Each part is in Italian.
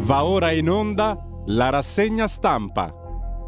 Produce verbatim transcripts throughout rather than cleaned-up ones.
Va ora in onda la rassegna stampa.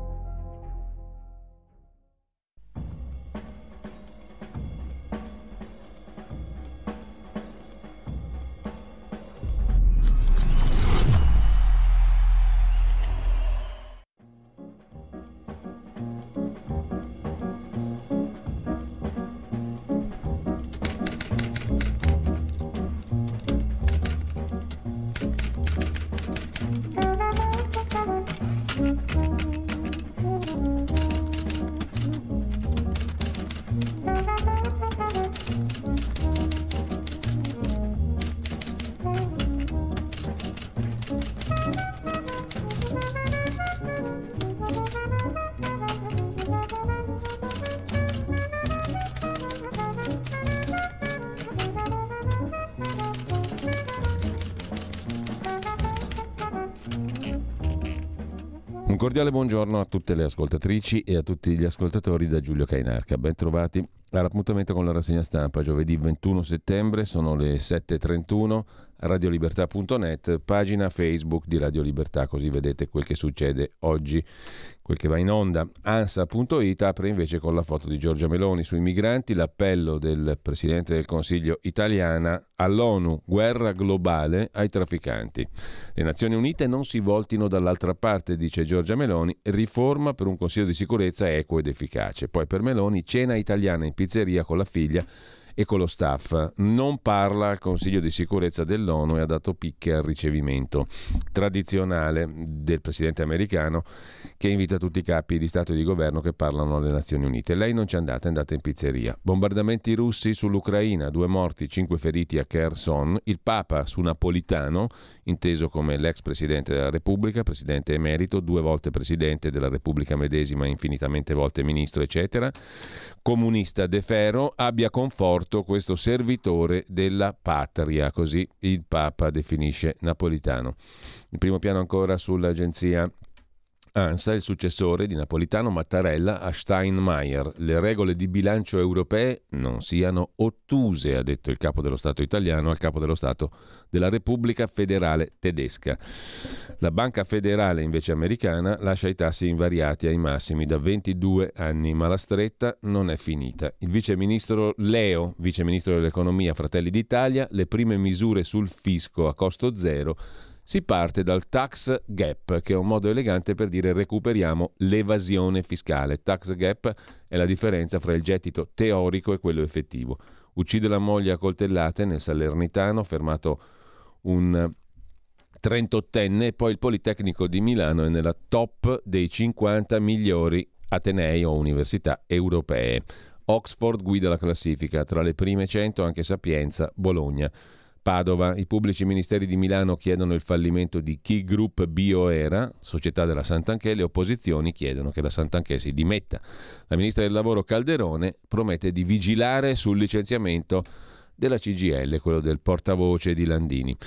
Un cordiale buongiorno a tutte le ascoltatrici e a tutti gli ascoltatori da Giulio Cainarca. Ben trovati all'appuntamento con la rassegna stampa. Giovedì ventuno settembre, sono le sette e trentuno, radiolibertà punto net, pagina Facebook di Radio Libertà, così vedete quel che succede oggi, quel che va in onda. Ansa punto it apre invece con la foto di Giorgia Meloni sui migranti, l'appello del Presidente del Consiglio italiana all'ONU, guerra globale ai trafficanti. Le Nazioni Unite non si voltino dall'altra parte, dice Giorgia Meloni, riforma per un Consiglio di sicurezza equo ed efficace. Poi per Meloni cena italiana in pizzeria con la figlia e con lo staff. Non parla al Consiglio di sicurezza dell'ONU e ha dato picche al ricevimento tradizionale del presidente americano, che invita tutti i capi di Stato e di governo che parlano alle Nazioni Unite. Lei non c'è andata, è andata in pizzeria. Bombardamenti russi sull'Ucraina, due morti, cinque feriti a Kherson. Il Papa su Napolitano, inteso come l'ex presidente della Repubblica, presidente emerito, due volte presidente della Repubblica medesima, infinitamente volte ministro, eccetera. Comunista De Ferro, abbia conforto questo servitore della patria, così il Papa definisce Napolitano. In primo piano ancora sull'agenzia ANSA, il successore di Napolitano, Mattarella, a Steinmeier. Le regole di bilancio europee non siano ottuse, ha detto il capo dello Stato italiano al capo dello Stato della Repubblica Federale Tedesca. La Banca Federale invece americana lascia i tassi invariati ai massimi da ventidue anni, ma la stretta non è finita. Il viceministro Leo, viceministro dell'economia Fratelli d'Italia, le prime misure sul fisco a costo zero. Si parte dal tax gap, che è un modo elegante per dire recuperiamo l'evasione fiscale. Tax gap è la differenza fra il gettito teorico e quello effettivo. Uccide la moglie a coltellate nel Salernitano, fermato un trentottenne, e poi il Politecnico di Milano è nella top dei cinquanta migliori atenei o università europee. Oxford guida la classifica, tra le prime cento anche Sapienza, Bologna, Padova. I pubblici ministeri di Milano chiedono il fallimento di Ki Group Bioera, società della Santanchè. Le opposizioni chiedono che la Santanchè si dimetta. La ministra del lavoro Calderone promette di vigilare sul licenziamento della C G I L, quello del portavoce di Landini.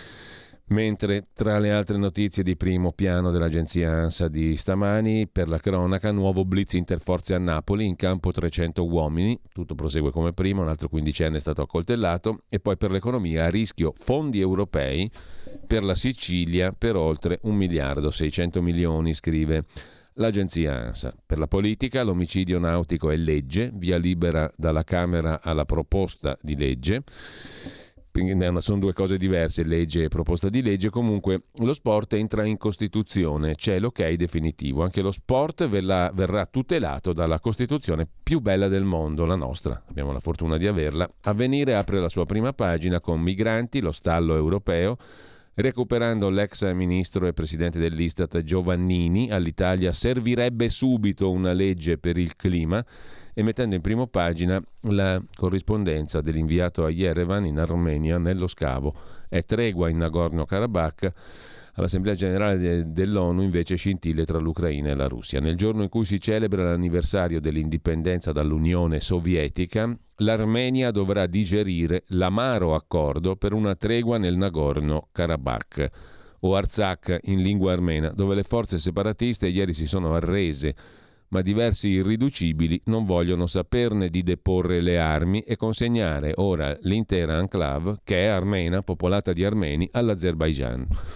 Mentre tra le altre notizie di primo piano dell'agenzia ANSA di stamani, per la cronaca, nuovo blitz interforze a Napoli, in campo trecento uomini, tutto prosegue come prima, un altro quindicenne è stato accoltellato. E poi per l'economia, a rischio fondi europei per la Sicilia per oltre un miliardo seicento milioni, scrive l'agenzia ANSA. Per la politica, l'omicidio nautico è legge, via libera dalla Camera alla proposta di legge. Sono due cose diverse, legge e proposta di legge. Comunque lo sport entra in Costituzione, c'è l'ok definitivo. Anche lo sport verrà, verrà tutelato dalla Costituzione più bella del mondo, la nostra, abbiamo la fortuna di averla. Avvenire apre la sua prima pagina con migranti, lo stallo europeo, recuperando l'ex ministro e presidente dell'Istat Giovannini. All'Italia servirebbe subito una legge per il clima, e mettendo in primo pagina la corrispondenza dell'inviato a Yerevan in Armenia nello scavo. È tregua in Nagorno-Karabakh. All'Assemblea Generale de- dell'ONU invece scintille tra l'Ucraina e la Russia. Nel giorno in cui si celebra l'anniversario dell'indipendenza dall'Unione Sovietica, l'Armenia dovrà digerire l'amaro accordo per una tregua nel Nagorno-Karabakh, o Artsakh in lingua armena, dove le forze separatiste ieri si sono arrese, ma diversi irriducibili non vogliono saperne di deporre le armi e consegnare ora l'intera enclave, che è armena, popolata di armeni, all'Azerbaigian.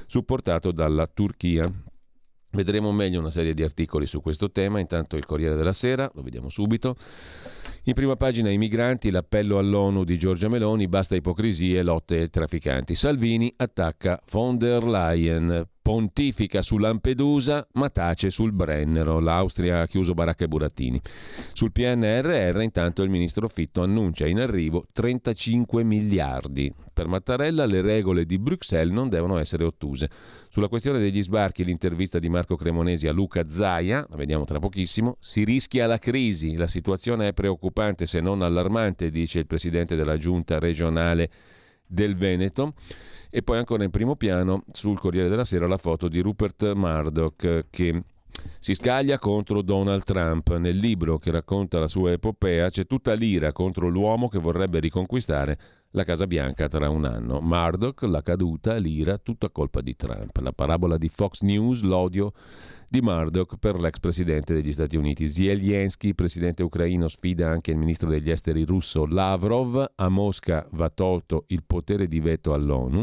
supportato dalla Turchia. Vedremo meglio una serie di articoli su questo tema. Intanto il Corriere della Sera, lo vediamo subito. In prima pagina i migranti, l'appello all'ONU di Giorgia Meloni, basta ipocrisie, lotte ai trafficanti. Salvini attacca von der Leyen, pontifica su Lampedusa ma tace sul Brennero, l'Austria ha chiuso baracca e burattini. Sul P N R R intanto il ministro Fitto annuncia in arrivo trentacinque miliardi. Per Mattarella le regole di Bruxelles non devono essere ottuse. Sulla questione degli sbarchi l'intervista di Marco Cremonesi a Luca Zaia, la vediamo tra pochissimo, si rischia la crisi, la situazione è preoccupante se non allarmante, dice il presidente della giunta regionale del Veneto. E poi ancora in primo piano sul Corriere della Sera la foto di Rupert Murdoch che si scaglia contro Donald Trump. Nel libro che racconta la sua epopea c'è tutta l'ira contro l'uomo che vorrebbe riconquistare la Casa Bianca tra un anno. Murdoch, la caduta, l'ira, tutta colpa di Trump. La parabola di Fox News, l'odio di Murdoch per l'ex presidente degli Stati Uniti. Zelensky, presidente ucraino, sfida anche il ministro degli esteri russo Lavrov. A Mosca va tolto il potere di veto all'ONU.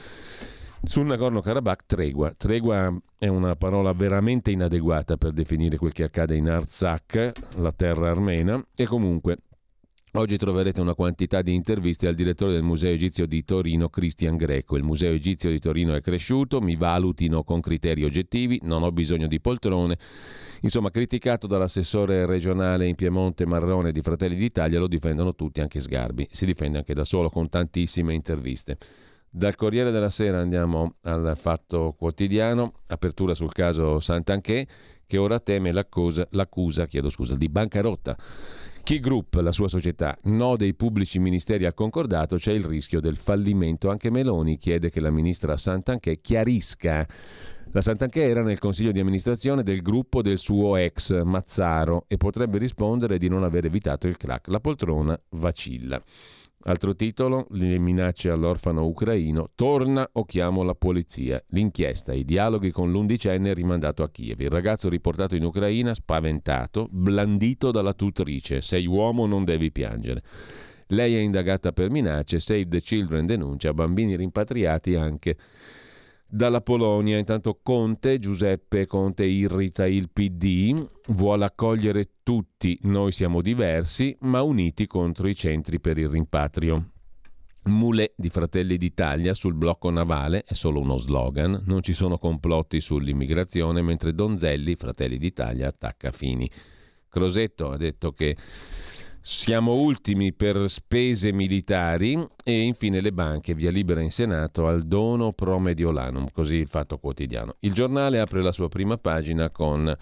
Sul Nagorno-Karabakh tregua. Tregua è una parola veramente inadeguata per definire quel che accade in Artsakh, la terra armena, e comunque oggi troverete una quantità di interviste al direttore del Museo Egizio di Torino, Cristian Greco. Il Museo Egizio di Torino è cresciuto, mi valutino con criteri oggettivi, non ho bisogno di poltrone. Insomma, criticato dall'assessore regionale in Piemonte Marrone di Fratelli d'Italia, lo difendono tutti, anche Sgarbi. Si difende anche da solo con tantissime interviste. Dal Corriere della Sera andiamo al Fatto Quotidiano, apertura sul caso Santanchè, che ora teme l'accusa, l'accusa chiedo scusa, di bancarotta. Key Group, la sua società, no dei pubblici ministeri al concordato, c'è il rischio del fallimento. Anche Meloni chiede che la ministra Santanchè chiarisca. La Santanchè era nel consiglio di amministrazione del gruppo del suo ex Mazzaro e potrebbe rispondere di non aver evitato il crack. La poltrona vacilla. Altro titolo, le minacce all'orfano ucraino, torna o chiamo la polizia. L'inchiesta, i dialoghi con l'undicenne rimandato a Kiev. Il ragazzo riportato in Ucraina spaventato, blandito dalla tutrice. Sei uomo, non devi piangere. Lei è indagata per minacce, Save the Children denuncia bambini rimpatriati anche dalla Polonia. Intanto Conte, Giuseppe Conte irrita il P D, vuole accogliere tutti, noi siamo diversi, ma uniti contro i centri per il rimpatrio. Moulet di Fratelli d'Italia sul blocco navale è solo uno slogan, non ci sono complotti sull'immigrazione, mentre Donzelli, Fratelli d'Italia, attacca Fini. Crosetto ha detto che siamo ultimi per spese militari e infine le banche, via libera in Senato al dono pro Mediolanum, così il Fatto Quotidiano. Il Giornale apre la sua prima pagina con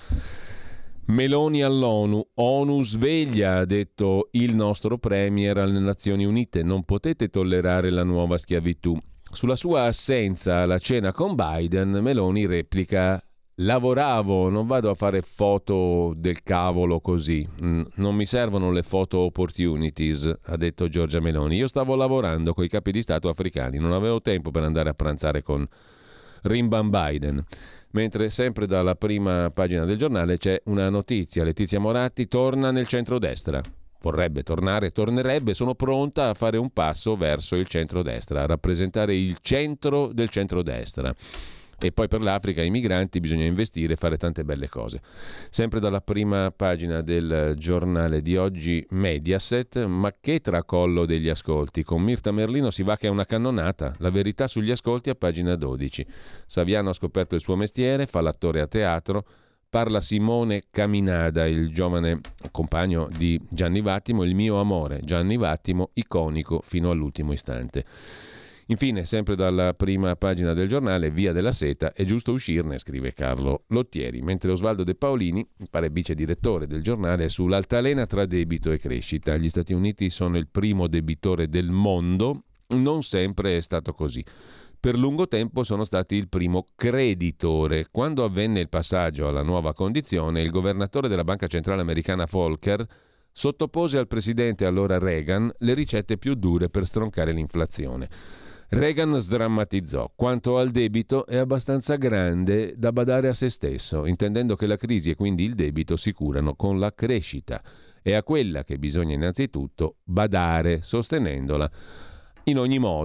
Meloni all'ONU, ONU sveglia, ha detto il nostro premier alle Nazioni Unite, non potete tollerare la nuova schiavitù. Sulla sua assenza alla cena con Biden, Meloni replica: lavoravo, non vado a fare foto del cavolo così, non mi servono le photo opportunities, ha detto Giorgia Meloni. Io stavo lavorando coi capi di Stato africani, non avevo tempo per andare a pranzare con Rimban Biden. Mentre sempre dalla prima pagina del giornale c'è una notizia, Letizia Moratti torna nel centrodestra. Vorrebbe tornare, tornerebbe, sono pronta a fare un passo verso il centrodestra, a rappresentare il centro del centrodestra. E poi per l'Africa e i migranti bisogna investire e fare tante belle cose. Sempre dalla prima pagina del giornale di oggi Mediaset, ma che tracollo degli ascolti. Con Mirta Merlino si va che è una cannonata. La verità sugli ascolti a pagina dodici. Saviano ha scoperto il suo mestiere, fa l'attore a teatro. Parla Simone Caminada, il giovane compagno di Gianni Vattimo, il mio amore. Gianni Vattimo, iconico fino all'ultimo istante. Infine, sempre dalla prima pagina del giornale, Via della Seta, è giusto uscirne, scrive Carlo Lottieri, mentre Osvaldo De Paolini, pare vice direttore del giornale, è sull'altalena tra debito e crescita. Gli Stati Uniti sono il primo debitore del mondo, non sempre è stato così. Per lungo tempo sono stati il primo creditore. Quando avvenne il passaggio alla nuova condizione, il governatore della Banca Centrale Americana Volcker sottopose al presidente allora Reagan le ricette più dure per stroncare l'inflazione. Reagan sdrammatizzò: quanto al debito è abbastanza grande da badare a se stesso, intendendo che la crisi e quindi il debito si curano con la crescita. È a quella che bisogna innanzitutto badare, sostenendola in ogni modo.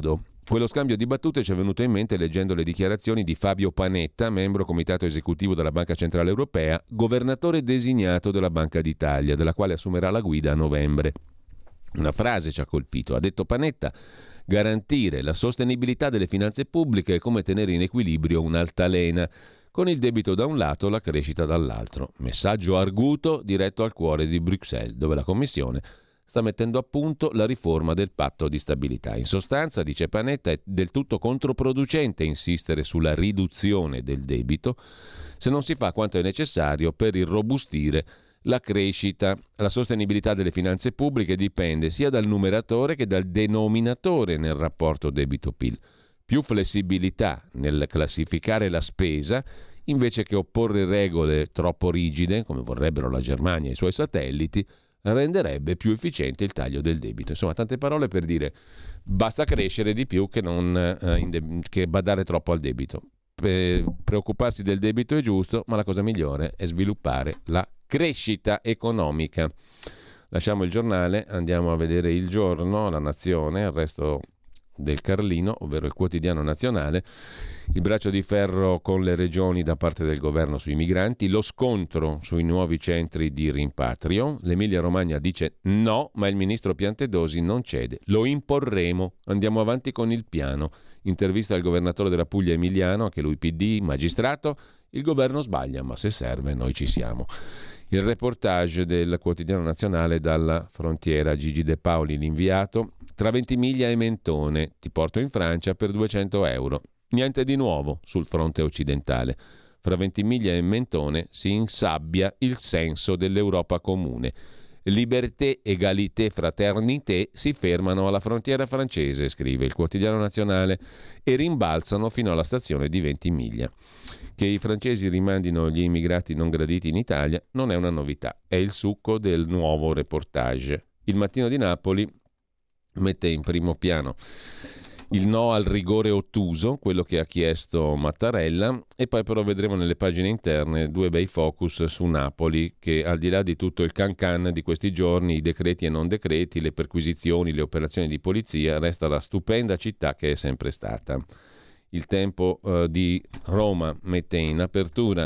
Quello scambio di battute ci è venuto in mente leggendo le dichiarazioni di Fabio Panetta, membro comitato esecutivo della Banca Centrale Europea, governatore designato della Banca d'Italia, della quale assumerà la guida a novembre. Una frase ci ha colpito. Ha detto Panetta: garantire la sostenibilità delle finanze pubbliche è come tenere in equilibrio un'altalena, con il debito da un lato, la crescita dall'altro. Messaggio arguto diretto al cuore di Bruxelles, dove la Commissione sta mettendo a punto la riforma del patto di stabilità. In sostanza, dice Panetta, è del tutto controproducente insistere sulla riduzione del debito se non si fa quanto è necessario per irrobustire la crescita. La sostenibilità delle finanze pubbliche dipende sia dal numeratore che dal denominatore nel rapporto debito-P I L. Più flessibilità nel classificare la spesa, invece che opporre regole troppo rigide, come vorrebbero la Germania e i suoi satelliti, renderebbe più efficiente il taglio del debito. Insomma, tante parole per dire basta crescere di più che, non, eh, inde- che badare troppo al debito. Per preoccuparsi del debito è giusto, ma la cosa migliore è sviluppare la crescita economica. Lasciamo il giornale, andiamo a vedere Il Giorno, La Nazione, il resto del Carlino, ovvero il quotidiano nazionale. Il braccio di ferro con le regioni da parte del governo sui migranti, lo scontro sui nuovi centri di rimpatrio. L'Emilia Romagna dice no, ma il ministro Piantedosi non cede. Lo imporremo, andiamo avanti con il piano. Intervista al governatore della Puglia Emiliano, anche lui P D, magistrato. Il governo sbaglia, ma se serve noi ci siamo. Il reportage del quotidiano nazionale dalla frontiera, Gigi De Paoli, l'inviato. Tra Ventimiglia e Mentone, ti porto in Francia per duecento euro. Niente di nuovo sul fronte occidentale. Fra Ventimiglia e Mentone si insabbia il senso dell'Europa comune. Liberté, égalité, fraternité si fermano alla frontiera francese, scrive il quotidiano nazionale, e rimbalzano fino alla stazione di Ventimiglia. Che i francesi rimandino gli immigrati non graditi in Italia non è una novità, è il succo del nuovo reportage. Il Mattino di Napoli mette in primo piano il no al rigore ottuso, quello che ha chiesto Mattarella, e poi però vedremo nelle pagine interne due bei focus su Napoli, che al di là di tutto il can-can di questi giorni, i decreti e non decreti, le perquisizioni, le operazioni di polizia, resta la stupenda città che è sempre stata. Il Tempo eh, di Roma mette in apertura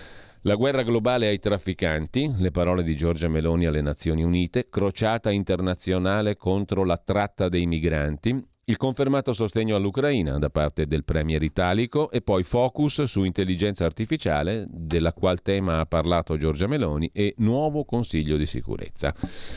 la guerra globale ai trafficanti, le parole di Giorgia Meloni alle Nazioni Unite, crociata internazionale contro la tratta dei migranti, il confermato sostegno all'Ucraina da parte del premier italico e poi focus su intelligenza artificiale, della qual tema ha parlato Giorgia Meloni, e nuovo Consiglio di sicurezza.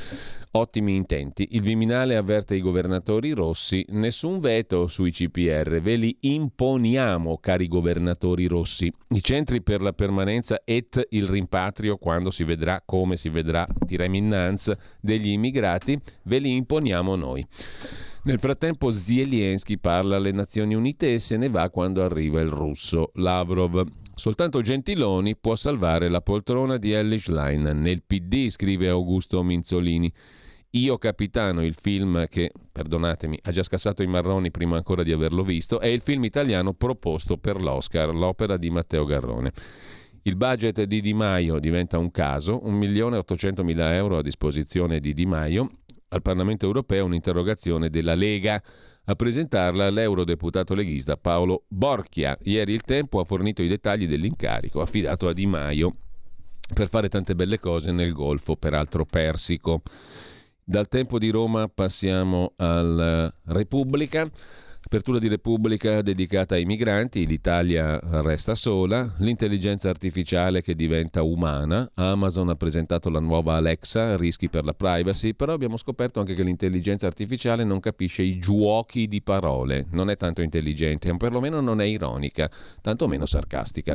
Ottimi intenti. Il Viminale avverte i governatori rossi: nessun veto sui C P R, ve li imponiamo, cari governatori rossi. I centri per la permanenza et il rimpatrio, quando si vedrà, come si vedrà, tirem innanzi, degli immigrati, ve li imponiamo noi. Nel frattempo Zelensky parla alle Nazioni Unite e se ne va quando arriva il russo Lavrov. Soltanto Gentiloni può salvare la poltrona di Elly Schlein. Nel P D, scrive Augusto Minzolini. Io Capitano, il film che, perdonatemi, ha già scassato i marroni prima ancora di averlo visto, è il film italiano proposto per l'Oscar, l'opera di Matteo Garrone. Il budget di Di Maio diventa un caso, un milione e ottocentomila euro a disposizione di Di Maio. Al Parlamento europeo un'interrogazione della Lega. A presentarla l'eurodeputato leghista Paolo Borchia. Ieri il Tempo ha fornito i dettagli dell'incarico affidato a Di Maio per fare tante belle cose nel Golfo, peraltro persico. Dal Tempo di Roma passiamo al Repubblica. Apertura di Repubblica dedicata ai migranti, l'Italia resta sola, l'intelligenza artificiale che diventa umana, Amazon ha presentato la nuova Alexa, rischi per la privacy, però abbiamo scoperto anche che l'intelligenza artificiale non capisce i giochi di parole, non è tanto intelligente, perlomeno non è ironica, tantomeno sarcastica.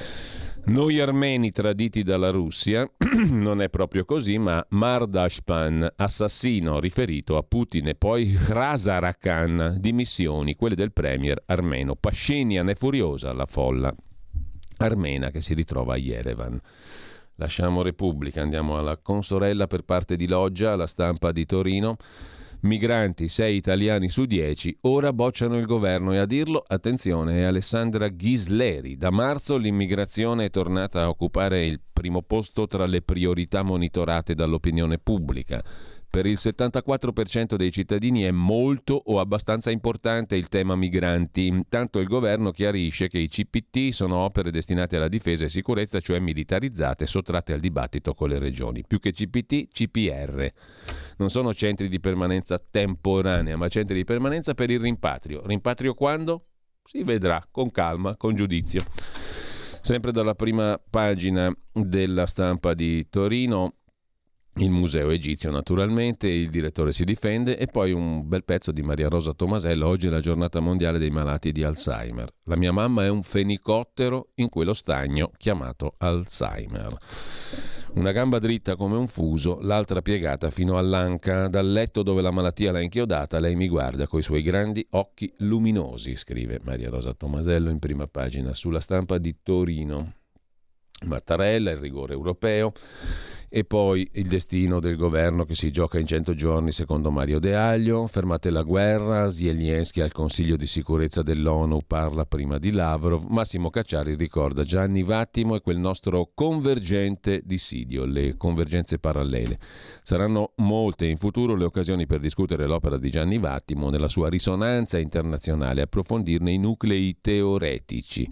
Noi armeni traditi dalla Russia, non è proprio così, ma Mardashpan, assassino riferito a Putin, e poi Razarakan, dimissioni, quelle del premier armeno. Pashinyan è furiosa, la folla armena che si ritrova a Yerevan. Lasciamo Repubblica, andiamo alla consorella per parte di Loggia, La Stampa di Torino. Migranti, sei italiani su dieci, ora bocciano il governo, e a dirlo, attenzione, è Alessandra Ghisleri. Da marzo l'immigrazione è tornata a occupare il primo posto tra le priorità monitorate dall'opinione pubblica. Per il settantaquattro per cento dei cittadini è molto o abbastanza importante il tema migranti. Intanto il governo chiarisce che i C P T sono opere destinate alla difesa e sicurezza, cioè militarizzate, sottratte al dibattito con le regioni. Più che C P T, C P R. Non sono centri di permanenza temporanea, ma centri di permanenza per il rimpatrio. Rimpatrio quando? Si vedrà, con calma, con giudizio. Sempre dalla prima pagina della Stampa di Torino, il museo egizio naturalmente, il direttore si difende e poi un bel pezzo di Maria Rosa Tomasello. Oggi è la giornata mondiale dei malati di Alzheimer. La mia mamma è un fenicottero in quello stagno chiamato Alzheimer. Una gamba dritta come un fuso, l'altra piegata fino all'anca. Dal letto dove la malattia l'ha inchiodata, lei mi guarda coi suoi grandi occhi luminosi, scrive Maria Rosa Tomasello in prima pagina sulla Stampa di Torino. Mattarella, il rigore europeo. E poi il destino del governo che si gioca in cento giorni secondo Mario De Aglio. Fermate la guerra, Zelensky al Consiglio di sicurezza dell'ONU parla prima di Lavrov. Massimo Cacciari ricorda Gianni Vattimo e quel nostro convergente dissidio, le convergenze parallele. Saranno molte in futuro le occasioni per discutere l'opera di Gianni Vattimo nella sua risonanza internazionale, approfondirne i nuclei teoretici.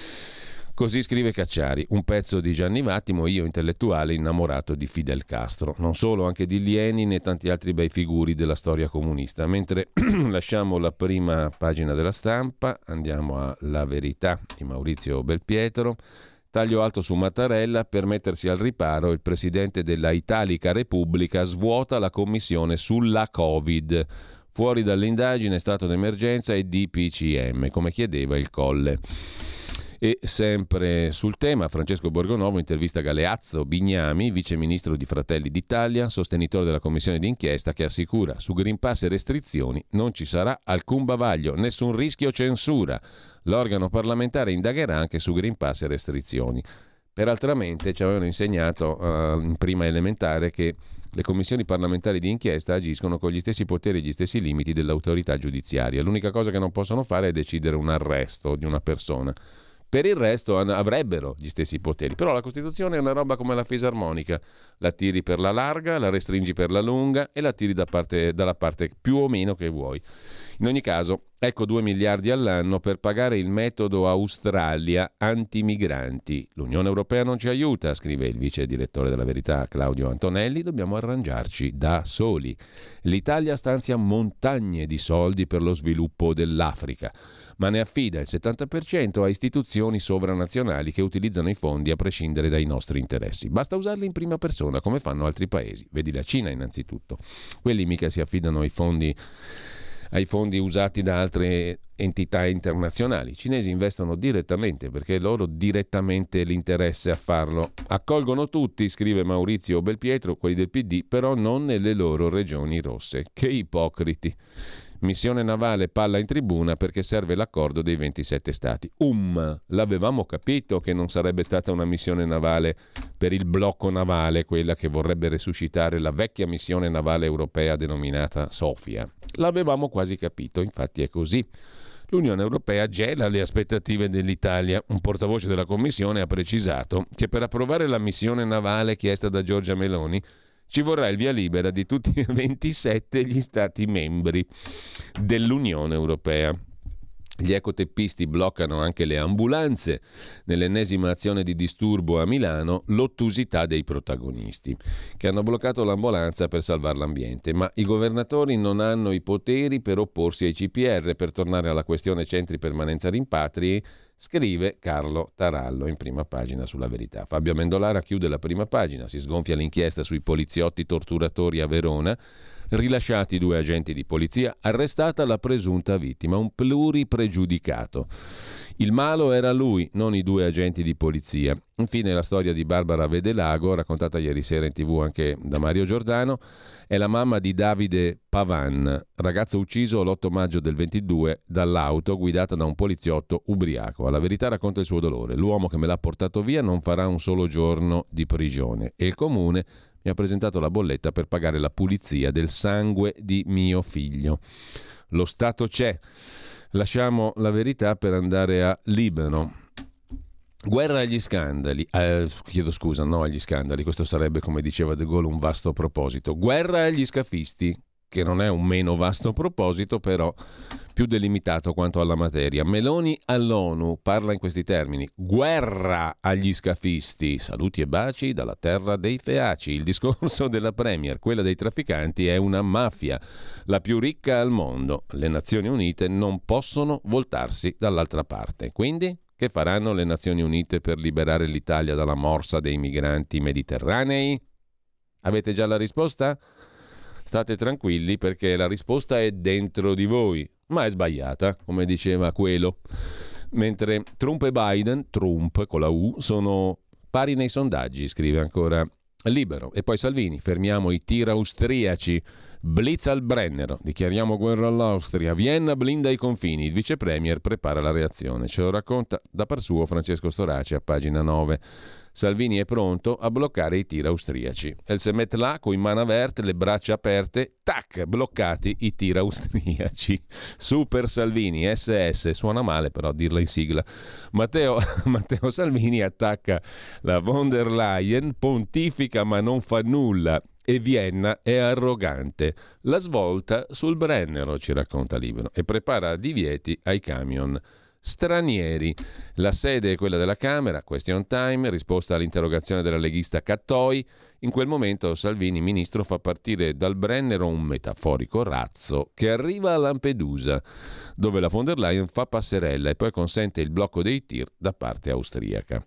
Così scrive Cacciari, un pezzo di Gianni Vattimo, io intellettuale innamorato di Fidel Castro, non solo, anche di Lenin e tanti altri bei figuri della storia comunista. Mentre lasciamo la prima pagina della Stampa, andiamo a La Verità di Maurizio Belpietro. Taglio alto su Mattarella, per mettersi al riparo il presidente della Italica Repubblica svuota la commissione sulla Covid. Fuori dall'indagine, stato d'emergenza e D P C M, come chiedeva il Colle. E sempre sul tema, Francesco Borgonovo intervista Galeazzo Bignami, vice ministro di Fratelli d'Italia, sostenitore della commissione d'inchiesta, che assicura su Green Pass e restrizioni non ci sarà alcun bavaglio, nessun rischio censura. L'organo parlamentare indagherà anche su Green Pass e restrizioni. Peraltramente ci avevano insegnato uh, in prima elementare che le commissioni parlamentari di inchiesta agiscono con gli stessi poteri e gli stessi limiti dell'autorità giudiziaria. L'unica cosa che non possono fare è decidere un arresto di una persona. Per il resto avrebbero gli stessi poteri, però la Costituzione è una roba come la fisarmonica, la tiri per la larga, la restringi per la lunga e la tiri da parte, dalla parte più o meno che vuoi. In ogni caso, ecco due miliardi all'anno per pagare il metodo Australia antimigranti. L'Unione Europea non ci aiuta, scrive il vice direttore della Verità Claudio Antonelli, dobbiamo arrangiarci da soli. L'Italia stanzia montagne di soldi per lo sviluppo dell'Africa, ma ne affida il settanta per cento a istituzioni sovranazionali che utilizzano i fondi a prescindere dai nostri interessi. Basta usarli in prima persona, come fanno altri paesi. Vedi la Cina innanzitutto. Quelli mica si affidano ai fondi, ai fondi usati da altre entità internazionali. I cinesi investono direttamente perché è loro direttamente l'interesse a farlo. Accolgono tutti, scrive Maurizio Belpietro, quelli del P D, però non nelle loro regioni rosse. Che ipocriti. Missione navale palla in tribuna perché serve l'accordo dei ventisette stati. Um, l'avevamo capito che non sarebbe stata una missione navale per il blocco navale, quella che vorrebbe resuscitare la vecchia missione navale europea denominata Sofia. L'avevamo quasi capito, infatti è così. L'Unione Europea gela le aspettative dell'Italia. Un portavoce della Commissione ha precisato che per approvare la missione navale chiesta da Giorgia Meloni ci vorrà il via libera di tutti e ventisette gli stati membri dell'Unione Europea. Gli ecoteppisti bloccano anche le ambulanze. Nell'ennesima azione di disturbo a Milano, l'ottusità dei protagonisti, che hanno bloccato l'ambulanza per salvare l'ambiente. Ma i governatori non hanno i poteri per opporsi ai C P R. Per tornare alla questione centri permanenza rimpatri, scrive Carlo Tarallo in prima pagina sulla Verità. Fabio Amendolara chiude la prima pagina, si sgonfia l'inchiesta sui poliziotti torturatori a Verona, rilasciati due agenti di polizia, arrestata la presunta vittima, un pluripregiudicato. Il malo era lui, non i due agenti di polizia. Infine la storia di Barbara Vedelago, raccontata ieri sera in tv anche da Mario Giordano, è la mamma di Davide Pavan, ragazzo ucciso l'otto maggio del ventidue dall'auto guidata da un poliziotto ubriaco. Alla Verità racconta il suo dolore. L'uomo che me l'ha portato via non farà un solo giorno di prigione e il comune mi ha presentato la bolletta per pagare la pulizia del sangue di mio figlio. Lo Stato c'è. Lasciamo la Verità per andare a Libero. Guerra agli scandali, eh, chiedo scusa, no agli scandali, questo sarebbe, come diceva De Gaulle, un vasto proposito. Guerra agli scafisti, che non è un meno vasto proposito, però più delimitato quanto alla materia. Meloni all'ONU parla in questi termini: guerra agli scafisti, saluti e baci dalla terra dei feaci. Il discorso della Premier, quella dei trafficanti, è una mafia, la più ricca al mondo. Le Nazioni Unite non possono voltarsi dall'altra parte. Quindi, che faranno le Nazioni Unite per liberare l'Italia dalla morsa dei migranti mediterranei? Avete già la risposta? State tranquilli, perché la risposta è dentro di voi, ma è sbagliata, come diceva quello. Mentre Trump e Biden, Trump con la U, sono pari nei sondaggi, scrive ancora Libero. E poi Salvini: fermiamo i tir austriaci, blitz al Brennero, dichiariamo guerra all'Austria, Vienna blinda i confini, il vice premier prepara la reazione. Ce lo racconta da par suo Francesco Storace a pagina nove. Salvini è pronto a bloccare i tir austriaci. El se met là, coi manavert, le braccia aperte, tac, bloccati i tir austriaci. Super Salvini, S S, suona male però dirla in sigla. Matteo, Matteo Salvini attacca la von der Leyen, pontifica ma non fa nulla. E Vienna è arrogante. La svolta sul Brennero, ci racconta Libero, e prepara divieti ai camion stranieri. La sede è quella della Camera, question time, risposta all'interrogazione della leghista Cattoi. In quel momento Salvini, ministro, fa partire dal Brennero un metaforico razzo che arriva a Lampedusa, dove la von der Leyen fa passerella e poi consente il blocco dei tir da parte austriaca.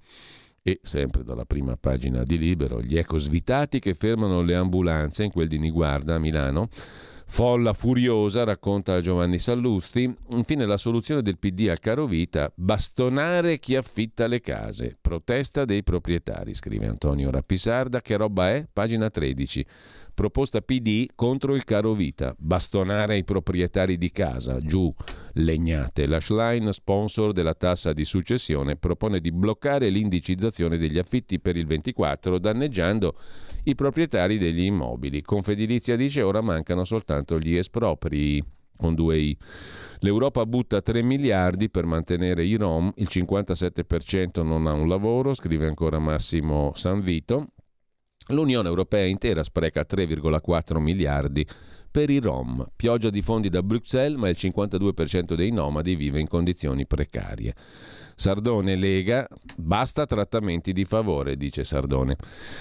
E sempre dalla prima pagina di Libero, gli ecosvitati che fermano le ambulanze in quel di Niguarda a Milano. Folla furiosa, racconta Giovanni Sallusti. Infine la soluzione del P D al caro vita: bastonare chi affitta le case. Protesta dei proprietari, scrive Antonio Rappisarda. Che roba è? Pagina tredici. Proposta P D contro il caro vita: bastonare i proprietari di casa. Giù, legnate. La Schlein, sponsor della tassa di successione, propone di bloccare l'indicizzazione degli affitti per il ventiquattro, danneggiando i proprietari degli immobili. Confedilizia dice: ora mancano soltanto gli esproprii, con due i. L'Europa butta tre miliardi per mantenere i Rom, il cinquantasette per cento non ha un lavoro, scrive ancora Massimo Sanvito. L'Unione Europea intera spreca tre virgola quattro miliardi per i Rom. Pioggia di fondi da Bruxelles, ma il cinquantadue per cento dei nomadi vive in condizioni precarie. Sardone Lega: basta trattamenti di favore, dice Sardone.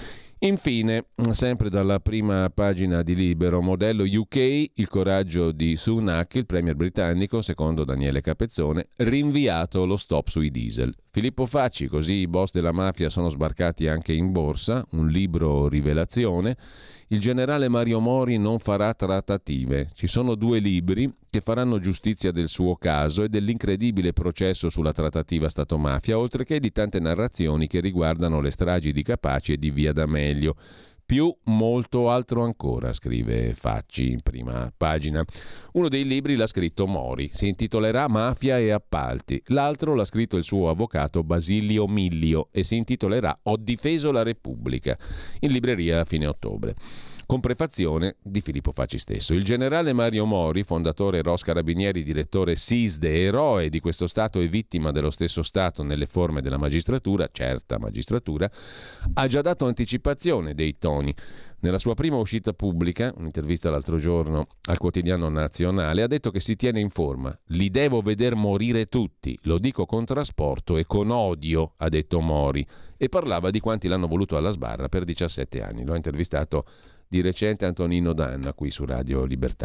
Infine, sempre dalla prima pagina di Libero, modello U K, il coraggio di Sunak, il premier britannico, secondo Daniele Capezzone, rinviato lo stop sui diesel. Filippo Facci: così i boss della mafia sono sbarcati anche in borsa, un libro rivelazione. Il generale Mario Mori non farà trattative. Ci sono due libri che faranno giustizia del suo caso e dell'incredibile processo sulla trattativa Stato-mafia, oltre che di tante narrazioni che riguardano le stragi di Capaci e di Via D'Amelio. Più molto altro ancora, scrive Facci in prima pagina. Uno dei libri l'ha scritto Mori, si intitolerà Mafia e appalti. L'altro l'ha scritto il suo avvocato Basilio Millio e si intitolerà Ho difeso la Repubblica, in libreria a fine ottobre. Con prefazione di Filippo Facci stesso. Il generale Mario Mori, fondatore Ros Carabinieri, direttore SISDE, eroe di questo Stato e vittima dello stesso Stato nelle forme della magistratura, certa magistratura, ha già dato anticipazione dei toni. Nella sua prima uscita pubblica, un'intervista l'altro giorno al quotidiano Nazionale, ha detto che si tiene in forma. Li devo veder morire tutti, lo dico con trasporto e con odio, ha detto Mori, e parlava di quanti l'hanno voluto alla sbarra per diciassette anni. L'ho intervistato di recente Antonino Danna qui su Radio Libertà.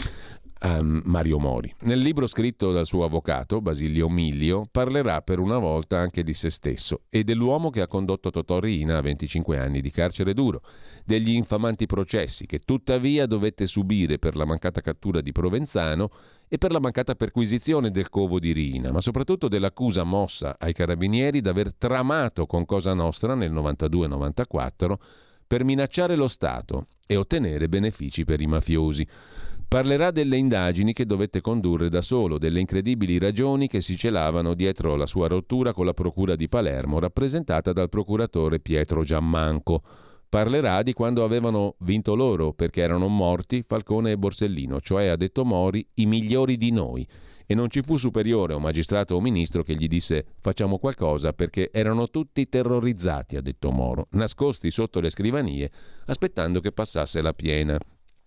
Um, Mario Mori. Nel libro scritto dal suo avvocato Basilio Millio parlerà per una volta anche di se stesso e dell'uomo che ha condotto Totò Riina a venticinque anni di carcere duro, degli infamanti processi che tuttavia dovette subire per la mancata cattura di Provenzano e per la mancata perquisizione del covo di Riina, ma soprattutto dell'accusa mossa ai carabinieri d'aver tramato con Cosa Nostra nel novantadue novantaquattro per minacciare lo Stato e ottenere benefici per i mafiosi. Parlerà delle indagini che dovette condurre da solo, delle incredibili ragioni che si celavano dietro la sua rottura con la procura di Palermo, rappresentata dal procuratore Pietro Giammanco. Parlerà di quando avevano vinto loro, perché erano morti Falcone e Borsellino, cioè, ha detto Mori, i migliori di noi, e non ci fu superiore o magistrato o ministro che gli disse facciamo qualcosa perché erano tutti terrorizzati, ha detto Moro, nascosti sotto le scrivanie aspettando che passasse la piena.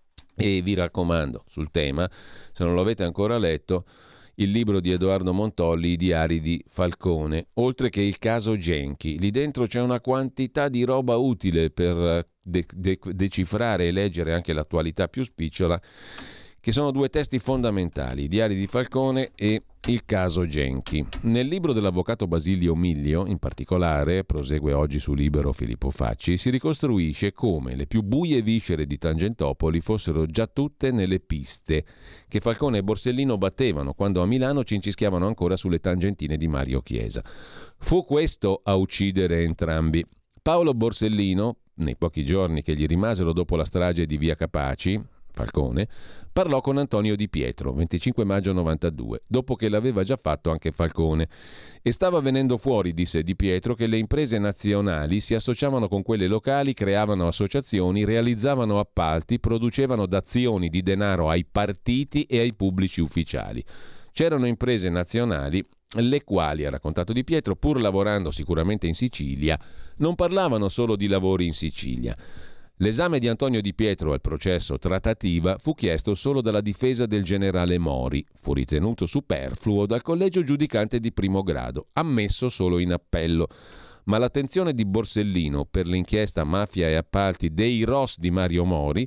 E vi raccomando sul tema, se non lo avete ancora letto, il libro di Edoardo Montolli, I diari di Falcone, oltre che il caso Genchi. Lì dentro c'è una quantità di roba utile per de- de- decifrare e leggere anche l'attualità più spicciola, che sono due testi fondamentali, I diari di Falcone e il caso Genchi. Nel libro dell'avvocato Basilio Miglio, in particolare, prosegue oggi su Libero Filippo Facci, si ricostruisce come le più buie viscere di Tangentopoli fossero già tutte nelle piste che Falcone e Borsellino battevano quando a Milano cincischiavano ancora sulle tangentine di Mario Chiesa. Fu questo a uccidere entrambi. Paolo Borsellino, nei pochi giorni che gli rimasero dopo la strage di Via Capaci, Falcone, parlò con Antonio Di Pietro, venticinque maggio novantadue, dopo che l'aveva già fatto anche Falcone. E stava venendo fuori, disse Di Pietro, che le imprese nazionali si associavano con quelle locali, creavano associazioni, realizzavano appalti, producevano dazioni di denaro ai partiti e ai pubblici ufficiali. C'erano imprese nazionali, le quali, ha raccontato Di Pietro, pur lavorando sicuramente in Sicilia, non parlavano solo di lavori in Sicilia. L'esame di Antonio Di Pietro al processo trattativa fu chiesto solo dalla difesa del generale Mori, fu ritenuto superfluo dal collegio giudicante di primo grado, ammesso solo in appello. Ma l'attenzione di Borsellino per l'inchiesta Mafia e appalti dei R O S di Mario Mori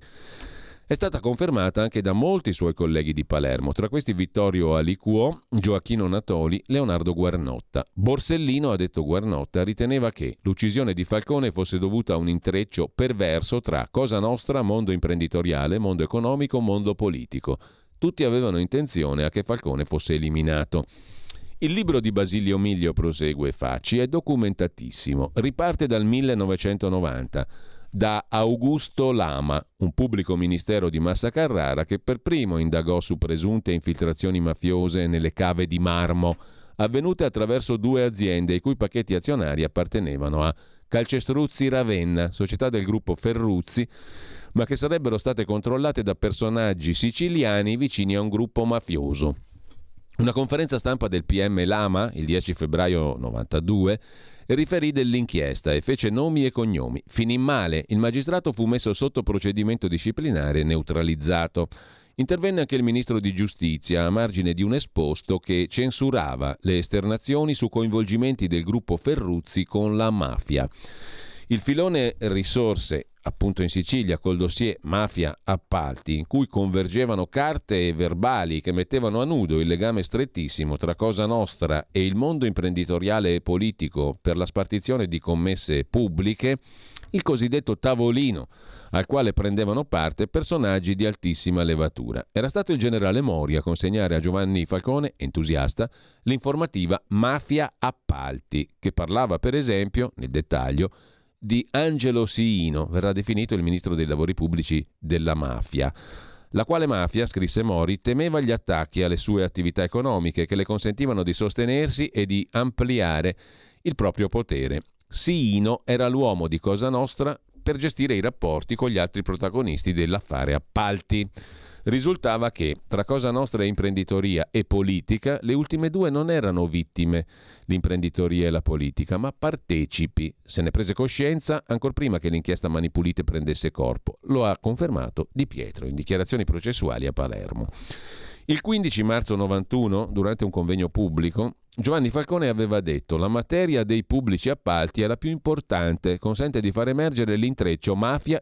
è stata confermata anche da molti suoi colleghi di Palermo, tra questi Vittorio Aliquò, Gioacchino Natoli, Leonardo Guarnotta. Borsellino, ha detto Guarnotta, riteneva che l'uccisione di Falcone fosse dovuta a un intreccio perverso tra Cosa Nostra, mondo imprenditoriale, mondo economico, mondo politico. Tutti avevano intenzione a che Falcone fosse eliminato. Il libro di Basilio Miglio, prosegue Facci, è documentatissimo. Riparte dal millenovecentonovanta. Da Augusto Lama, un pubblico ministero di Massa Carrara che per primo indagò su presunte infiltrazioni mafiose nelle cave di marmo, avvenute attraverso due aziende i cui pacchetti azionari appartenevano a Calcestruzzi Ravenna, società del gruppo Ferruzzi, ma che sarebbero state controllate da personaggi siciliani vicini a un gruppo mafioso. Una conferenza stampa del P M Lama, il dieci febbraio novantadue, riferì dell'inchiesta e fece nomi e cognomi. Finì male, il magistrato fu messo sotto procedimento disciplinare e neutralizzato. Intervenne anche il ministro di Giustizia a margine di un esposto che censurava le esternazioni su coinvolgimenti del gruppo Ferruzzi con la mafia. Il filone risorse appunto in Sicilia col dossier Mafia Appalti, in cui convergevano carte e verbali che mettevano a nudo il legame strettissimo tra Cosa Nostra e il mondo imprenditoriale e politico per la spartizione di commesse pubbliche, il cosiddetto tavolino al quale prendevano parte personaggi di altissima levatura. Era stato il generale Mori a consegnare a Giovanni Falcone, entusiasta, l'informativa Mafia Appalti, che parlava per esempio, nel dettaglio, di Angelo Siino, verrà definito il ministro dei lavori pubblici della mafia, la quale mafia, scrisse Mori, temeva gli attacchi alle sue attività economiche che le consentivano di sostenersi e di ampliare il proprio potere. Siino era l'uomo di Cosa Nostra per gestire i rapporti con gli altri protagonisti dell'affare appalti. Risultava che tra Cosa Nostra e imprenditoria e politica le ultime due non erano vittime, l'imprenditoria e la politica, ma partecipi. Se ne prese coscienza ancor prima che l'inchiesta Mani Pulite prendesse corpo. Lo ha confermato Di Pietro in dichiarazioni processuali a Palermo. Il quindici marzo novantuno, durante un convegno pubblico, Giovanni Falcone aveva detto: la materia dei pubblici appalti è la più importante, consente di far emergere l'intreccio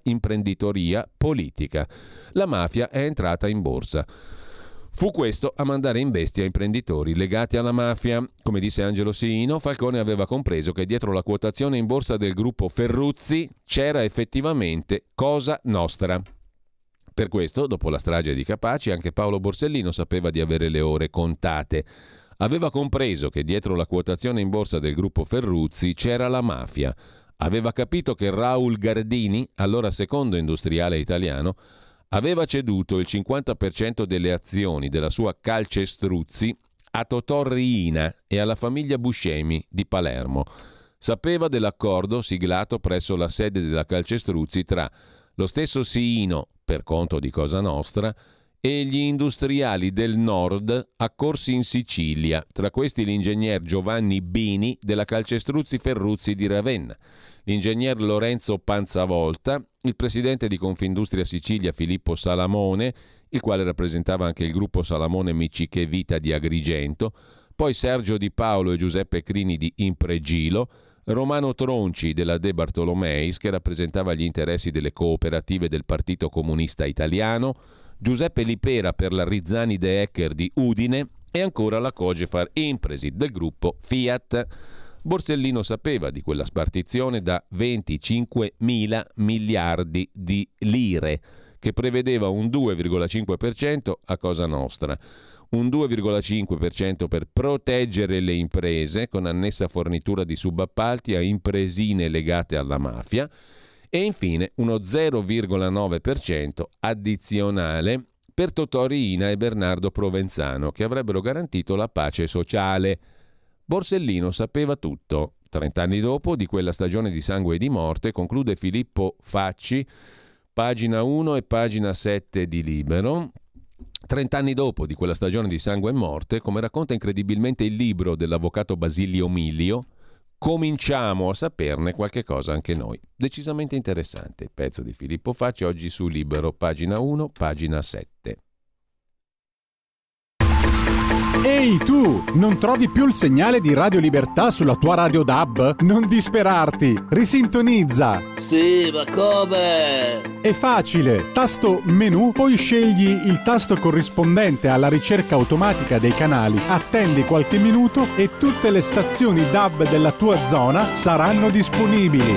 mafia-imprenditoria-politica. La mafia è entrata in borsa. Fu questo a mandare in bestia imprenditori legati alla mafia. Come disse Angelo Siino, Falcone aveva compreso che dietro la quotazione in borsa del gruppo Ferruzzi c'era effettivamente Cosa Nostra. Per questo, dopo la strage di Capaci, anche Paolo Borsellino sapeva di avere le ore contate. Aveva compreso che dietro la quotazione in borsa del gruppo Ferruzzi c'era la mafia. Aveva capito che Raul Gardini, allora secondo industriale italiano, aveva ceduto il cinquanta per cento delle azioni della sua Calcestruzzi a Totò Riina e alla famiglia Buscemi di Palermo. Sapeva dell'accordo siglato presso la sede della Calcestruzzi tra lo stesso Siino, per conto di Cosa Nostra, e gli industriali del nord accorsi in Sicilia, tra questi l'ingegner Giovanni Bini della Calcestruzzi Ferruzzi di Ravenna, l'ingegner Lorenzo Panzavolta, il presidente di Confindustria Sicilia Filippo Salamone, il quale rappresentava anche il gruppo Salamone Miciche Vita di Agrigento, poi Sergio Di Paolo e Giuseppe Crini di Impregilo, Romano Tronci della De Bartolomeis, che rappresentava gli interessi delle cooperative del Partito Comunista Italiano, Giuseppe Lipera per la Rizzani De Ecker di Udine e ancora la Cogefar Impresit del gruppo Fiat. Borsellino sapeva di quella spartizione da venticinquemila miliardi di lire, che prevedeva un due virgola cinque per cento a Cosa Nostra, un due virgola cinque per cento per proteggere le imprese con annessa fornitura di subappalti a impresine legate alla mafia e infine uno zero virgola nove per cento addizionale per Totò Riina e Bernardo Provenzano, che avrebbero garantito la pace sociale. Borsellino sapeva tutto. Trent'anni dopo, di quella stagione di sangue e di morte, conclude Filippo Facci, pagina uno e pagina sette di Libero. Trent'anni dopo di quella stagione di sangue e morte, come racconta incredibilmente il libro dell'avvocato Basilio Milio, cominciamo a saperne qualche cosa anche noi. Decisamente interessante il pezzo di Filippo Facci oggi su Libero, pagina uno, pagina sette. Ehi tu, non trovi più il segnale di Radio Libertà sulla tua radio D A B? Non disperarti, risintonizza! Sì, ma come? È facile, tasto menu, poi scegli il tasto corrispondente alla ricerca automatica dei canali, attendi qualche minuto e tutte le stazioni D A B della tua zona saranno disponibili.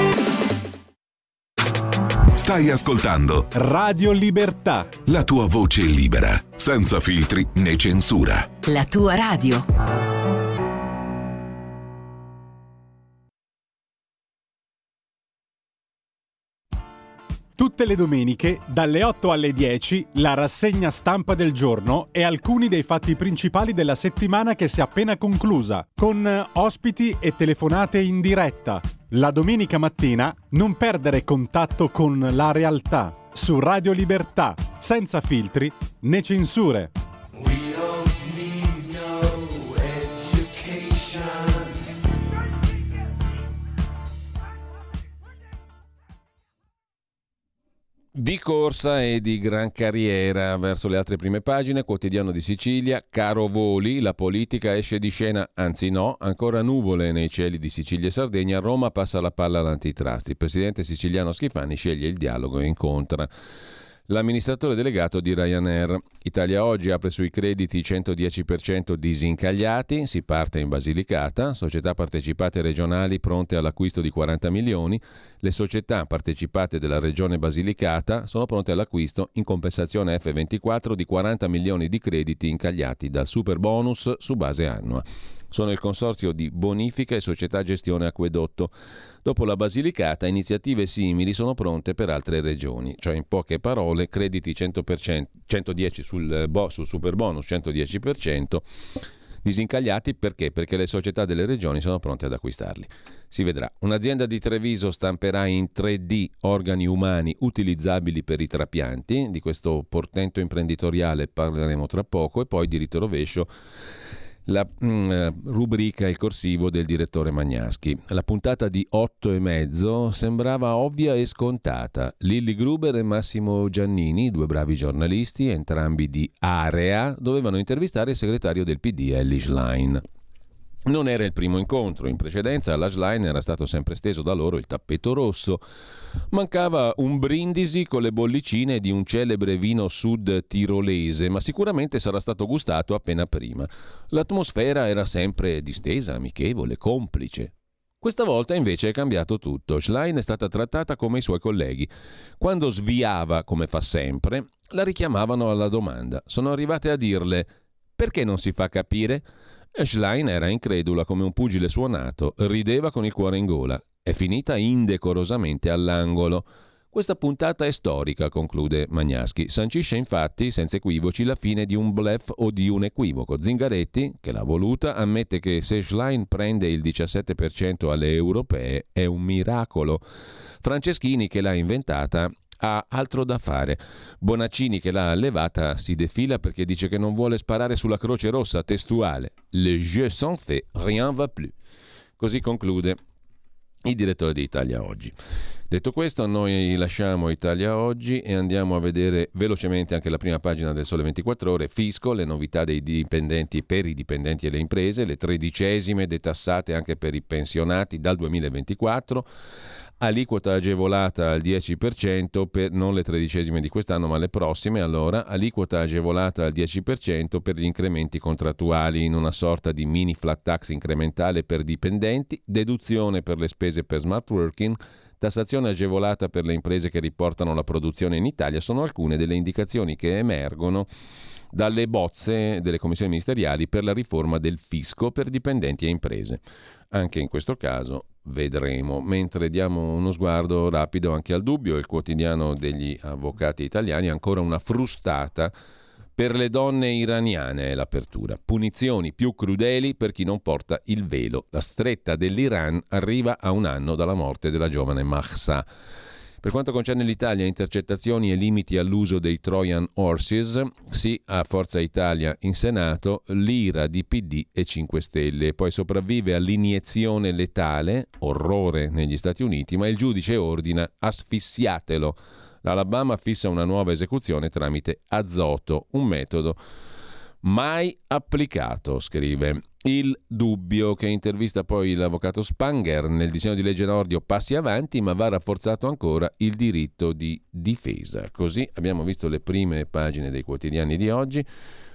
Stai ascoltando Radio Libertà, la tua voce libera, senza filtri né censura. La tua radio. tutte le domeniche, dalle otto alle dieci, la rassegna stampa del giorno e alcuni dei fatti principali della settimana che si è appena conclusa, con ospiti e telefonate in diretta. La domenica mattina non perdere contatto con la realtà su Radio Libertà, senza filtri né censure. Di corsa e di gran carriera verso le altre prime pagine, Quotidiano di Sicilia, caro voli, la politica esce di scena, anzi no, ancora nuvole nei cieli di Sicilia e Sardegna, Roma passa la palla all'antitrust, il presidente siciliano Schifani sceglie il dialogo e incontra l'amministratore delegato di Ryanair. Italia Oggi apre sui crediti centodieci per cento disincagliati, si parte in Basilicata, società partecipate regionali pronte all'acquisto di quaranta milioni, le società partecipate della regione Basilicata sono pronte all'acquisto in compensazione F ventiquattro di quaranta milioni di crediti incagliati dal super bonus su base annua. Sono il consorzio di bonifica e società gestione acquedotto. Dopo la Basilicata, iniziative simili sono pronte per altre regioni, cioè in poche parole crediti cento per cento, centodieci sul, bo, sul super bonus, centodieci per cento disincagliati perché? Perché le società delle regioni sono pronte ad acquistarli. Si vedrà. Un'azienda di Treviso stamperà in tre D organi umani utilizzabili per i trapianti. Di questo portento imprenditoriale parleremo tra poco e poi diritto rovescio. La mh, rubrica Il corsivo del direttore Magnaschi. La puntata di otto e mezzo sembrava ovvia e scontata. Lilli Gruber e Massimo Giannini, due bravi giornalisti, entrambi di Area, dovevano intervistare il segretario del P D, Elly Schlein. Non era il primo incontro, in precedenza alla Schlein era stato sempre steso da loro il tappeto rosso. Mancava un brindisi con le bollicine di un celebre vino sud tirolese, ma sicuramente sarà stato gustato appena prima. L'atmosfera era sempre distesa, amichevole, complice. Questa volta invece è cambiato tutto. Schlein è stata trattata come i suoi colleghi. Quando sviava, come fa sempre, la richiamavano alla domanda. Sono arrivate a dirle: perché non si fa capire? E Schlein era incredula come un pugile suonato, rideva con il cuore in gola. È finita indecorosamente all'angolo. Questa puntata è storica, conclude Magnaschi. Sancisce infatti, senza equivoci, la fine di un bluff o di un equivoco. Zingaretti, che l'ha voluta, ammette che se Schlein prende il diciassette per cento alle europee è un miracolo. Franceschini, che l'ha inventata, ha altro da fare. Bonaccini, che l'ha allevata, si defila perché dice che non vuole sparare sulla Croce Rossa, testuale. Le jeu sont faits, rien va plus. Così conclude il direttore di Italia Oggi. Detto questo, noi lasciamo Italia Oggi e andiamo a vedere velocemente anche la prima pagina del Sole ventiquattro Ore. Fisco, le novità dei dipendenti per i dipendenti e le imprese, le tredicesime detassate anche per i pensionati dal duemilaventiquattro, aliquota agevolata al dieci per cento per non le tredicesime di quest'anno ma le prossime, allora aliquota agevolata al dieci per cento per gli incrementi contrattuali in una sorta di mini flat tax incrementale per dipendenti, deduzione per le spese per smart working, tassazione agevolata per le imprese che riportano la produzione in Italia. Sono alcune delle indicazioni che emergono dalle bozze delle commissioni ministeriali per la riforma del fisco per dipendenti e imprese. Anche in questo caso vedremo. Mentre diamo uno sguardo rapido anche al Dubbio, il quotidiano degli avvocati italiani, ancora una frustata per le donne iraniane è l'apertura. Punizioni più crudeli per chi non porta il velo. La stretta dell'Iran arriva a un anno dalla morte della giovane Mahsa. Per quanto concerne l'Italia, intercettazioni e limiti all'uso dei Trojan Horses, sì a Forza Italia in Senato, l'ira di P D e cinque Stelle. Poi sopravvive all'iniezione letale, orrore negli Stati Uniti, ma il giudice ordina asfissiatelo. L'Alabama fissa una nuova esecuzione tramite azoto, un metodo mai applicato, scrive Il Dubbio, che intervista poi l'avvocato Spanger. Nel disegno di legge Nordio passi avanti, ma va rafforzato ancora il diritto di difesa. Così abbiamo visto le prime pagine dei quotidiani di oggi.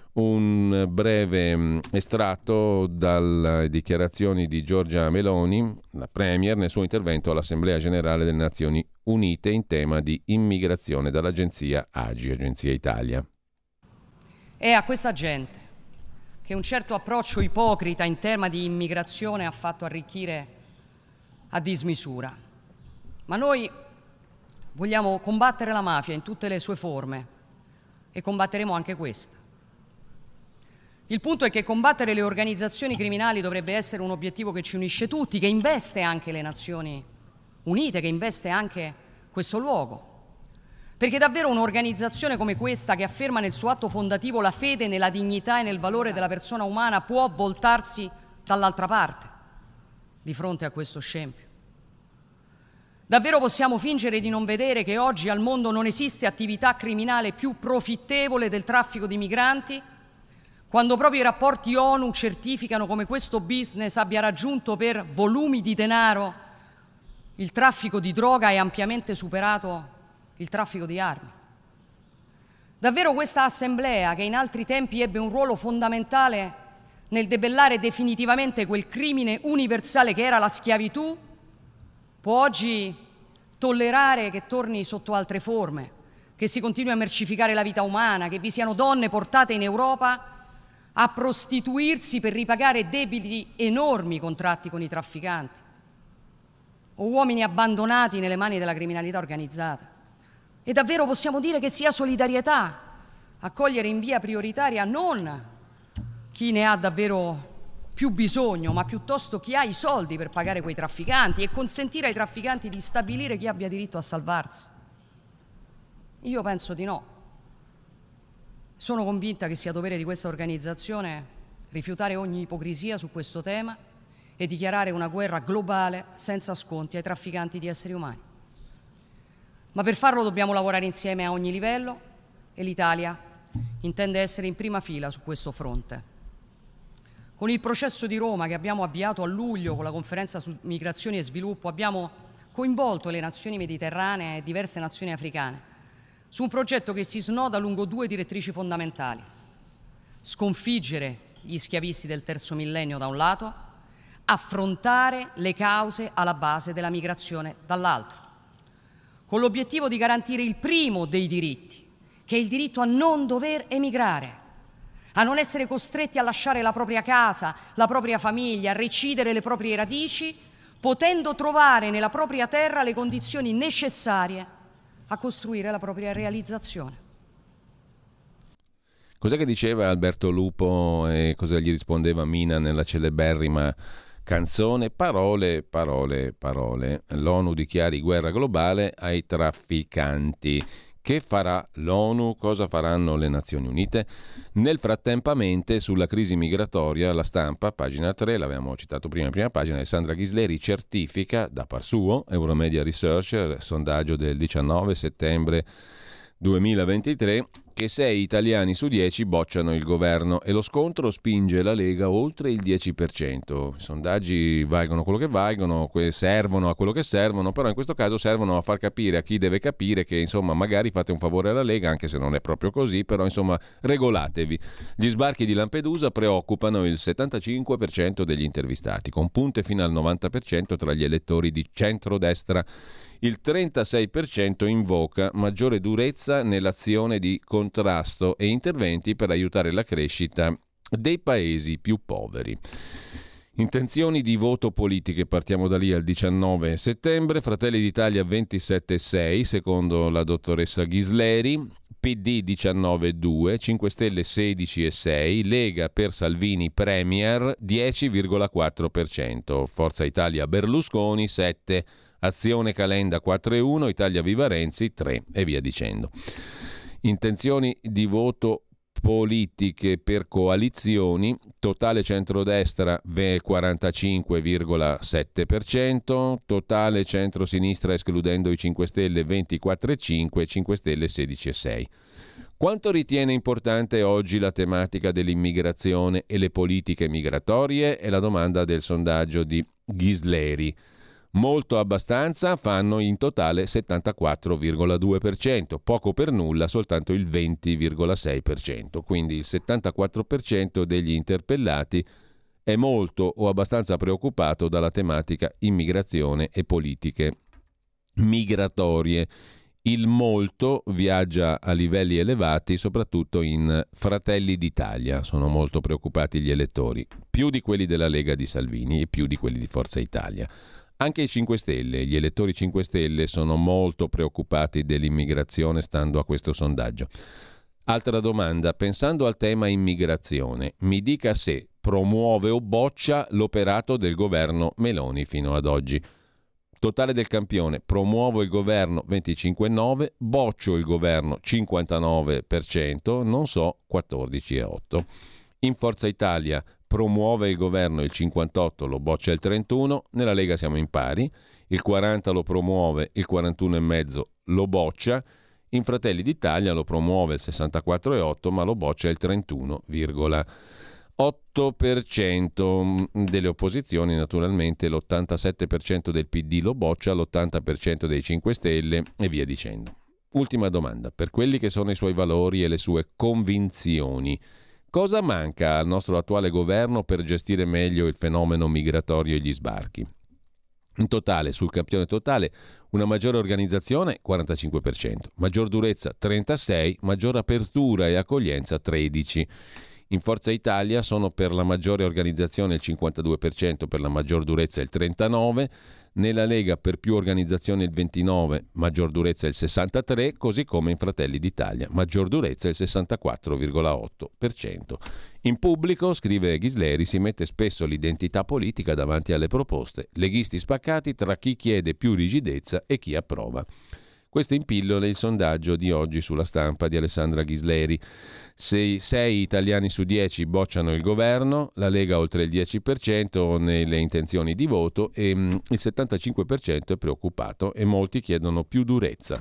Un breve estratto dalle dichiarazioni di Giorgia Meloni, la Premier, nel suo intervento all'Assemblea Generale delle Nazioni Unite in tema di immigrazione dall'agenzia A G I, Agenzia Italia. È a questa gente che un certo approccio ipocrita in tema di immigrazione ha fatto arricchire a dismisura. Ma noi vogliamo combattere la mafia in tutte le sue forme e combatteremo anche questa. Il punto è che combattere le organizzazioni criminali dovrebbe essere un obiettivo che ci unisce tutti, che investe anche le Nazioni Unite, che investe anche questo luogo. Perché davvero un'organizzazione come questa, che afferma nel suo atto fondativo la fede nella dignità e nel valore della persona umana, può voltarsi dall'altra parte di fronte a questo scempio? Davvero possiamo fingere di non vedere che oggi al mondo non esiste attività criminale più profittevole del traffico di migranti, quando proprio i rapporti ONU certificano come questo business abbia raggiunto per volumi di denaro il traffico di droga e ampiamente superato il traffico di armi? Davvero questa assemblea, che in altri tempi ebbe un ruolo fondamentale nel debellare definitivamente quel crimine universale che era la schiavitù, può oggi tollerare che torni sotto altre forme, che si continui a mercificare la vita umana, che vi siano donne portate in Europa a prostituirsi per ripagare debiti enormi contratti con i trafficanti, o uomini abbandonati nelle mani della criminalità organizzata? E davvero possiamo dire che sia solidarietà accogliere in via prioritaria non chi ne ha davvero più bisogno, ma piuttosto chi ha i soldi per pagare quei trafficanti e consentire ai trafficanti di stabilire chi abbia diritto a salvarsi? Io penso di no. Sono convinta che sia dovere di questa organizzazione rifiutare ogni ipocrisia su questo tema e dichiarare una guerra globale senza sconti ai trafficanti di esseri umani. Ma per farlo dobbiamo lavorare insieme a ogni livello e l'Italia intende essere in prima fila su questo fronte. Con il processo di Roma che abbiamo avviato a luglio con la conferenza su migrazioni e sviluppo abbiamo coinvolto le nazioni mediterranee e diverse nazioni africane su un progetto che si snoda lungo due direttrici fondamentali: sconfiggere gli schiavisti del terzo millennio da un lato, affrontare le cause alla base della migrazione dall'altro, con l'obiettivo di garantire il primo dei diritti, che è il diritto a non dover emigrare, a non essere costretti a lasciare la propria casa, la propria famiglia, a recidere le proprie radici, potendo trovare nella propria terra le condizioni necessarie a costruire la propria realizzazione. Cos'è che diceva Alberto Lupo e cosa gli rispondeva Mina nella celeberrima canzone, parole, parole, parole. L'ONU dichiari guerra globale ai trafficanti. Che farà l'ONU? Cosa faranno le Nazioni Unite? Nel frattempamente sulla crisi migratoria, La Stampa, pagina tre, l'avevamo citato prima in prima pagina, Alessandra Ghisleri certifica da par suo, Euromedia Research, sondaggio del diciannove settembre duemilaventitré, che sei italiani su dieci bocciano il governo e lo scontro spinge la Lega oltre il dieci per cento. I sondaggi valgono quello che valgono, servono a quello che servono, però in questo caso servono a far capire a chi deve capire che insomma magari fate un favore alla Lega, anche se non è proprio così, però insomma regolatevi. Gli sbarchi di Lampedusa preoccupano il settantacinque per cento degli intervistati, con punte fino al novanta per cento tra gli elettori di centrodestra. Il trentasei per cento invoca maggiore durezza nell'azione di contrasto e interventi per aiutare la crescita dei paesi più poveri. Intenzioni di voto politiche, partiamo da lì al diciannove settembre, Fratelli d'Italia ventisette virgola sei secondo la dottoressa Ghisleri, P D diciannove virgola due, cinque Stelle sedici virgola sei, Lega per Salvini Premier dieci virgola quattro per cento, Forza Italia Berlusconi sette per cento, Azione Calenda quattro virgola uno, Italia Viva Renzi tre e via dicendo. Intenzioni di voto politiche per coalizioni, totale centrodestra quarantacinque virgola sette per cento, totale centrosinistra escludendo i cinque Stelle ventiquattro virgola cinque, cinque Stelle sedici virgola sei. Quanto ritiene importante oggi la tematica dell'immigrazione e le politiche migratorie? È la domanda del sondaggio di Ghisleri. Molto abbastanza fanno in totale settantaquattro virgola due per cento, poco per nulla soltanto il venti virgola sei per cento, quindi il settantaquattro per cento degli interpellati è molto o abbastanza preoccupato dalla tematica immigrazione e politiche migratorie. Il molto viaggia a livelli elevati, soprattutto in Fratelli d'Italia, sono molto preoccupati gli elettori, più di quelli della Lega di Salvini e più di quelli di Forza Italia. Anche i cinque Stelle, gli elettori cinque Stelle sono molto preoccupati dell'immigrazione stando a questo sondaggio. Altra domanda, pensando al tema immigrazione, mi dica se promuove o boccia l'operato del governo Meloni fino ad oggi. Totale del campione, promuovo il governo venticinque virgola nove, boccio il governo cinquantanove per cento, non so quattordici virgola otto. In Forza Italia promuove il governo il cinquantotto, lo boccia il trentuno, nella Lega siamo in pari, il quaranta lo promuove, il quarantuno virgola cinque lo boccia, in Fratelli d'Italia lo promuove il sessantaquattro virgola otto ma lo boccia il trentuno virgola otto per cento delle opposizioni, naturalmente l'ottantasette per cento del P D lo boccia, l'ottanta per cento dei cinque Stelle e via dicendo. Ultima domanda, per quelli che sono i suoi valori e le sue convinzioni, cosa manca al nostro attuale governo per gestire meglio il fenomeno migratorio e gli sbarchi? In totale, sul campione totale, una maggiore organizzazione quarantacinque per cento, maggior durezza trentasei per cento, maggior apertura e accoglienza tredici per cento. In Forza Italia sono per la maggiore organizzazione il cinquantadue per cento, per la maggior durezza il trentanove per cento, nella Lega per più organizzazione il ventinove per cento, maggior durezza il sessantatré per cento, così come in Fratelli d'Italia, maggior durezza il sessantaquattro virgola otto per cento. In pubblico, scrive Ghisleri, si mette spesso l'identità politica davanti alle proposte, leghisti spaccati tra chi chiede più rigidezza e chi approva. Questo in pillole il sondaggio di oggi sulla Stampa di Alessandra Ghisleri. sei italiani su dieci bocciano il governo, la Lega oltre il dieci per cento nelle intenzioni di voto e mh, il settantacinque per cento è preoccupato e molti chiedono più durezza.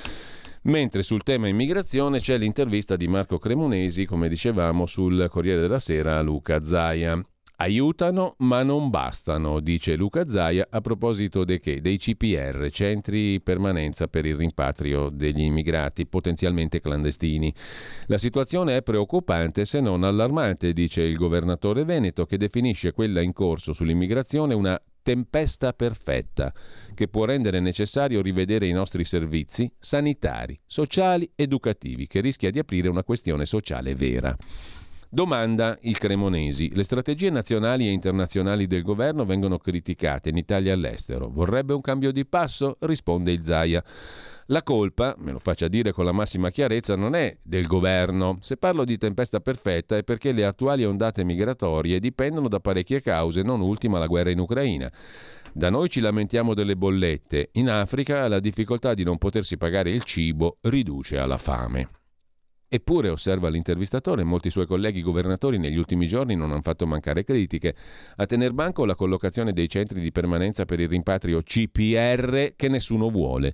Mentre sul tema immigrazione c'è l'intervista di Marco Cremonesi, come dicevamo, sul Corriere della Sera a Luca Zaia. Aiutano ma non bastano, dice Luca Zaia a proposito de che? dei C P R, centri permanenza per il rimpatrio degli immigrati potenzialmente clandestini. La situazione è preoccupante se non allarmante, dice il governatore veneto, che definisce quella in corso sull'immigrazione una tempesta perfetta che può rendere necessario rivedere i nostri servizi sanitari, sociali, educativi, che rischia di aprire una questione sociale vera. Domanda il Cremonesi. Le strategie nazionali e internazionali del governo vengono criticate in Italia e all'estero. Vorrebbe un cambio di passo? Risponde il Zaia. La colpa, me lo faccia dire con la massima chiarezza, non è del governo. Se parlo di tempesta perfetta è perché le attuali ondate migratorie dipendono da parecchie cause, non ultima la guerra in Ucraina. Da noi ci lamentiamo delle bollette. In Africa la difficoltà di non potersi pagare il cibo riduce alla fame. Eppure, osserva l'intervistatore, molti suoi colleghi governatori negli ultimi giorni non hanno fatto mancare critiche a tener banco la collocazione dei centri di permanenza per il rimpatrio C P R che nessuno vuole.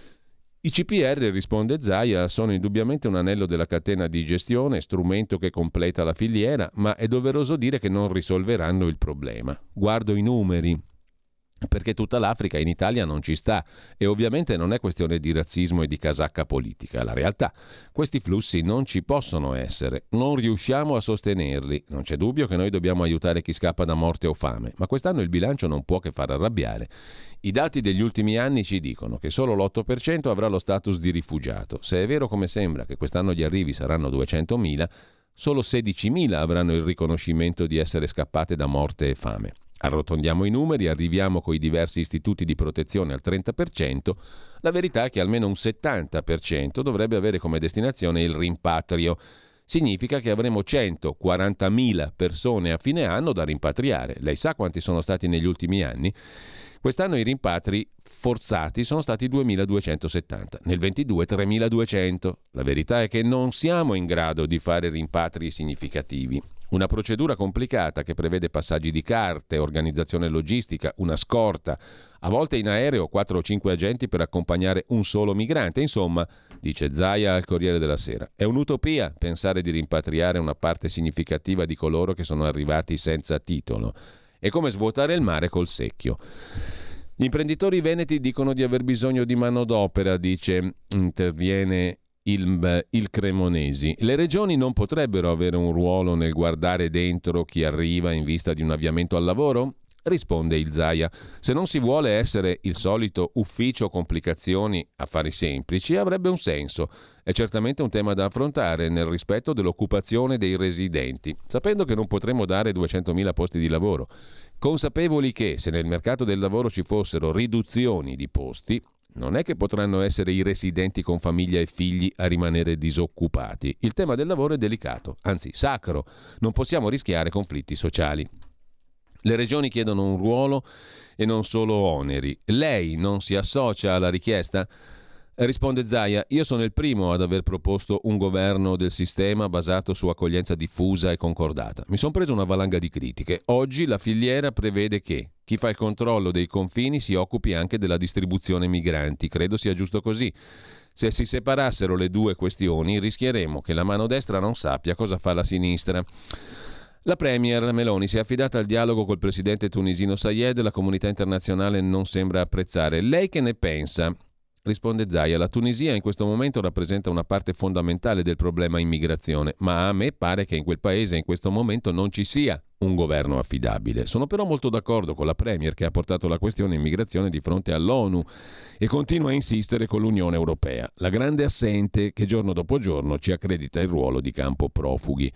I C P R, risponde Zaia, sono indubbiamente un anello della catena di gestione, strumento che completa la filiera, ma è doveroso dire che non risolveranno il problema. Guardo i numeri, perché tutta l'Africa in Italia non ci sta e ovviamente non è questione di razzismo e di casacca politica. La realtà, questi flussi non ci possono essere, non riusciamo a sostenerli. Non c'è dubbio che noi dobbiamo aiutare chi scappa da morte o fame, ma quest'anno il bilancio non può che far arrabbiare. I dati degli ultimi anni ci dicono che solo l'otto per cento avrà lo status di rifugiato. Se è vero come sembra che quest'anno gli arrivi saranno duecentomila, solo sedicimila avranno il riconoscimento di essere scappate da morte e fame. Arrotondiamo i numeri, arriviamo coi diversi istituti di protezione al trenta per cento, la verità è che almeno un settanta per cento dovrebbe avere come destinazione il rimpatrio. Significa che avremo centoquarantamila persone a fine anno da rimpatriare. Lei sa quanti sono stati negli ultimi anni? Quest'anno i rimpatri forzati sono stati duemiladuecentosettanta, nel ventidue tremiladuecento. La verità è che non siamo in grado di fare rimpatri significativi. Una procedura complicata che prevede passaggi di carte, organizzazione logistica, una scorta, a volte in aereo quattro o cinque agenti per accompagnare un solo migrante. Insomma, dice Zaia al Corriere della Sera, è un'utopia pensare di rimpatriare una parte significativa di coloro che sono arrivati senza titolo. È come svuotare il mare col secchio. Gli imprenditori veneti dicono di aver bisogno di manodopera, dice, interviene Il, il Cremonesi. Le regioni non potrebbero avere un ruolo nel guardare dentro chi arriva in vista di un avviamento al lavoro? Risponde il Zaia. Se non si vuole essere il solito ufficio complicazioni affari semplici, avrebbe un senso. È certamente un tema da affrontare nel rispetto dell'occupazione dei residenti, sapendo che non potremo dare duecentomila posti di lavoro. Consapevoli che se nel mercato del lavoro ci fossero riduzioni di posti, non è che potranno essere i residenti con famiglia e figli a rimanere disoccupati. Il tema del lavoro è delicato, anzi sacro. Non possiamo rischiare conflitti sociali. Le regioni chiedono un ruolo e non solo oneri. Lei non si associa alla richiesta? Risponde Zaia, io sono il primo ad aver proposto un governo del sistema basato su accoglienza diffusa e concordata. Mi sono preso una valanga di critiche. Oggi la filiera prevede che chi fa il controllo dei confini si occupi anche della distribuzione migranti. Credo sia giusto così. Se si separassero le due questioni rischieremo che la mano destra non sappia cosa fa la sinistra. La premier Meloni si è affidata al dialogo col presidente tunisino Sayed, la comunità internazionale non sembra apprezzare. Lei che ne pensa? Risponde Zaia, la Tunisia in questo momento rappresenta una parte fondamentale del problema immigrazione, ma a me pare che in quel paese in questo momento non ci sia un governo affidabile. Sono però molto d'accordo con la premier che ha portato la questione immigrazione di fronte all'ONU e continua a insistere con l'Unione Europea, la grande assente che giorno dopo giorno ci accredita il ruolo di campo profughi.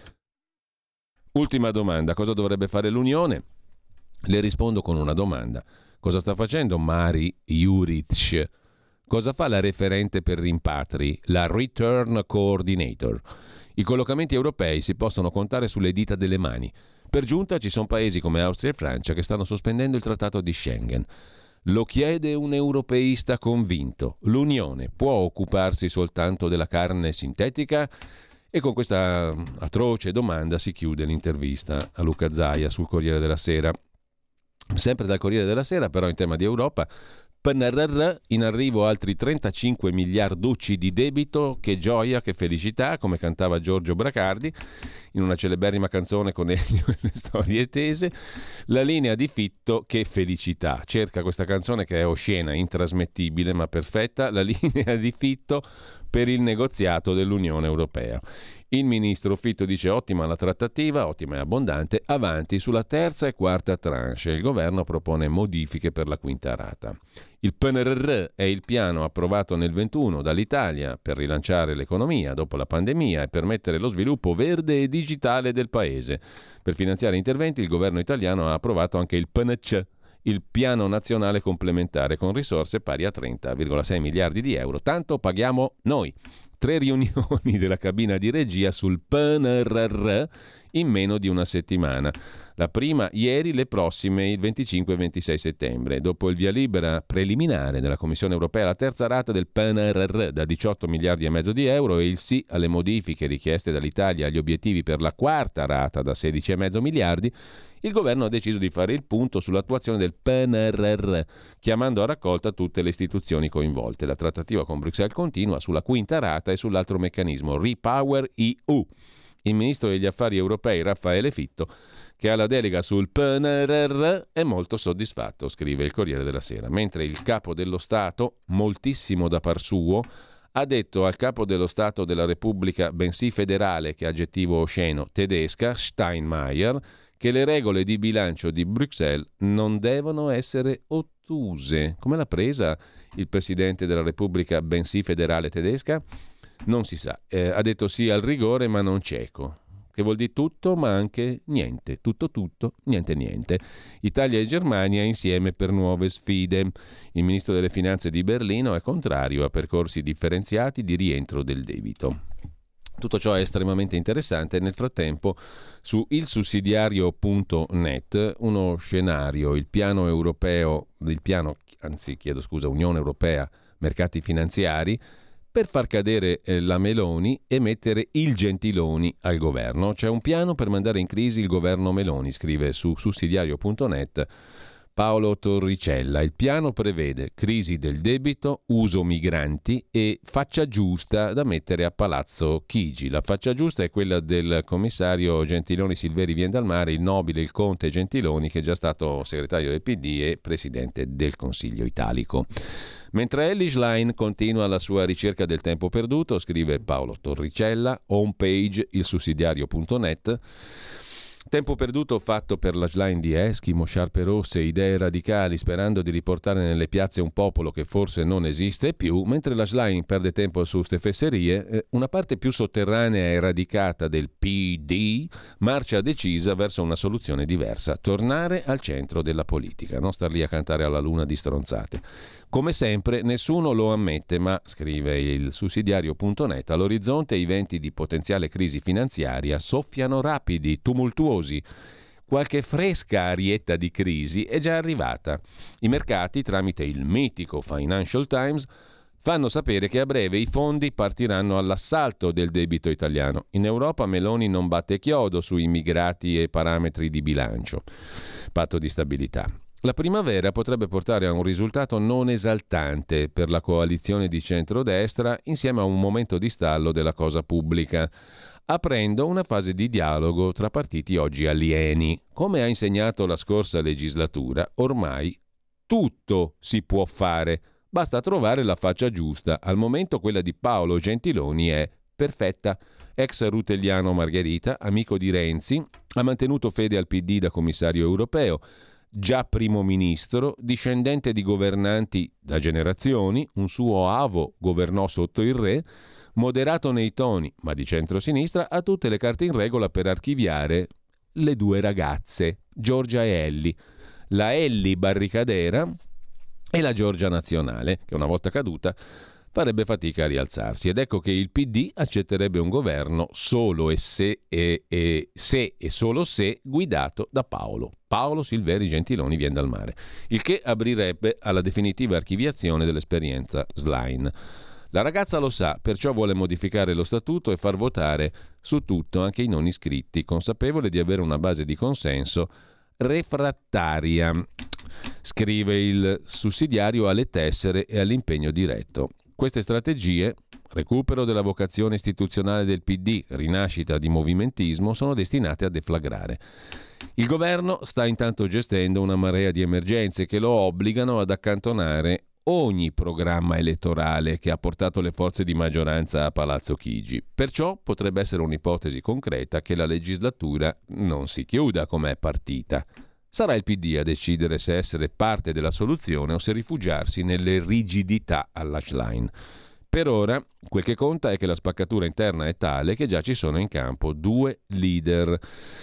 Ultima domanda, cosa dovrebbe fare l'Unione? Le rispondo con una domanda. Cosa sta facendo Mari Juric? Cosa fa la referente per rimpatri, la Return Coordinator? I collocamenti europei si possono contare sulle dita delle mani. Per giunta ci sono paesi come Austria e Francia che stanno sospendendo il trattato di Schengen. Lo chiede un europeista convinto. L'Unione può occuparsi soltanto della carne sintetica? E con questa atroce domanda si chiude l'intervista a Luca Zaia sul Corriere della Sera. Sempre dal Corriere della Sera, però in tema di Europa, P N R R, in arrivo altri trentacinque miliarducci di debito, che gioia, che felicità, come cantava Giorgio Bracardi in una celeberrima canzone con Elio e le storie tese. La linea di Fitto, che felicità. Cerca questa canzone che è oscena, intrasmettibile ma perfetta, la linea di Fitto, per il negoziato dell'Unione Europea. Il ministro Fitto dice ottima la trattativa, ottima e abbondante, avanti sulla terza e quarta tranche. Il governo propone modifiche per la quinta rata. Il P N R R è il piano approvato nel ventuno dall'Italia per rilanciare l'economia dopo la pandemia e permettere lo sviluppo verde e digitale del paese. Per finanziare interventi il governo italiano ha approvato anche il P N C, il piano nazionale complementare, con risorse pari a trenta virgola sei miliardi di euro. Tanto paghiamo noi. Tre riunioni della cabina di regia sul P N R R in meno di una settimana. La prima ieri, le prossime il venticinque e ventisei settembre. Dopo il via libera preliminare della Commissione europea, la terza rata del P N R R da diciotto miliardi e mezzo di euro e il sì alle modifiche richieste dall'Italia agli obiettivi per la quarta rata da sedici e mezzo miliardi, il governo ha deciso di fare il punto sull'attuazione del P N R R, chiamando a raccolta tutte le istituzioni coinvolte. La trattativa con Bruxelles continua sulla quinta rata e sull'altro meccanismo, Repower E U. Il ministro degli affari europei Raffaele Fitto, che ha la delega sul P N R R, è molto soddisfatto, scrive il Corriere della Sera, mentre il capo dello Stato, moltissimo da par suo, ha detto al capo dello Stato della Repubblica, bensì federale che aggettivo osceno, tedesca, Steinmeier, che le regole di bilancio di Bruxelles non devono essere ottuse. Come l'ha presa il presidente della Repubblica, bensì federale tedesca? Non si sa. Eh, ha detto sì al rigore ma non cieco, che vuol dire tutto ma anche niente. Tutto tutto, niente niente. Italia e Germania insieme per nuove sfide. Il ministro delle Finanze di Berlino è contrario a percorsi differenziati di rientro del debito. Tutto ciò è estremamente interessante. Nel frattempo su il sussidiario punto net uno scenario, il piano europeo, il piano, anzi chiedo scusa, Unione Europea, mercati finanziari, per far cadere eh, la Meloni e mettere il Gentiloni al governo. C'è un piano per mandare in crisi il governo Meloni, scrive su sussidiario punto net Paolo Torricella. Il piano prevede crisi del debito, uso migranti e faccia giusta da mettere a Palazzo Chigi. La faccia giusta è quella del commissario Gentiloni Silveri Vien dal Mare, il nobile, il conte Gentiloni, che è già stato segretario del P D e presidente del Consiglio Italico. Mentre Elly Schlein continua la sua ricerca del tempo perduto, scrive Paolo Torricella, homepage il sussidiario punto net. Tempo perduto fatto per la Schlein di Eschimo, sciarpe rosse, idee radicali, sperando di riportare nelle piazze un popolo che forse non esiste più, mentre la Schlein perde tempo su ste fesserie, eh, una parte più sotterranea e radicata del P D marcia decisa verso una soluzione diversa, tornare al centro della politica, non star lì a cantare alla luna di stronzate. Come sempre nessuno lo ammette, ma, scrive il sussidiario punto net, all'orizzonte i venti di potenziale crisi finanziaria soffiano rapidi, tumultuosi. Qualche fresca arietta di crisi è già arrivata. I mercati, tramite il mitico Financial Times, fanno sapere che a breve i fondi partiranno all'assalto del debito italiano. In Europa Meloni non batte chiodo su immigrati e parametri di bilancio. Patto di stabilità. La primavera potrebbe portare a un risultato non esaltante per la coalizione di centrodestra insieme a un momento di stallo della cosa pubblica, aprendo una fase di dialogo tra partiti oggi alieni. Come ha insegnato la scorsa legislatura, ormai tutto si può fare, basta trovare la faccia giusta. Al momento quella di Paolo Gentiloni è perfetta. Ex rutelliano Margherita, amico di Renzi, ha mantenuto fede al P D da commissario europeo, già primo ministro, discendente di governanti da generazioni, un suo avo governò sotto il re, moderato nei toni, ma di centrosinistra, ha tutte le carte in regola per archiviare le due ragazze, Giorgia e Elly, la Elly barricadera e la Giorgia nazionale, che una volta caduta farebbe fatica a rialzarsi. Ed ecco che il P D accetterebbe un governo solo e se e, e se e solo se guidato da Paolo. Paolo Silveri Gentiloni Vien dal Mare, il che aprirebbe alla definitiva archiviazione dell'esperienza Schlein. La ragazza lo sa, perciò vuole modificare lo statuto e far votare su tutto anche i non iscritti, consapevole di avere una base di consenso refrattaria. Scrive il sussidiario alle tessere e all'impegno diretto. Queste strategie, recupero della vocazione istituzionale del P D, rinascita di movimentismo, sono destinate a deflagrare. Il governo sta intanto gestendo una marea di emergenze che lo obbligano ad accantonare ogni programma elettorale che ha portato le forze di maggioranza a Palazzo Chigi. Perciò potrebbe essere un'ipotesi concreta che la legislatura non si chiuda come è partita. Sarà il P D a decidere se essere parte della soluzione o se rifugiarsi nelle rigidità alla Schlein. Per ora, quel che conta è che la spaccatura interna è tale che già ci sono in campo due leader.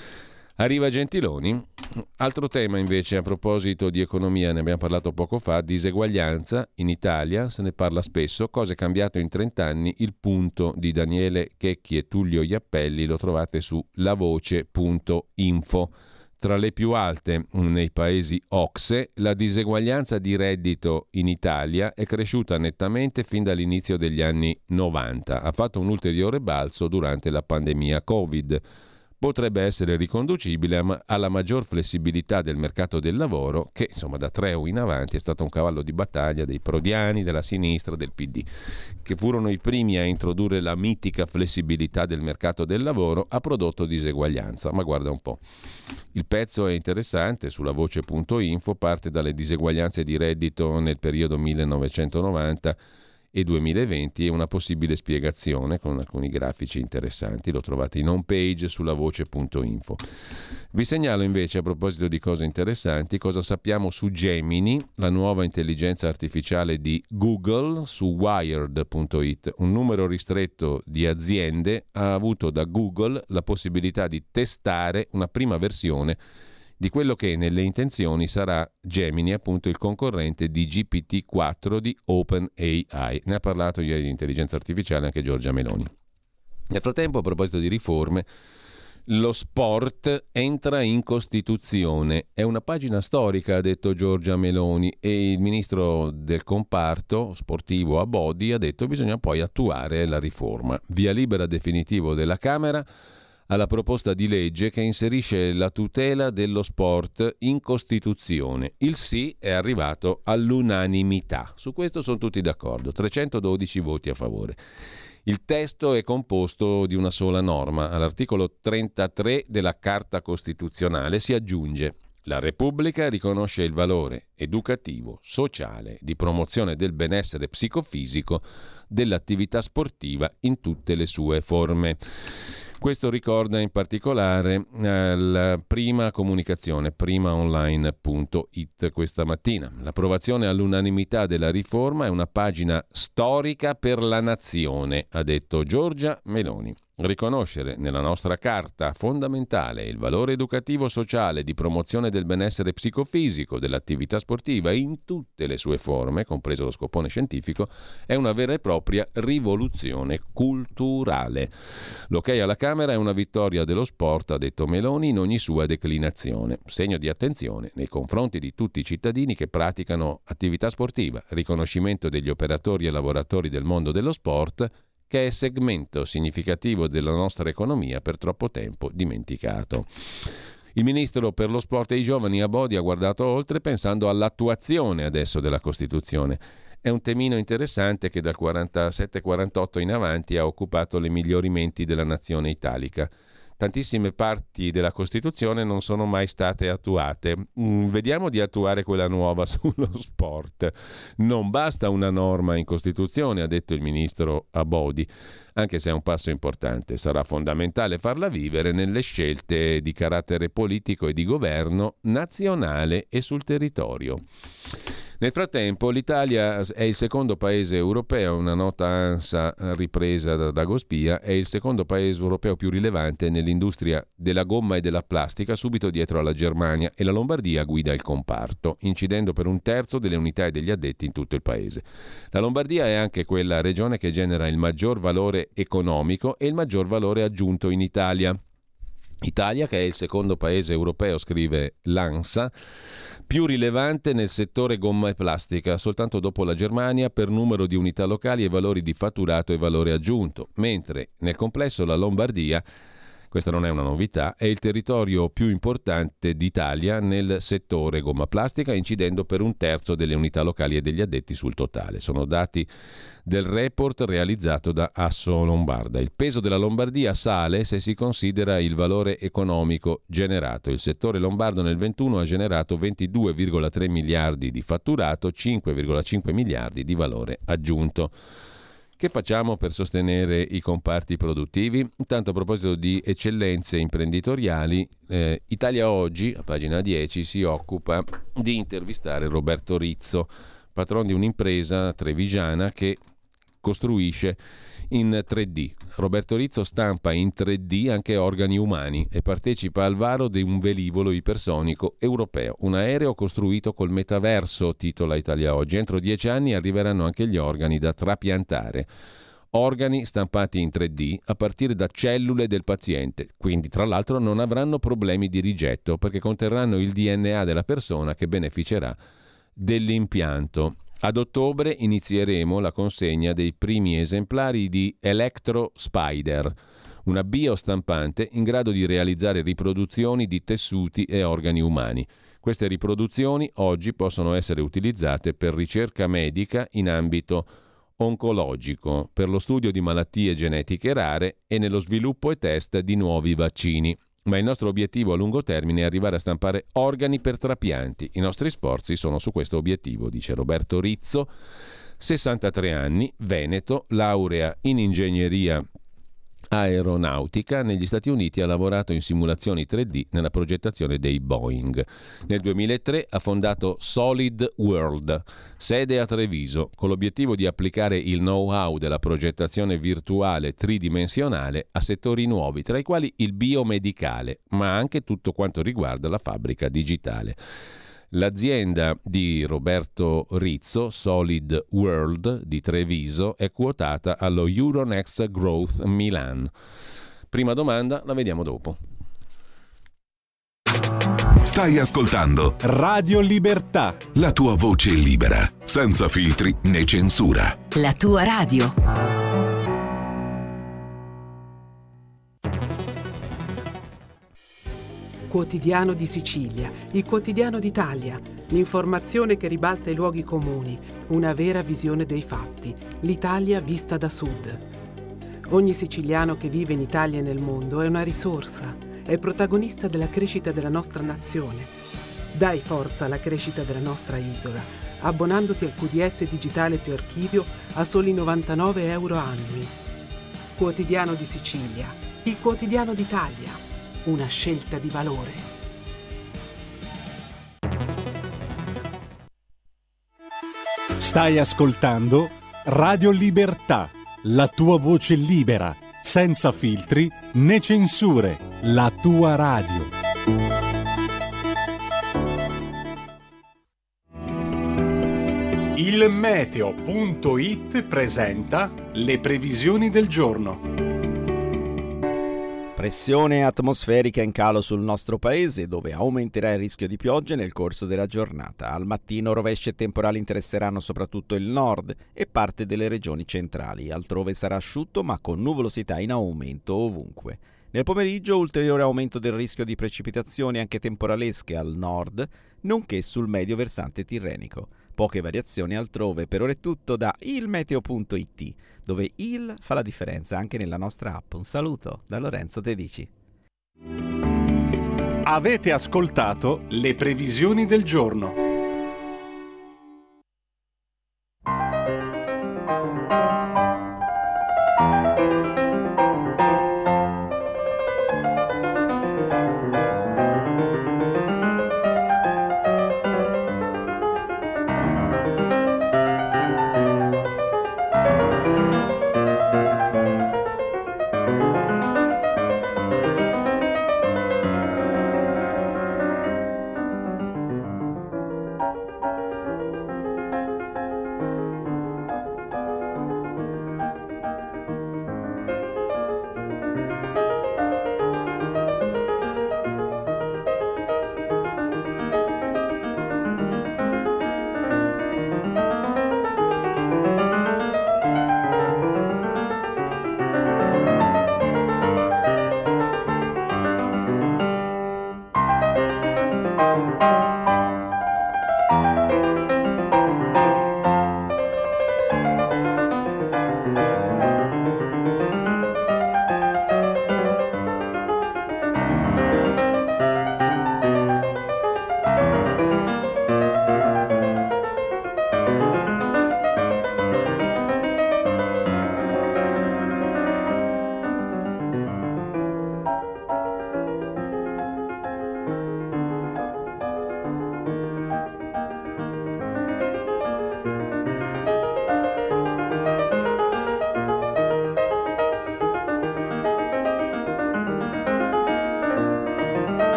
Arriva Gentiloni. Altro tema invece a proposito di economia, ne abbiamo parlato poco fa, diseguaglianza in Italia, se ne parla spesso, cosa è cambiato in trent'anni, il punto di Daniele Checchi e Tullio Iappelli lo trovate su lavoce punto info. Tra le più alte nei paesi O C S E, la diseguaglianza di reddito in Italia è cresciuta nettamente fin dall'inizio degli anni novanta. Ha fatto un ulteriore balzo durante la pandemia Covid. Potrebbe essere riconducibile alla maggior flessibilità del mercato del lavoro che, insomma, da Treu in avanti è stato un cavallo di battaglia dei prodiani, della sinistra, del P D, che furono i primi a introdurre la mitica flessibilità del mercato del lavoro, ha prodotto diseguaglianza. Ma guarda un po'. Il pezzo è interessante, sulla voce punto info, parte dalle diseguaglianze di reddito nel periodo millenovecentonovanta e duemilaventi e una possibile spiegazione con alcuni grafici interessanti, lo trovate in home page sulla voce punto info. Vi segnalo invece, a proposito di cose interessanti, cosa sappiamo su Gemini, la nuova intelligenza artificiale di Google, su wired punto it. Un numero ristretto di aziende ha avuto da Google la possibilità di testare una prima versione di quello che nelle intenzioni sarà Gemini, appunto il concorrente di G P T quattro di OpenAI. Ne ha parlato ieri di intelligenza artificiale anche Giorgia Meloni. Nel frattempo, a proposito di riforme, lo sport entra in Costituzione. È una pagina storica, ha detto Giorgia Meloni, e il ministro del comparto sportivo Abodi ha detto che bisogna poi attuare la riforma. Via libera definitivo della Camera alla proposta di legge che inserisce la tutela dello sport in Costituzione. Il sì è arrivato all'unanimità. Su questo sono tutti d'accordo, trecentododici voti a favore. Il testo è composto di una sola norma. All'articolo trentatré della Carta Costituzionale si aggiunge: la Repubblica riconosce il valore educativo, sociale, di promozione del benessere psicofisico dell'attività sportiva in tutte le sue forme. Questo ricorda in particolare eh, la prima comunicazione, primaonline punto it questa mattina. L'approvazione all'unanimità della riforma è una pagina storica per la nazione, ha detto Giorgia Meloni. Riconoscere nella nostra carta fondamentale il valore educativo sociale di promozione del benessere psicofisico dell'attività sportiva in tutte le sue forme, compreso lo scopone scientifico, è una vera e propria rivoluzione culturale. L'ok alla Camera è una vittoria dello sport, ha detto Meloni, in ogni sua declinazione. Segno di attenzione nei confronti di tutti i cittadini che praticano attività sportiva, riconoscimento degli operatori e lavoratori del mondo dello sport, che è segmento significativo della nostra economia per troppo tempo dimenticato. Il ministro per lo sport e i giovani Abodi ha guardato oltre pensando all'attuazione adesso della Costituzione. È un temino interessante che dal quarantasette quarantotto in avanti ha occupato le migliori menti della nazione italica. Tantissime parti della Costituzione non sono mai state attuate. Mm, vediamo di attuare quella nuova sullo sport. Non basta una norma in Costituzione, ha detto il ministro Abodi, anche se è un passo importante. Sarà fondamentale farla vivere nelle scelte di carattere politico e di governo nazionale e sul territorio. Nel frattempo l'Italia è il secondo paese europeo, una nota ANSA ripresa da Dagospia, è il secondo paese europeo più rilevante nell'industria della gomma e della plastica, subito dietro alla Germania, e la Lombardia guida il comparto, incidendo per un terzo delle unità e degli addetti in tutto il paese. La Lombardia è anche quella regione che genera il maggior valore economico e il maggior valore aggiunto in Italia. Italia, che è il secondo paese europeo, scrive l'ANSA, più rilevante nel settore gomma e plastica, soltanto dopo la Germania per numero di unità locali e valori di fatturato e valore aggiunto, mentre nel complesso la Lombardia, questa non è una novità, è il territorio più importante d'Italia nel settore gomma plastica, incidendo per un terzo delle unità locali e degli addetti sul totale. Sono dati del report realizzato da Asso Lombarda. Il peso della Lombardia sale se si considera il valore economico generato. Il settore lombardo nel ventuno ha generato ventidue virgola tre miliardi di fatturato, cinque virgola cinque miliardi di valore aggiunto. Che facciamo per sostenere i comparti produttivi? Intanto, a proposito di eccellenze imprenditoriali, eh, Italia Oggi, a pagina dieci, si occupa di intervistare Roberto Rizzo, patron di un'impresa trevigiana che costruisce in tre D. Roberto Rizzo stampa in tre D anche organi umani e partecipa al varo di un velivolo ipersonico europeo. Un aereo costruito col metaverso, titola Italia Oggi. Entro dieci anni arriveranno anche gli organi da trapiantare. Organi stampati in tre D a partire da cellule del paziente. Quindi, tra l'altro, non avranno problemi di rigetto perché conterranno il D N A della persona che beneficerà dell'impianto. Ad ottobre inizieremo la consegna dei primi esemplari di Electro Spider, una biostampante in grado di realizzare riproduzioni di tessuti e organi umani. Queste riproduzioni oggi possono essere utilizzate per ricerca medica in ambito oncologico, per lo studio di malattie genetiche rare e nello sviluppo e test di nuovi vaccini. Ma il nostro obiettivo a lungo termine è arrivare a stampare organi per trapianti. I nostri sforzi sono su questo obiettivo, dice Roberto Rizzo, sessantatré anni, veneto, laurea in ingegneria aeronautica. Negli Stati Uniti ha lavorato in simulazioni tre D nella progettazione dei Boeing. Nel duemilatré ha fondato Solid World, sede a Treviso, con l'obiettivo di applicare il know-how della progettazione virtuale tridimensionale a settori nuovi, tra i quali il biomedicale, ma anche tutto quanto riguarda la fabbrica digitale. L'azienda di Roberto Rizzo, Solid World di Treviso, è quotata allo Euronext Growth Milan. Prima domanda, la vediamo dopo. Stai ascoltando Radio Libertà, la tua voce libera, senza filtri né censura. La tua radio. Quotidiano di Sicilia, il quotidiano d'Italia, l'informazione che ribalta i luoghi comuni, una vera visione dei fatti, l'Italia vista da sud. Ogni siciliano che vive in Italia e nel mondo è una risorsa, è protagonista della crescita della nostra nazione. Dai forza alla crescita della nostra isola, abbonandoti al Q D S digitale più archivio a soli novantanove euro annui. Quotidiano di Sicilia, il quotidiano d'Italia. Una scelta di valore. Stai ascoltando Radio Libertà, la tua voce libera, senza filtri né censure, la tua radio. Il meteo punto it presenta le previsioni del giorno. Pressione atmosferica in calo sul nostro paese, dove aumenterà il rischio di piogge nel corso della giornata. Al mattino rovesci e temporali interesseranno soprattutto il nord e parte delle regioni centrali. Altrove sarà asciutto, ma con nuvolosità in aumento ovunque. Nel pomeriggio ulteriore aumento del rischio di precipitazioni anche temporalesche al nord, nonché sul medio versante tirrenico. Poche variazioni altrove. Per ora è tutto da il meteo punto it, dove il fa la differenza anche nella nostra app. Un saluto da Lorenzo Tedici. Avete ascoltato le previsioni del giorno.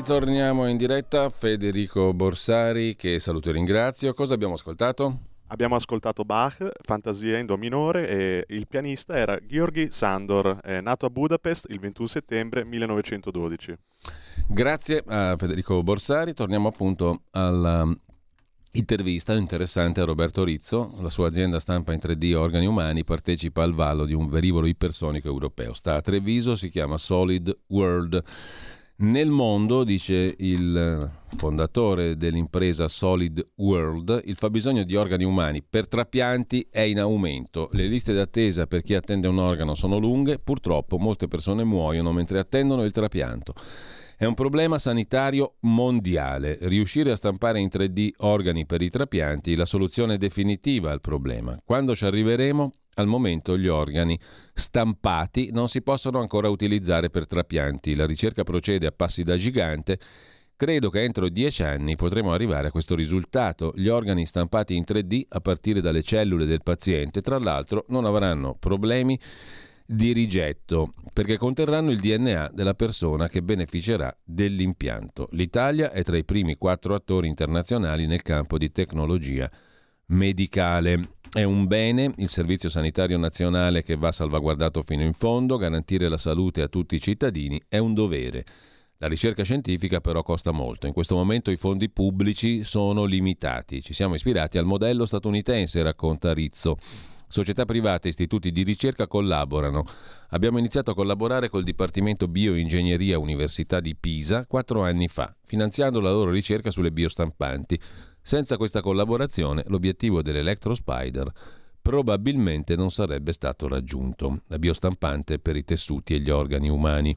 torniamo in diretta. Federico Borsari, che saluto e ringrazio. Cosa abbiamo ascoltato? Abbiamo ascoltato Bach, Fantasia in Do minore, e il pianista era György Sándor, è nato a Budapest il ventuno settembre millenovecentododici. Grazie a Federico Borsari. Torniamo appunto alla intervista interessante a Roberto Rizzo. La sua azienda stampa in tre D organi umani partecipa al valo di un velivolo ipersonico europeo. Sta a Treviso, si chiama Solid World. Nel mondo, dice il fondatore dell'impresa Solid World, il fabbisogno di organi umani per trapianti è in aumento. Le liste d'attesa per chi attende un organo sono lunghe. Purtroppo molte persone muoiono mentre attendono il trapianto. È un problema sanitario mondiale. Riuscire a stampare in tre D organi per i trapianti è la soluzione definitiva al problema. Quando ci arriveremo, al momento gli organi stampati non si possono ancora utilizzare per trapianti. La ricerca procede a passi da gigante. Credo che entro dieci anni potremo arrivare a questo risultato. Gli organi stampati in tre D a partire dalle cellule del paziente, tra l'altro, non avranno problemi di rigetto, perché conterranno il D N A della persona che beneficerà dell'impianto. L'Italia è tra i primi quattro attori internazionali nel campo di tecnologia medicale. È un bene, il Servizio Sanitario Nazionale, che va salvaguardato fino in fondo. Garantire la salute a tutti i cittadini è un dovere. La ricerca scientifica però costa molto. In questo momento i fondi pubblici sono limitati. Ci siamo ispirati al modello statunitense, racconta Rizzo. Società private e istituti di ricerca collaborano. Abbiamo iniziato a collaborare col Dipartimento Bioingegneria Università di Pisa quattro anni fa, finanziando la loro ricerca sulle biostampanti. Senza questa collaborazione l'obiettivo dell'Electrospider probabilmente non sarebbe stato raggiunto. La biostampante per i tessuti e gli organi umani.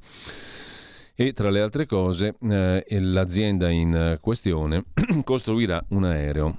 E tra le altre cose, eh, l'azienda in questione costruirà un aereo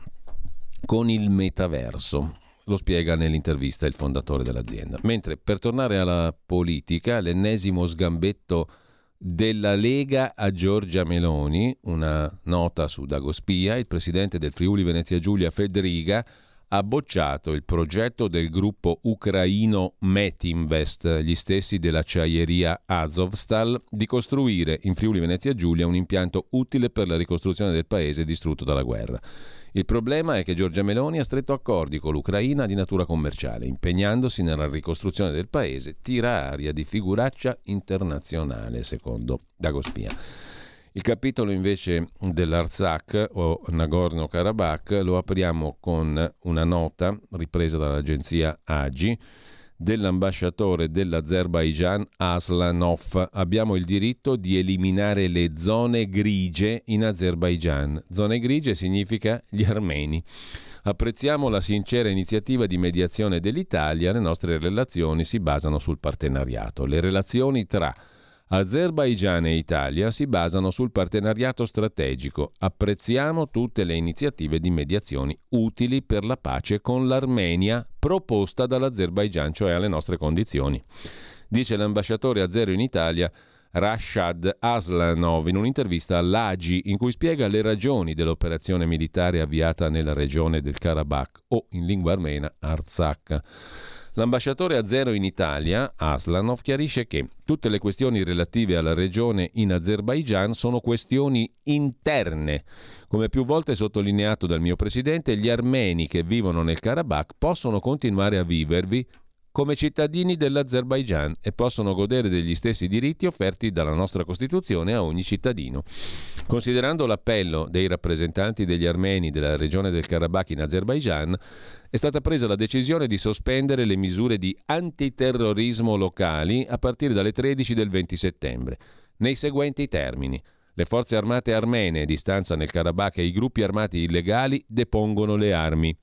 con il metaverso. Lo spiega nell'intervista il fondatore dell'azienda. Mentre, per tornare alla politica, l'ennesimo sgambetto della Lega a Giorgia Meloni, una nota su Dagospia, il presidente del Friuli Venezia Giulia Fedriga ha bocciato il progetto del gruppo ucraino Metinvest, gli stessi dell'acciaieria Azovstal, di costruire in Friuli Venezia Giulia un impianto utile per la ricostruzione del paese distrutto dalla guerra. Il problema è che Giorgia Meloni ha stretto accordi con l'Ucraina di natura commerciale, impegnandosi nella ricostruzione del paese, tira aria di figuraccia internazionale, secondo Dagospia. Il capitolo invece dell'Artsakh o Nagorno-Karabakh lo apriamo con una nota ripresa dall'agenzia Agi dell'ambasciatore dell'Azerbaigian Aslanov. Abbiamo il diritto di eliminare le zone grigie in Azerbaigian. Zone grigie significa gli armeni. Apprezziamo la sincera iniziativa di mediazione dell'Italia. Le nostre relazioni si basano sul partenariato. Le relazioni tra Azerbaigian e Italia si basano sul partenariato strategico. Apprezziamo tutte le iniziative di mediazioni utili per la pace con l'Armenia proposta dall'Azerbaigian, cioè alle nostre condizioni, dice l'ambasciatore azero in Italia Rashad Aslanov in un'intervista all'Agi, in cui spiega le ragioni dell'operazione militare avviata nella regione del Karabakh, o in lingua armena Artsakh. L'ambasciatore azero in Italia, Aslanov, chiarisce che tutte le questioni relative alla regione in Azerbaigian sono questioni interne. Come più volte sottolineato dal mio presidente, gli armeni che vivono nel Karabakh possono continuare a vivervi come cittadini dell'Azerbaigian e possono godere degli stessi diritti offerti dalla nostra Costituzione a ogni cittadino. Considerando l'appello dei rappresentanti degli armeni della regione del Karabakh in Azerbaigian, è stata presa la decisione di sospendere le misure di antiterrorismo locali a partire dalle tredici del venti settembre, nei seguenti termini. Le forze armate armene di stanza nel Karabakh e i gruppi armati illegali depongono le armi,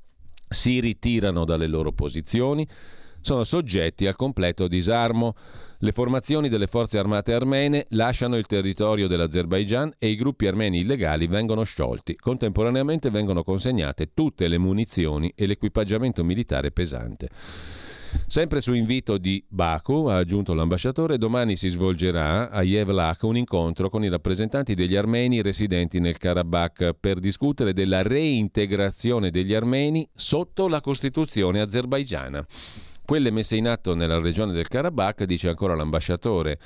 si ritirano dalle loro posizioni, sono soggetti al completo disarmo. Le formazioni delle forze armate armene lasciano il territorio dell'Azerbaigian e i gruppi armeni illegali vengono sciolti. Contemporaneamente vengono consegnate tutte le munizioni e l'equipaggiamento militare pesante. Sempre su invito di Baku, ha aggiunto l'ambasciatore, domani si svolgerà a Yevlak un incontro con i rappresentanti degli armeni residenti nel Karabakh per discutere della reintegrazione degli armeni sotto la Costituzione azerbaigiana. Quelle messe in atto nella regione del Karabakh, dice ancora l'ambasciatore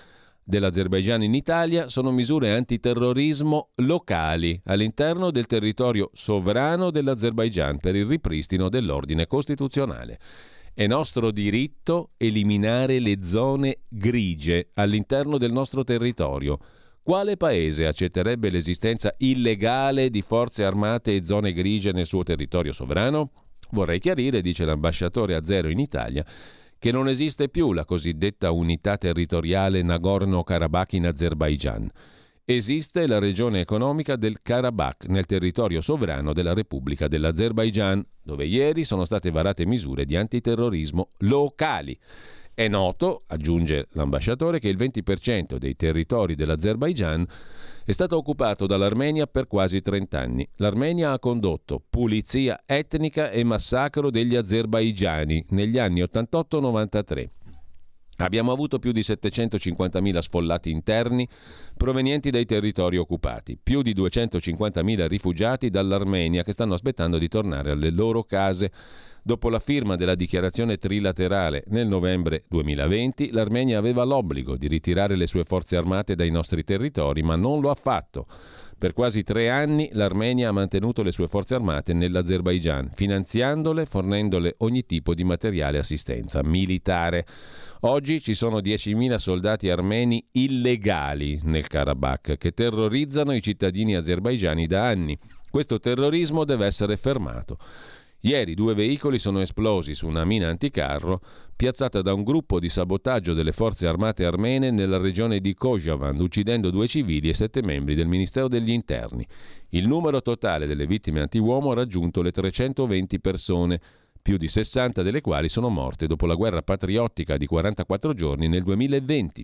dell'Azerbaigian in Italia sono misure antiterrorismo locali all'interno del territorio sovrano dell'Azerbaigian per il ripristino dell'ordine costituzionale. È nostro diritto eliminare le zone grigie all'interno del nostro territorio. Quale paese accetterebbe l'esistenza illegale di forze armate e zone grigie nel suo territorio sovrano? Vorrei chiarire, dice l'ambasciatore azero in Italia, che non esiste più la cosiddetta unità territoriale Nagorno-Karabakh in Azerbaigian. Esiste la regione economica del Karabakh nel territorio sovrano della Repubblica dell'Azerbaigian, dove ieri sono state varate misure di antiterrorismo locali. È noto, aggiunge l'ambasciatore, che il venti per cento dei territori dell'Azerbaigian è stato occupato dall'Armenia per quasi trent'anni. L'Armenia ha condotto pulizia etnica e massacro degli azerbaigiani negli anni ottantotto novantatré. Abbiamo avuto più di settecentocinquantamila sfollati interni provenienti dai territori occupati, più di duecentocinquantamila rifugiati dall'Armenia che stanno aspettando di tornare alle loro case. Dopo la firma della dichiarazione trilaterale nel novembre duemilaventi, l'Armenia aveva l'obbligo di ritirare le sue forze armate dai nostri territori, ma non lo ha fatto. Per quasi tre anni l'Armenia ha mantenuto le sue forze armate nell'Azerbaigian, finanziandole, fornendole ogni tipo di materiale e assistenza militare. Oggi ci sono diecimila soldati armeni illegali nel Karabakh che terrorizzano i cittadini azerbaigiani da anni. Questo terrorismo deve essere fermato. Ieri due veicoli sono esplosi su una mina anticarro piazzata da un gruppo di sabotaggio delle forze armate armene nella regione di Khojavan, uccidendo due civili e sette membri del Ministero degli Interni. Il numero totale delle vittime antiuomo ha raggiunto le trecentoventi persone, più di sessanta delle quali sono morte dopo la guerra patriottica di quarantaquattro giorni nel duemilaventi.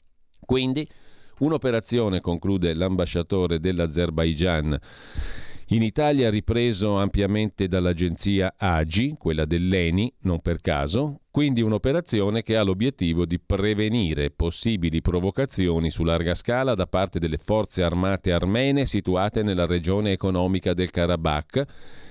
Quindi un'operazione, conclude l'ambasciatore dell'Azerbaigian in Italia, ripreso ampiamente dall'agenzia A G I, quella dell'E N I, non per caso, quindi un'operazione che ha l'obiettivo di prevenire possibili provocazioni su larga scala da parte delle forze armate armene situate nella regione economica del Karabakh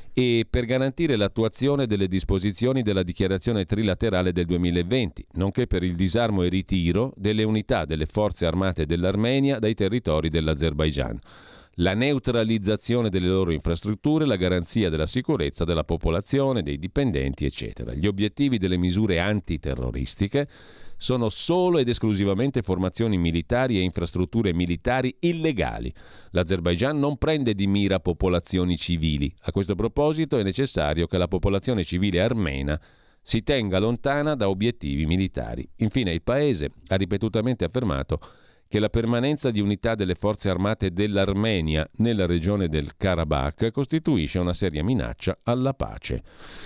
e per garantire l'attuazione delle disposizioni della dichiarazione trilaterale del duemilaventi, nonché per il disarmo e ritiro delle unità delle forze armate dell'Armenia dai territori dell'Azerbaigian, la neutralizzazione delle loro infrastrutture, la garanzia della sicurezza della popolazione, dei dipendenti, eccetera. Gli obiettivi delle misure antiterroristiche sono solo ed esclusivamente formazioni militari e infrastrutture militari illegali. L'Azerbaigian non prende di mira popolazioni civili. A questo proposito è necessario che la popolazione civile armena si tenga lontana da obiettivi militari. Infine il paese ha ripetutamente affermato che la permanenza di unità delle forze armate dell'Armenia nella regione del Karabakh costituisce una seria minaccia alla pace.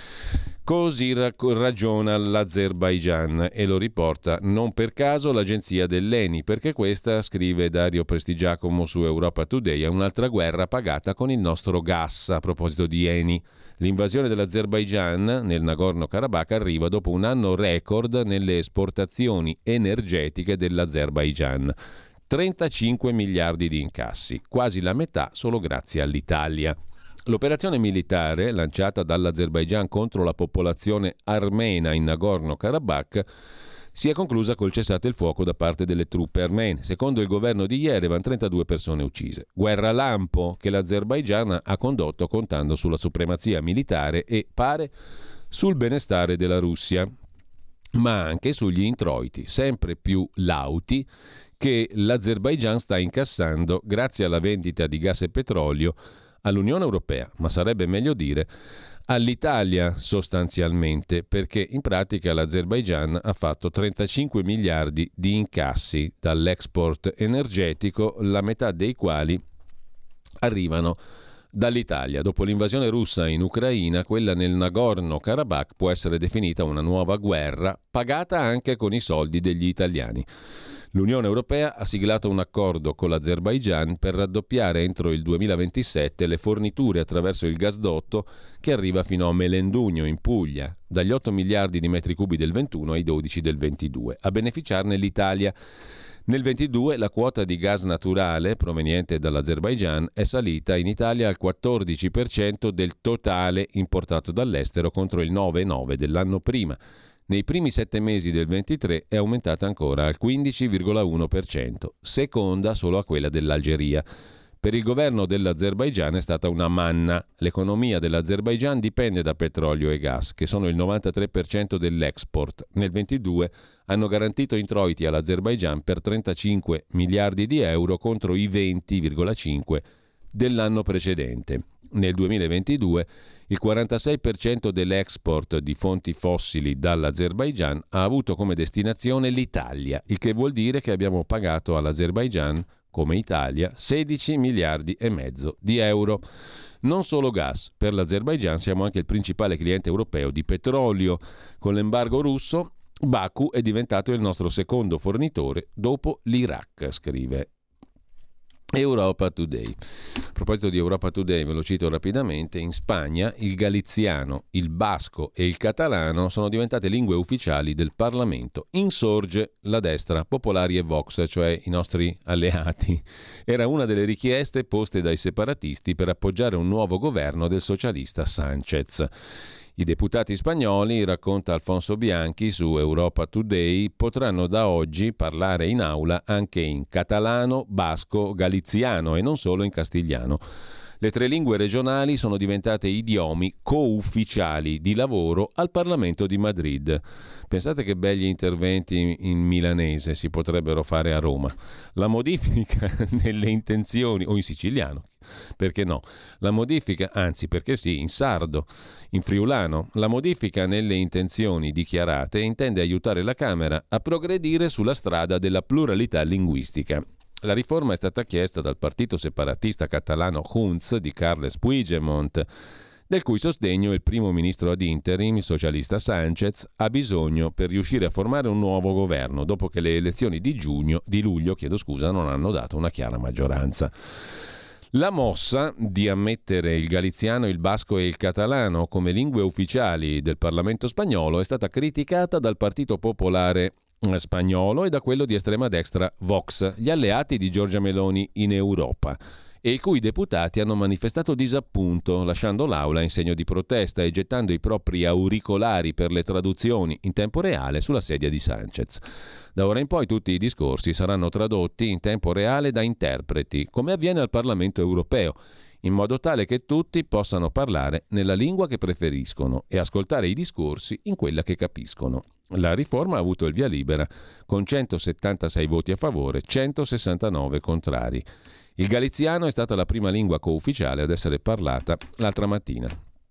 Così ragiona l'Azerbaigian e lo riporta non per caso l'agenzia dell'E N I, perché questa, scrive Dario Prestigiacomo su Europa Today, è un'altra guerra pagata con il nostro gas. A proposito di E N I, l'invasione dell'Azerbaigian nel Nagorno-Karabakh arriva dopo un anno record nelle esportazioni energetiche dell'Azerbaigian. trentacinque miliardi di incassi, quasi la metà solo grazie all'Italia. L'operazione militare lanciata dall'Azerbaigian contro la popolazione armena in Nagorno-Karabakh si è conclusa col cessate il fuoco da parte delle truppe armene. Secondo il governo di Yerevan, trentadue persone uccise. Guerra lampo che l'Azerbaigian ha condotto contando sulla supremazia militare e, pare, sul benestare della Russia, ma anche sugli introiti sempre più lauti che l'Azerbaigian sta incassando grazie alla vendita di gas e petrolio all'Unione Europea, ma sarebbe meglio dire all'Italia sostanzialmente, perché in pratica l'Azerbaigian ha fatto trentacinque miliardi di incassi dall'export energetico, la metà dei quali arrivano dall'Italia. Dopo l'invasione russa in Ucraina, quella nel Nagorno-Karabakh può essere definita una nuova guerra, pagata anche con i soldi degli italiani. L'Unione Europea ha siglato un accordo con l'Azerbaigian per raddoppiare entro il duemilaventisette le forniture attraverso il gasdotto che arriva fino a Melendugno in Puglia, dagli otto miliardi di metri cubi del ventuno ai dodici del ventidue. A beneficiarne l'Italia. Nel ventidue la quota di gas naturale proveniente dall'Azerbaigian è salita in Italia al quattordici per cento del totale importato dall'estero contro il nove virgola nove dell'anno prima. nei primi sette mesi del ventitré è aumentata ancora al quindici virgola uno per cento, seconda solo a quella dell'Algeria. Per il governo dell'Azerbaigian è stata una manna. L'economia dell'Azerbaigian dipende da petrolio e gas, che sono il novantatré per cento dell'export. Nel ventidue hanno garantito introiti all'Azerbaigian per trentacinque miliardi di euro contro i venti virgola cinque dell'anno precedente. Nel duemilaventidue il quarantasei per cento dell'export di fonti fossili dall'Azerbaigian ha avuto come destinazione l'Italia, il che vuol dire che abbiamo pagato all'Azerbaigian, come Italia, sedici miliardi e mezzo di euro. Non solo gas, per l'Azerbaigian siamo anche il principale cliente europeo di petrolio. Con l'embargo russo, Baku è diventato il nostro secondo fornitore dopo l'Iraq, scrive Europa Today. A proposito di Europa Today, ve lo cito rapidamente, in Spagna il galiziano, il basco e il catalano sono diventate lingue ufficiali del Parlamento. Insorge la destra, Popolari e Vox, cioè i nostri alleati. Era una delle richieste poste dai separatisti per appoggiare un nuovo governo del socialista Sánchez. I deputati spagnoli, racconta Alfonso Bianchi su Europa Today, potranno da oggi parlare in aula anche in catalano, basco, galiziano e non solo in castigliano. Le tre lingue regionali sono diventate idiomi co-ufficiali di lavoro al Parlamento di Madrid. Pensate che begli interventi in milanese si potrebbero fare a Roma. La modifica nelle intenzioni, o in siciliano, perché no? La modifica, anzi perché sì, in sardo, in friulano, la modifica nelle intenzioni dichiarate intende aiutare la Camera a progredire sulla strada della pluralità linguistica. La riforma è stata chiesta dal partito separatista catalano Junts di Carles Puigdemont, del cui sostegno il primo ministro ad interim, il socialista Sánchez, ha bisogno per riuscire a formare un nuovo governo, dopo che le elezioni di giugno, di luglio, chiedo scusa, non hanno dato una chiara maggioranza. La mossa di ammettere il galiziano, il basco e il catalano come lingue ufficiali del Parlamento spagnolo è stata criticata dal Partito Popolare spagnolo e da quello di estrema destra Vox, gli alleati di Giorgia Meloni in Europa, e i cui deputati hanno manifestato disappunto, lasciando l'aula in segno di protesta e gettando i propri auricolari per le traduzioni in tempo reale sulla sedia di Sánchez. Da ora in poi tutti i discorsi saranno tradotti in tempo reale da interpreti, come avviene al Parlamento europeo, in modo tale che tutti possano parlare nella lingua che preferiscono e ascoltare i discorsi in quella che capiscono. La riforma ha avuto il via libera con centosettantasei voti a favore, centosessantanove contrari. Il galiziano è stata la prima lingua co-ufficiale ad essere parlata l'altra mattina.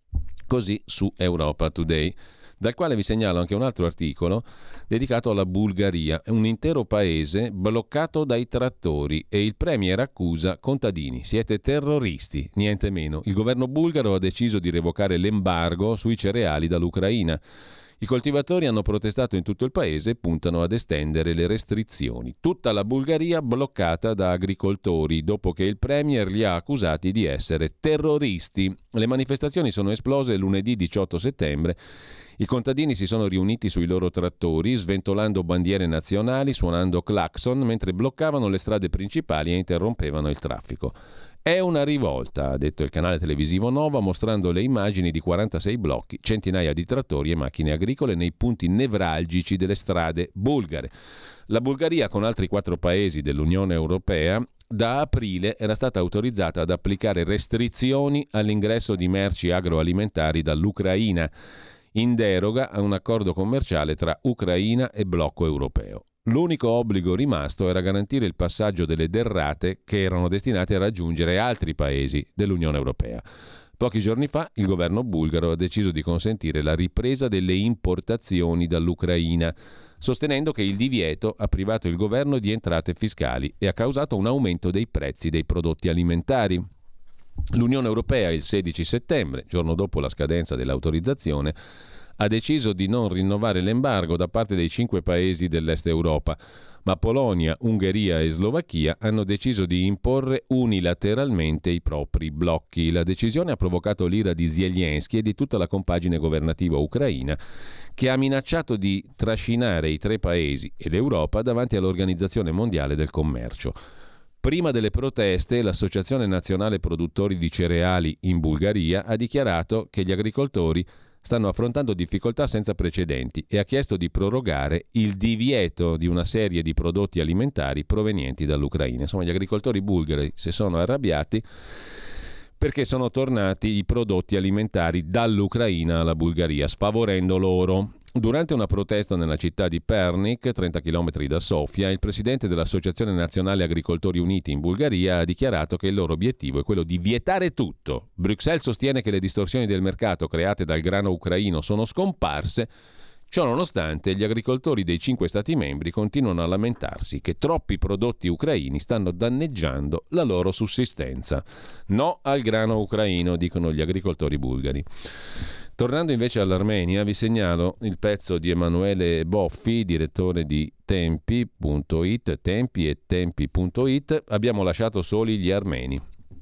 Così su Europa Today, dal quale vi segnalo anche un altro articolo dedicato alla Bulgaria, un intero paese bloccato dai trattori e il premier accusa contadini, siete terroristi, niente meno. Il governo bulgaro ha deciso di revocare l'embargo sui cereali dall'Ucraina. I coltivatori hanno protestato in tutto il paese e puntano ad estendere le restrizioni. Tutta la Bulgaria bloccata da agricoltori dopo che il premier li ha accusati di essere terroristi. Le manifestazioni sono esplose lunedì diciotto settembre. I contadini si sono riuniti sui loro trattori, sventolando bandiere nazionali, suonando clacson, mentre bloccavano le strade principali e interrompevano il traffico. È una rivolta, ha detto il canale televisivo Nova, mostrando le immagini di quarantasei blocchi, centinaia di trattori e macchine agricole nei punti nevralgici delle strade bulgare. La Bulgaria, con altri quattro paesi dell'Unione Europea, da aprile era stata autorizzata ad applicare restrizioni all'ingresso di merci agroalimentari dall'Ucraina, in deroga a un accordo commerciale tra Ucraina e blocco europeo. L'unico obbligo rimasto era garantire il passaggio delle derrate che erano destinate a raggiungere altri paesi dell'Unione Europea. Pochi giorni fa il governo bulgaro ha deciso di consentire la ripresa delle importazioni dall'Ucraina, sostenendo che il divieto ha privato il governo di entrate fiscali e ha causato un aumento dei prezzi dei prodotti alimentari. L'Unione Europea il sedici settembre, giorno dopo la scadenza dell'autorizzazione, ha deciso di non rinnovare l'embargo da parte dei cinque paesi dell'Est Europa, ma Polonia, Ungheria e Slovacchia hanno deciso di imporre unilateralmente i propri blocchi. La decisione ha provocato l'ira di Zelensky e di tutta la compagine governativa ucraina, che ha minacciato di trascinare i tre paesi e l'Europa davanti all'Organizzazione Mondiale del Commercio. Prima delle proteste, l'Associazione Nazionale Produttori di Cereali in Bulgaria ha dichiarato che gli agricoltori stanno affrontando difficoltà senza precedenti e ha chiesto di prorogare il divieto di una serie di prodotti alimentari provenienti dall'Ucraina. Insomma, gli agricoltori bulgari si sono arrabbiati perché sono tornati i prodotti alimentari dall'Ucraina alla Bulgaria, sfavorendo loro. Durante una protesta nella città di Pernik, trenta chilometri da Sofia, il presidente dell'Associazione Nazionale Agricoltori Uniti in Bulgaria ha dichiarato che il loro obiettivo è quello di vietare tutto. Bruxelles sostiene che le distorsioni del mercato create dal grano ucraino sono scomparse. Ciò nonostante, gli agricoltori dei cinque Stati membri continuano a lamentarsi che troppi prodotti ucraini stanno danneggiando la loro sussistenza. No al grano ucraino, dicono gli agricoltori bulgari. Tornando invece all'Armenia, vi segnalo il pezzo di Emanuele Boffi, direttore di Tempi punto it, Tempi e Tempi punto it. Abbiamo lasciato soli gli armeni.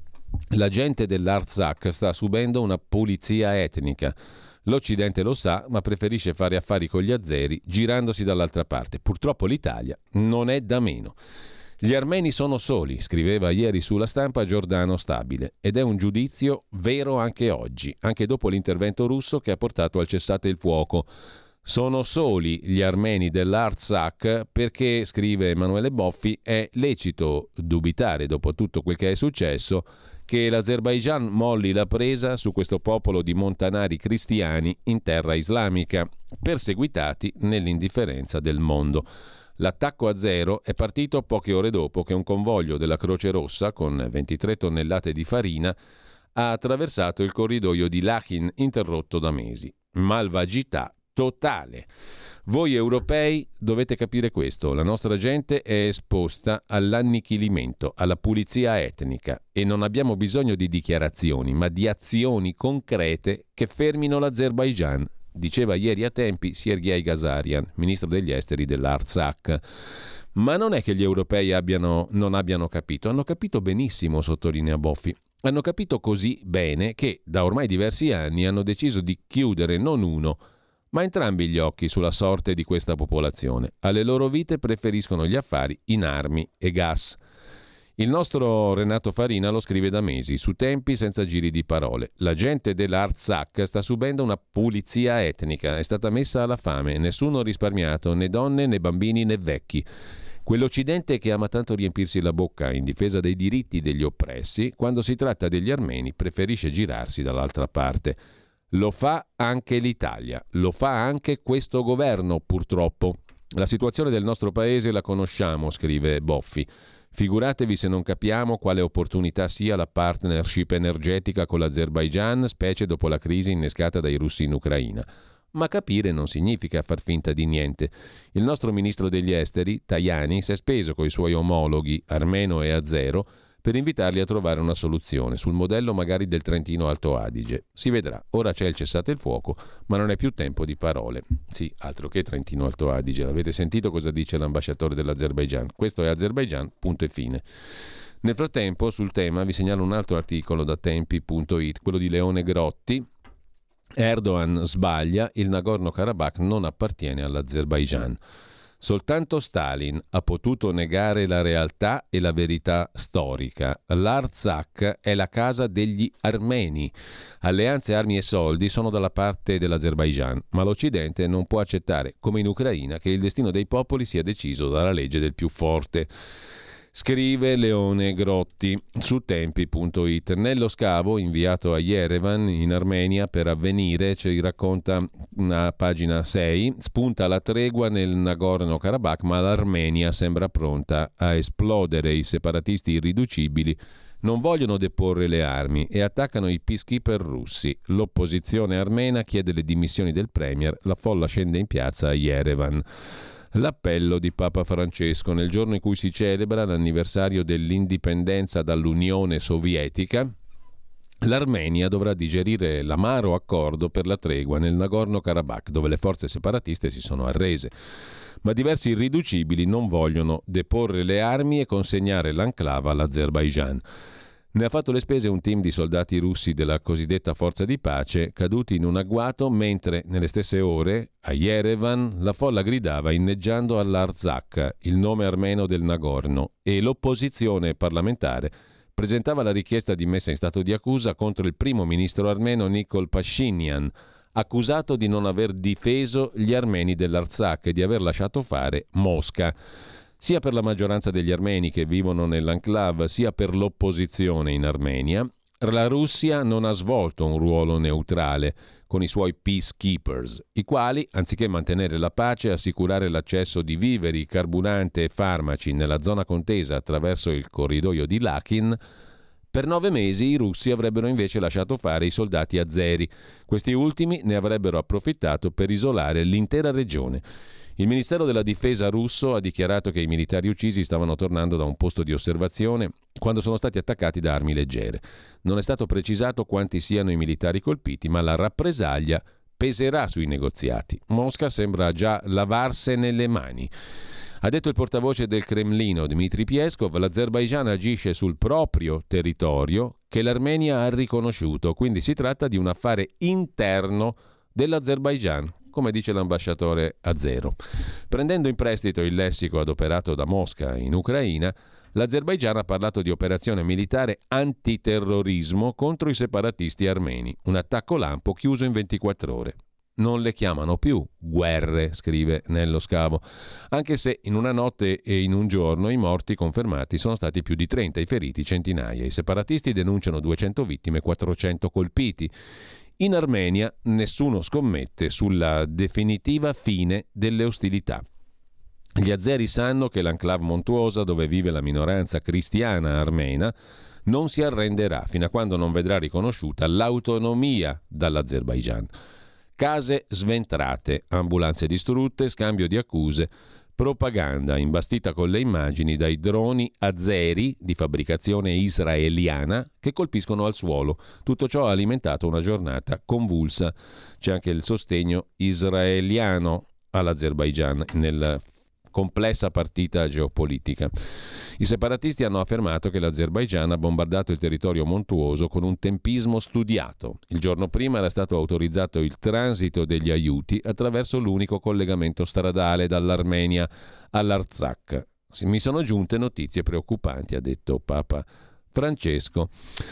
La gente dell'Artsakh sta subendo una pulizia etnica. L'Occidente lo sa, ma preferisce fare affari con gli azeri girandosi dall'altra parte. Purtroppo l'Italia non è da meno. Gli armeni sono soli, scriveva ieri sulla Stampa Giordano Stabile, ed è un giudizio vero anche oggi, anche dopo l'intervento russo che ha portato al cessate il fuoco. Sono soli gli armeni dell'Artsakh perché, scrive Emanuele Boffi, è lecito dubitare, dopo tutto quel che è successo, che l'Azerbaigian molli la presa su questo popolo di montanari cristiani in terra islamica, perseguitati nell'indifferenza del mondo. L'attacco a zero è partito poche ore dopo che un convoglio della Croce Rossa con ventitré tonnellate di farina ha attraversato il corridoio di Lachin interrotto da mesi. Malvagità totale. Voi europei dovete capire questo, la nostra gente è esposta all'annichilimento, alla pulizia etnica e non abbiamo bisogno di dichiarazioni, ma di azioni concrete che fermino l'Azerbaigian, diceva ieri a Tempi Sergei Gazarian, ministro degli esteri dell'Artsakh. Ma non è che gli europei abbiano, non abbiano capito, hanno capito benissimo, sottolinea Boffi. Hanno capito così bene che da ormai diversi anni hanno deciso di chiudere non uno, ma entrambi gli occhi sulla sorte di questa popolazione. Alle loro vite preferiscono gli affari in armi e gas. Il nostro Renato Farina lo scrive da mesi, su Tempi senza giri di parole. La gente dell'Artsakh sta subendo una pulizia etnica, è stata messa alla fame, nessuno ha risparmiato, né donne, né bambini, né vecchi. Quell'Occidente che ama tanto riempirsi la bocca in difesa dei diritti degli oppressi, quando si tratta degli armeni preferisce girarsi dall'altra parte. Lo fa anche l'Italia, lo fa anche questo governo, purtroppo. La situazione del nostro paese la conosciamo, scrive Boffi. Figuratevi se non capiamo quale opportunità sia la partnership energetica con l'Azerbaigian, specie dopo la crisi innescata dai russi in Ucraina. Ma capire non significa far finta di niente. Il nostro ministro degli esteri, Tajani, si è speso coi suoi omologhi armeno e azero per invitarli a trovare una soluzione, sul modello magari del Trentino Alto Adige. Si vedrà, ora c'è il cessate il fuoco, ma non è più tempo di parole. Sì, altro che Trentino Alto Adige, l'avete sentito cosa dice l'ambasciatore dell'Azerbaigian? Questo è Azerbaigian, punto e fine. Nel frattempo, sul tema, vi segnalo un altro articolo da Tempi punto it, quello di Leone Grotti. Erdogan sbaglia, il Nagorno-Karabakh non appartiene all'Azerbaigian. Soltanto Stalin ha potuto negare la realtà e la verità storica. L'Artsakh è la casa degli armeni. Alleanze, armi e soldi sono dalla parte dell'Azerbaigian, ma l'Occidente non può accettare, come in Ucraina, che il destino dei popoli sia deciso dalla legge del più forte. Scrive Leone Grotti su Tempi punto it. Nello scavo inviato a Yerevan in Armenia per Avvenire, ci racconta una pagina sei, spunta la tregua nel Nagorno-Karabakh, ma l'Armenia sembra pronta a esplodere. I separatisti irriducibili non vogliono deporre le armi e attaccano i peacekeeper russi. L'opposizione armena chiede le dimissioni del premier, la folla scende in piazza a Yerevan. L'appello di Papa Francesco nel giorno in cui si celebra l'anniversario dell'indipendenza dall'Unione Sovietica. L'Armenia dovrà digerire l'amaro accordo per la tregua nel Nagorno-Karabakh, dove le forze separatiste si sono arrese. Ma diversi irriducibili non vogliono deporre le armi e consegnare l'enclave all'Azerbaigian. Ne ha fatto le spese un team di soldati russi della cosiddetta forza di pace, caduti in un agguato mentre, nelle stesse ore, a Yerevan, la folla gridava inneggiando all'Artsakh, il nome armeno del Nagorno, e l'opposizione parlamentare presentava la richiesta di messa in stato di accusa contro il primo ministro armeno Nikol Pashinyan, accusato di non aver difeso gli armeni dell'Artsakh e di aver lasciato fare Mosca. Sia per la maggioranza degli armeni che vivono nell'enclave, sia per l'opposizione in Armenia, la Russia non ha svolto un ruolo neutrale con i suoi peacekeepers, i quali, anziché mantenere la pace e assicurare l'accesso di viveri, carburante e farmaci nella zona contesa attraverso il corridoio di Lakin, per nove mesi i russi avrebbero invece lasciato fare i soldati azeri. Questi ultimi ne avrebbero approfittato per isolare l'intera regione. Il Ministero della Difesa russo ha dichiarato che i militari uccisi stavano tornando da un posto di osservazione quando sono stati attaccati da armi leggere. Non è stato precisato quanti siano i militari colpiti, ma la rappresaglia peserà sui negoziati. Mosca sembra già lavarsene le mani. Ha detto il portavoce del Cremlino, Dmitry Peskov, l'Azerbaigian agisce sul proprio territorio che l'Armenia ha riconosciuto, quindi si tratta di un affare interno dell'Azerbaigian, come dice l'ambasciatore azero. Prendendo in prestito il lessico adoperato da Mosca in Ucraina, l'Azerbaigian ha parlato di operazione militare antiterrorismo contro i separatisti armeni, un attacco lampo chiuso in ventiquattro ore. Non le chiamano più guerre, scrive Nello Scavo, anche se in una notte e in un giorno i morti confermati sono stati più di trenta, i feriti centinaia. I separatisti denunciano duecento vittime e quattrocento colpiti. In Armenia nessuno scommette sulla definitiva fine delle ostilità. Gli azeri sanno che l'enclave montuosa dove vive la minoranza cristiana armena non si arrenderà fino a quando non vedrà riconosciuta l'autonomia dall'Azerbaigian. Case sventrate, ambulanze distrutte, scambio di accuse, propaganda imbastita con le immagini dai droni azeri di fabbricazione israeliana che colpiscono al suolo. Tutto ciò ha alimentato una giornata convulsa. C'è anche il sostegno israeliano all'Azerbaigian nella complessa partita geopolitica. I separatisti hanno affermato che l'Azerbaigian ha bombardato il territorio montuoso con un tempismo studiato. Il giorno prima era stato autorizzato il transito degli aiuti attraverso l'unico collegamento stradale dall'Armenia all'Artsakh. Mi sono giunte notizie preoccupanti, ha detto Papa Francesco.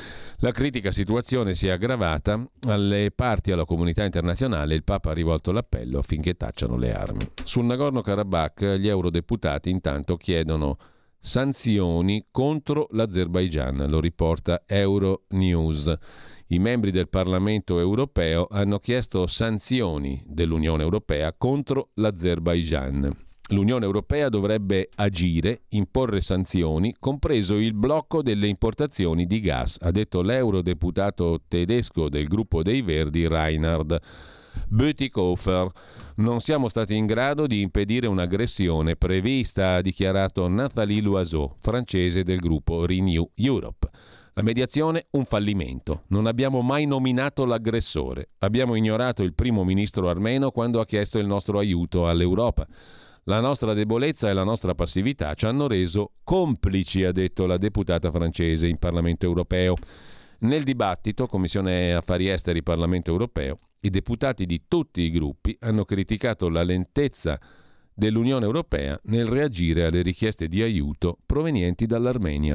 La critica situazione si è aggravata. Alle parti e alla comunità internazionale il Papa ha rivolto l'appello affinché tacciano le armi. Sul Nagorno-Karabakh gli eurodeputati intanto chiedono sanzioni contro l'Azerbaigian, lo riporta Euronews. I membri del Parlamento europeo hanno chiesto sanzioni dell'Unione Europea contro l'Azerbaigian. L'Unione Europea dovrebbe agire, imporre sanzioni, compreso il blocco delle importazioni di gas, ha detto l'eurodeputato tedesco del gruppo dei Verdi Reinhard Bütikofer. Non siamo stati in grado di impedire un'aggressione prevista, ha dichiarato Nathalie Loiseau, francese del gruppo Renew Europe. La mediazione un fallimento. Non abbiamo mai nominato l'aggressore. Abbiamo ignorato il primo ministro armeno quando ha chiesto il nostro aiuto all'Europa. La nostra debolezza e la nostra passività ci hanno reso complici, ha detto la deputata francese in Parlamento europeo. Nel dibattito, Commissione Affari Esteri Parlamento europeo, i deputati di tutti i gruppi hanno criticato la lentezza dell'Unione Europea nel reagire alle richieste di aiuto provenienti dall'Armenia.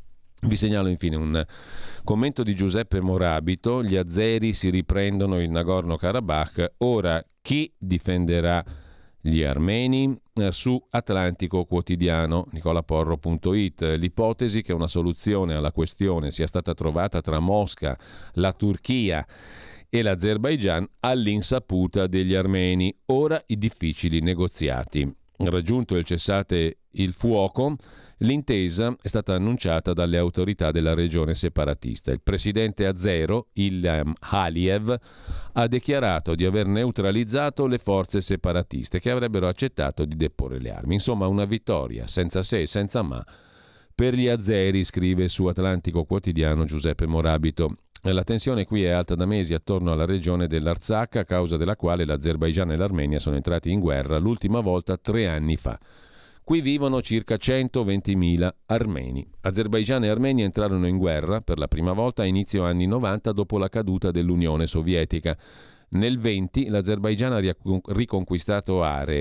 Vi segnalo infine un commento di Giuseppe Morabito. Gli azeri si riprendono il Nagorno-Karabakh. Ora chi difenderà gli armeni? Su Atlantico Quotidiano, nicolaporro punto it, l'ipotesi che una soluzione alla questione sia stata trovata tra Mosca, la Turchia e l'Azerbaigian all'insaputa degli armeni. Ora i difficili negoziati. Raggiunto il cessate il fuoco, l'intesa è stata annunciata dalle autorità della regione separatista. Il presidente azero, Ilham Aliyev, ha dichiarato di aver neutralizzato le forze separatiste che avrebbero accettato di deporre le armi. Insomma, una vittoria senza se e senza ma per gli azeri, scrive su Atlantico Quotidiano Giuseppe Morabito. La tensione qui è alta da mesi attorno alla regione dell'Artsakh, a causa della quale l'Azerbaigian e l'Armenia sono entrati in guerra l'ultima volta tre anni fa. Qui vivono circa centoventimila armeni. Azerbaigian e Armenia entrarono in guerra per la prima volta a inizio anni novanta dopo la caduta dell'Unione Sovietica. Nel venti l'Azerbaigian ha riconquistato aree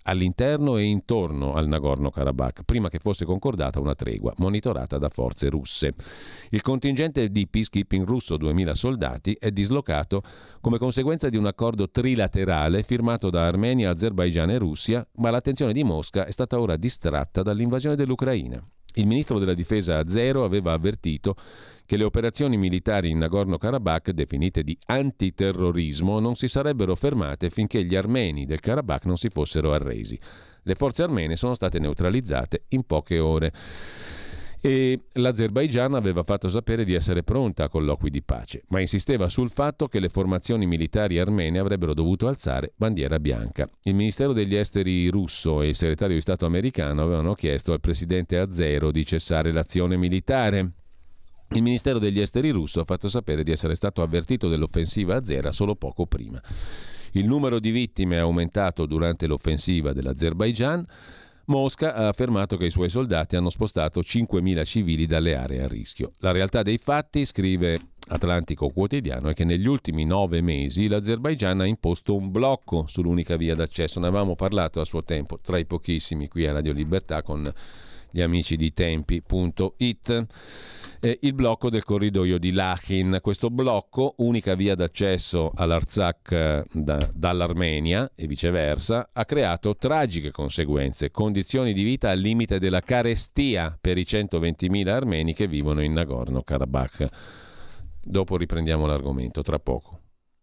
all'interno e intorno al Nagorno-Karabakh, prima che fosse concordata una tregua monitorata da forze russe. Il contingente di peacekeeping russo, duemila soldati, è dislocato come conseguenza di un accordo trilaterale firmato da Armenia, Azerbaigian e Russia, ma l'attenzione di Mosca è stata ora distratta dall'invasione dell'Ucraina. Il ministro della difesa azero aveva avvertito che le operazioni militari in Nagorno-Karabakh, definite di antiterrorismo, non si sarebbero fermate finché gli armeni del Karabakh non si fossero arresi. Le forze armene sono state neutralizzate in poche ore e l'Azerbaigian aveva fatto sapere di essere pronta a colloqui di pace, ma insisteva sul fatto che le formazioni militari armene avrebbero dovuto alzare bandiera bianca. Il Ministero degli Esteri russo e il segretario di Stato americano avevano chiesto al presidente azero di cessare l'azione militare. Il Ministero degli Esteri russo ha fatto sapere di essere stato avvertito dell'offensiva azera solo poco prima. Il numero di vittime è aumentato durante l'offensiva dell'Azerbaigian. Mosca ha affermato che i suoi soldati hanno spostato cinquemila civili dalle aree a rischio. La realtà dei fatti, scrive Atlantico Quotidiano, è che negli ultimi nove mesi l'Azerbaigian ha imposto un blocco sull'unica via d'accesso. Ne avevamo parlato a suo tempo, tra i pochissimi qui a Radio Libertà con gli amici di tempi punto it. Eh, il blocco del corridoio di Lachin. Questo blocco, unica via d'accesso all'Artsakh eh, da, dall'Armenia e viceversa, ha creato tragiche conseguenze, condizioni di vita al limite della carestia per i centoventimila armeni che vivono in Nagorno-Karabakh. Dopo riprendiamo l'argomento, tra poco.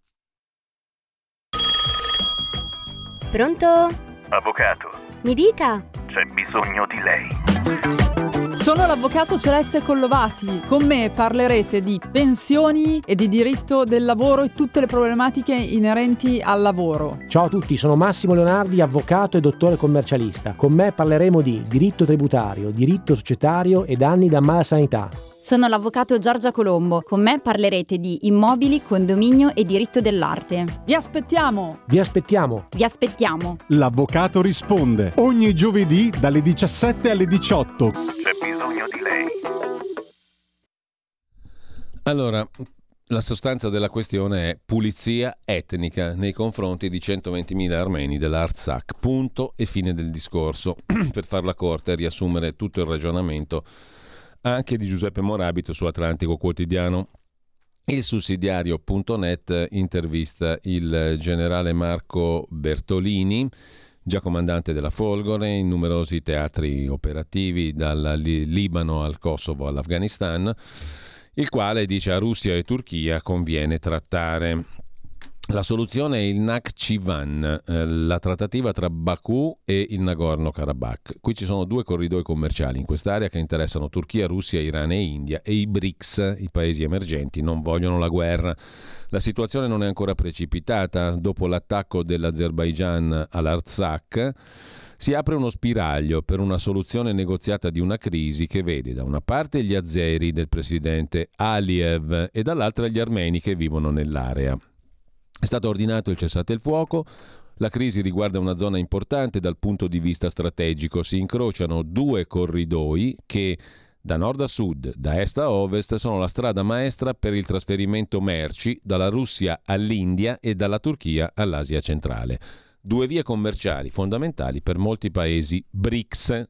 Pronto? Avvocato. Mi dica. C'è bisogno di lei. Sono l'avvocato Celeste Collovati. Con me parlerete di pensioni e di diritto del lavoro e tutte le problematiche inerenti al lavoro. Ciao a tutti, sono Massimo Leonardi, avvocato e dottore commercialista. Con me parleremo di diritto tributario, diritto societario e danni da malasanità. Sono l'avvocato Giorgia Colombo. Con me parlerete di immobili, condominio e diritto dell'arte. Vi aspettiamo! Vi aspettiamo! Vi aspettiamo! L'avvocato risponde ogni giovedì dalle diciassette alle diciotto. C'è bisogno di lei. Allora, la sostanza della questione è pulizia etnica nei confronti di centoventimila armeni dell'Artsakh. Punto e fine del discorso. Per farla corta e riassumere tutto il ragionamento anche di Giuseppe Morabito su Atlantico Quotidiano. Il sussidiario punto net intervista il generale Marco Bertolini, già comandante della Folgore in numerosi teatri operativi dal Libano al Kosovo all'Afghanistan, il quale dice a Russia e Turchia conviene trattare. La soluzione è il Nakhchivan, eh, la trattativa tra Baku e il Nagorno-Karabakh. Qui ci sono due corridoi commerciali in quest'area che interessano Turchia, Russia, Iran e India, e i B R I C S, i paesi emergenti, non vogliono la guerra. La situazione non è ancora precipitata. Dopo l'attacco dell'Azerbaigian all'Artsakh si apre uno spiraglio per una soluzione negoziata di una crisi che vede da una parte gli azeri del presidente Aliyev e dall'altra gli armeni che vivono nell'area. È stato ordinato il cessate il fuoco. La crisi riguarda una zona importante dal punto di vista strategico. Si incrociano due corridoi che da nord a sud, da est a ovest, sono la strada maestra per il trasferimento merci dalla Russia all'India e dalla Turchia all'Asia centrale. Due vie commerciali fondamentali per molti paesi B R I C S,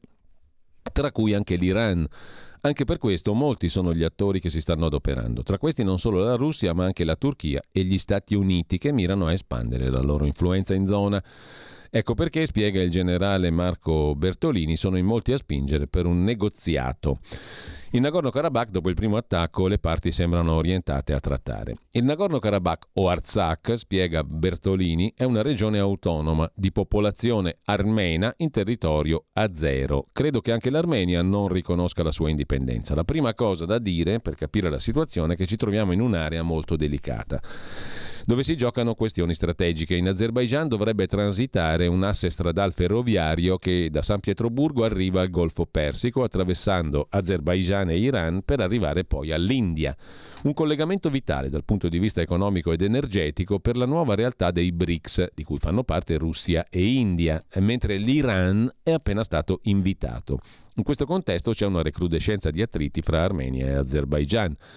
tra cui anche l'Iran. Anche per questo molti sono gli attori che si stanno adoperando. Tra questi non solo la Russia, ma anche la Turchia e gli Stati Uniti, che mirano a espandere la loro influenza in zona. Ecco perché, spiega il generale Marco Bertolini, sono in molti a spingere per un negoziato. In Nagorno-Karabakh, dopo il primo attacco, le parti sembrano orientate a trattare. Il Nagorno-Karabakh o Artsakh, spiega Bertolini, è una regione autonoma di popolazione armena in territorio azero. Credo che anche l'Armenia non riconosca la sua indipendenza. La prima cosa da dire per capire la situazione è che ci troviamo in un'area molto delicata, dove si giocano questioni strategiche. In Azerbaigian dovrebbe transitare un asse stradale ferroviario che da San Pietroburgo arriva al Golfo Persico, attraversando Azerbaigian e Iran per arrivare poi all'India. Un collegamento vitale dal punto di vista economico ed energetico per la nuova realtà dei B R I C S, di cui fanno parte Russia e India, mentre l'Iran è appena stato invitato. In questo contesto c'è una recrudescenza di attriti fra Armenia e Azerbaigian.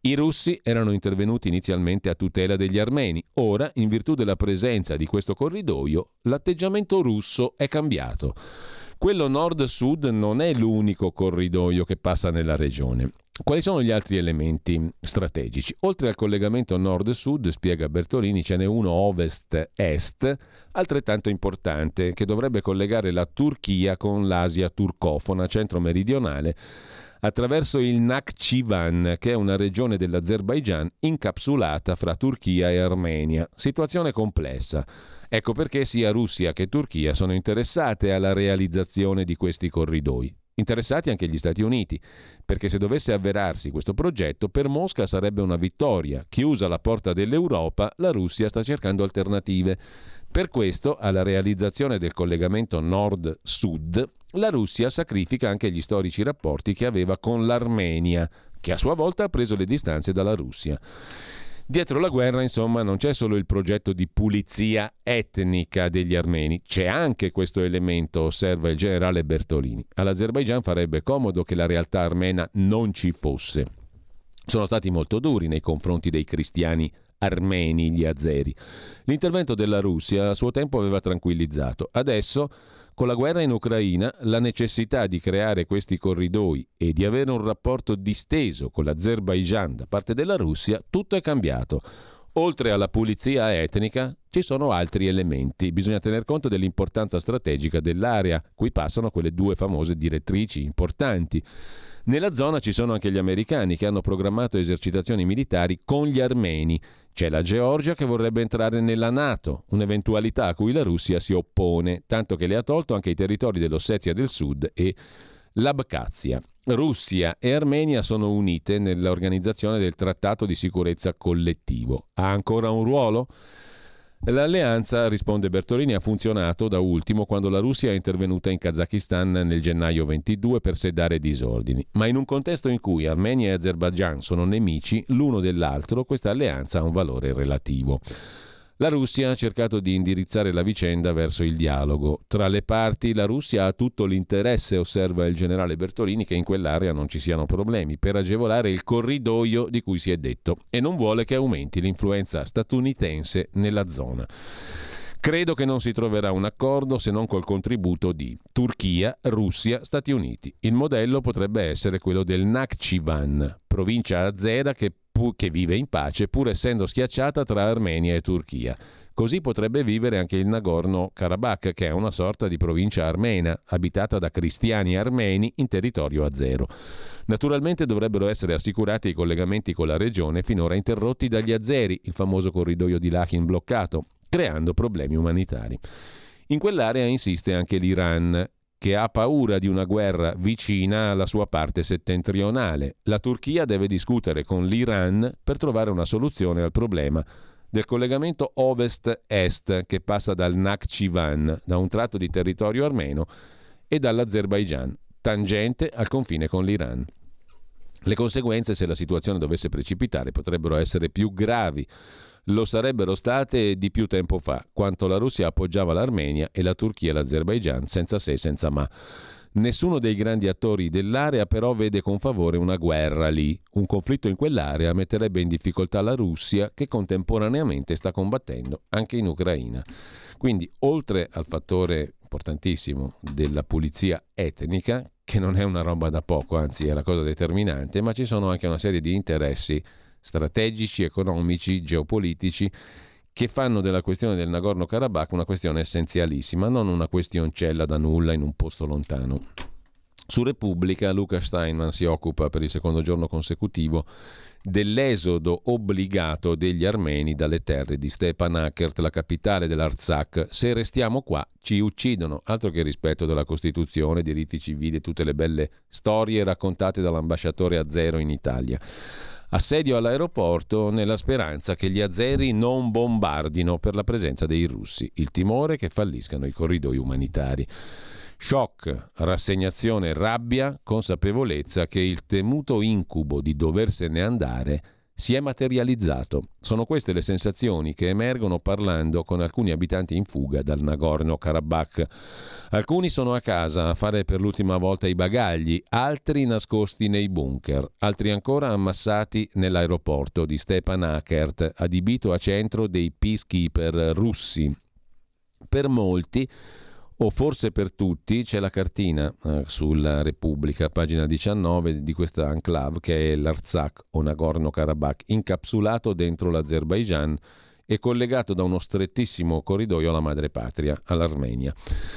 I russi erano intervenuti inizialmente a tutela degli armeni. Ora, in virtù della presenza di questo corridoio, l'atteggiamento russo è cambiato. Quello nord-sud non è l'unico corridoio che passa nella regione. Quali sono gli altri elementi strategici? Oltre al collegamento nord-sud, spiega Bertolini, ce n'è uno ovest-est, altrettanto importante, che dovrebbe collegare la Turchia con l'Asia turcofona centro-meridionale attraverso il Nakhchivan, che è una regione dell'Azerbaigian incapsulata fra Turchia e Armenia. Situazione complessa. Ecco perché sia Russia che Turchia sono interessate alla realizzazione di questi corridoi. Interessati anche gli Stati Uniti, perché se dovesse avverarsi questo progetto, per Mosca sarebbe una vittoria. Chiusa la porta dell'Europa, la Russia sta cercando alternative. Per questo, alla realizzazione del collegamento nord-sud, la Russia sacrifica anche gli storici rapporti che aveva con l'Armenia, che a sua volta ha preso le distanze dalla Russia. Dietro la guerra, insomma, non c'è solo il progetto di pulizia etnica degli armeni, c'è anche questo elemento, osserva il generale Bertolini. All'Azerbaigian farebbe comodo che la realtà armena non ci fosse. Sono stati molto duri nei confronti dei cristiani armeni, gli azeri. L'intervento della Russia a suo tempo aveva tranquillizzato. Adesso, con la guerra in Ucraina, la necessità di creare questi corridoi e di avere un rapporto disteso con l'Azerbaigian da parte della Russia, tutto è cambiato. Oltre alla pulizia etnica, ci sono altri elementi. Bisogna tener conto dell'importanza strategica dell'area, cui passano quelle due famose direttrici importanti. Nella zona ci sono anche gli americani che hanno programmato esercitazioni militari con gli armeni. C'è la Georgia che vorrebbe entrare nella NATO, un'eventualità a cui la Russia si oppone, tanto che le ha tolto anche i territori dell'Ossetia del Sud e l'Abkhazia. Russia e Armenia sono unite nell'organizzazione del Trattato di Sicurezza Collettivo. Ha ancora un ruolo? L'alleanza, risponde Bertolini, ha funzionato da ultimo quando la Russia è intervenuta in Kazakistan nel gennaio ventidue per sedare disordini. Ma in un contesto in cui Armenia e Azerbaigian sono nemici l'uno dell'altro, questa alleanza ha un valore relativo. La Russia ha cercato di indirizzare la vicenda verso il dialogo. Tra le parti la Russia ha tutto l'interesse, osserva il generale Bertolini, che in quell'area non ci siano problemi, per agevolare il corridoio di cui si è detto, e non vuole che aumenti l'influenza statunitense nella zona. Credo che non si troverà un accordo se non col contributo di Turchia, Russia, Stati Uniti. Il modello potrebbe essere quello del Nakhchivan, provincia azera che che vive in pace pur essendo schiacciata tra Armenia e Turchia. Così potrebbe vivere anche il Nagorno-Karabakh, che è una sorta di provincia armena, abitata da cristiani armeni in territorio azero. Naturalmente dovrebbero essere assicurati i collegamenti con la regione finora interrotti dagli azeri, il famoso corridoio di Lachin bloccato, creando problemi umanitari. In quell'area insiste anche l'Iran, che ha paura di una guerra vicina alla sua parte settentrionale. La Turchia deve discutere con l'Iran per trovare una soluzione al problema del collegamento ovest-est che passa dal Nakhchivan, da un tratto di territorio armeno, e dall'Azerbaigian, tangente al confine con l'Iran. Le conseguenze, se la situazione dovesse precipitare, potrebbero essere più gravi. Lo sarebbero state di più tempo fa, quando la Russia appoggiava l'Armenia e la Turchia l'Azerbaigian, senza se, senza ma. Nessuno dei grandi attori dell'area però vede con favore una guerra lì. Un conflitto in quell'area metterebbe in difficoltà la Russia, che contemporaneamente sta combattendo anche in Ucraina. Quindi, oltre al fattore importantissimo della pulizia etnica, che non è una roba da poco, anzi è la cosa determinante, ma ci sono anche una serie di interessi strategici, economici, geopolitici che fanno della questione del Nagorno-Karabakh una questione essenzialissima, non una questioncella da nulla in un posto lontano. Su Repubblica Luca Steinman si occupa per il secondo giorno consecutivo dell'esodo obbligato degli armeni dalle terre di Stepanakert, la capitale dell'Artsakh. Se restiamo qua ci uccidono, altro che rispetto della Costituzione, diritti civili e tutte le belle storie raccontate dall'ambasciatore azero in Italia. Assedio all'aeroporto nella speranza che gli azeri non bombardino per la presenza dei russi, il timore che falliscano i corridoi umanitari. Shock, rassegnazione, rabbia, consapevolezza che il temuto incubo di doversene andare si è materializzato. Sono queste le sensazioni che emergono parlando con alcuni abitanti in fuga dal Nagorno-Karabakh. Alcuni sono a casa a fare per l'ultima volta i bagagli, altri nascosti nei bunker, altri ancora ammassati nell'aeroporto di Stepanakert, adibito a centro dei peacekeeper russi. Per molti, o forse per tutti, c'è la cartina eh, sulla Repubblica, pagina diciannove, di questa enclave che è l'Artsakh o Nagorno-Karabakh, incapsulato dentro l'Azerbaigian e collegato da uno strettissimo corridoio alla madrepatria, all'Armenia.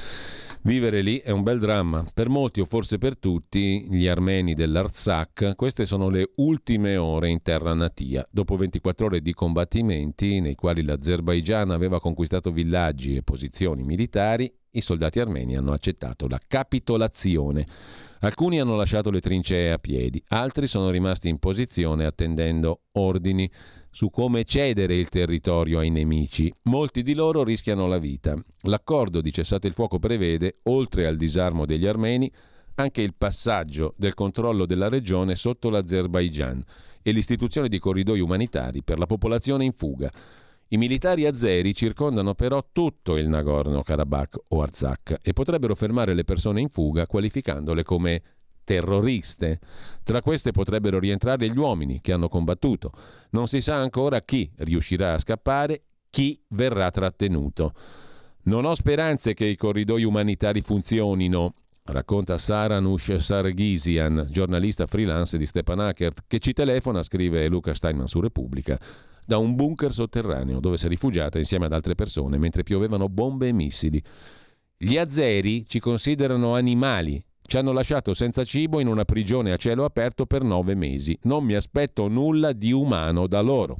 Vivere lì è un bel dramma. Per molti, o forse per tutti, gli armeni dell'Artsakh, queste sono le ultime ore in terra natia. Dopo ventiquattro ore di combattimenti, nei quali l'Azerbaigian aveva conquistato villaggi e posizioni militari, i soldati armeni hanno accettato la capitolazione. Alcuni hanno lasciato le trincee a piedi, altri sono rimasti in posizione attendendo ordini su come cedere il territorio ai nemici. Molti di loro rischiano la vita. L'accordo di cessate il fuoco prevede, oltre al disarmo degli armeni, anche il passaggio del controllo della regione sotto l'Azerbaigian e l'istituzione di corridoi umanitari per la popolazione in fuga. I militari azeri circondano però tutto il Nagorno-Karabakh o Artsakh e potrebbero fermare le persone in fuga qualificandole come terroriste. Tra queste potrebbero rientrare gli uomini che hanno combattuto. Non si sa ancora chi riuscirà a scappare, chi verrà trattenuto. Non ho speranze che i corridoi umanitari funzionino, racconta Saranush Sargisian, giornalista freelance di Stepanakert, che ci telefona, scrive Luca Steinman su Repubblica, da un bunker sotterraneo dove si è rifugiata insieme ad altre persone mentre piovevano bombe e missili. Gli azeri ci considerano animali. Ci hanno lasciato senza cibo in una prigione a cielo aperto per nove mesi. Non mi aspetto nulla di umano da loro.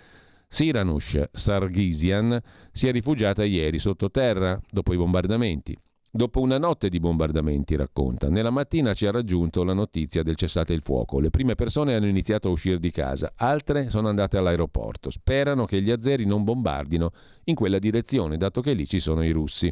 Siranush Sargisian si è rifugiata ieri sottoterra dopo i bombardamenti. Dopo una notte di bombardamenti, racconta, nella mattina ci ha raggiunto la notizia del cessate il fuoco. Le prime persone hanno iniziato a uscire di casa, altre sono andate all'aeroporto. Sperano che gli azeri non bombardino in quella direzione, dato che lì ci sono i russi.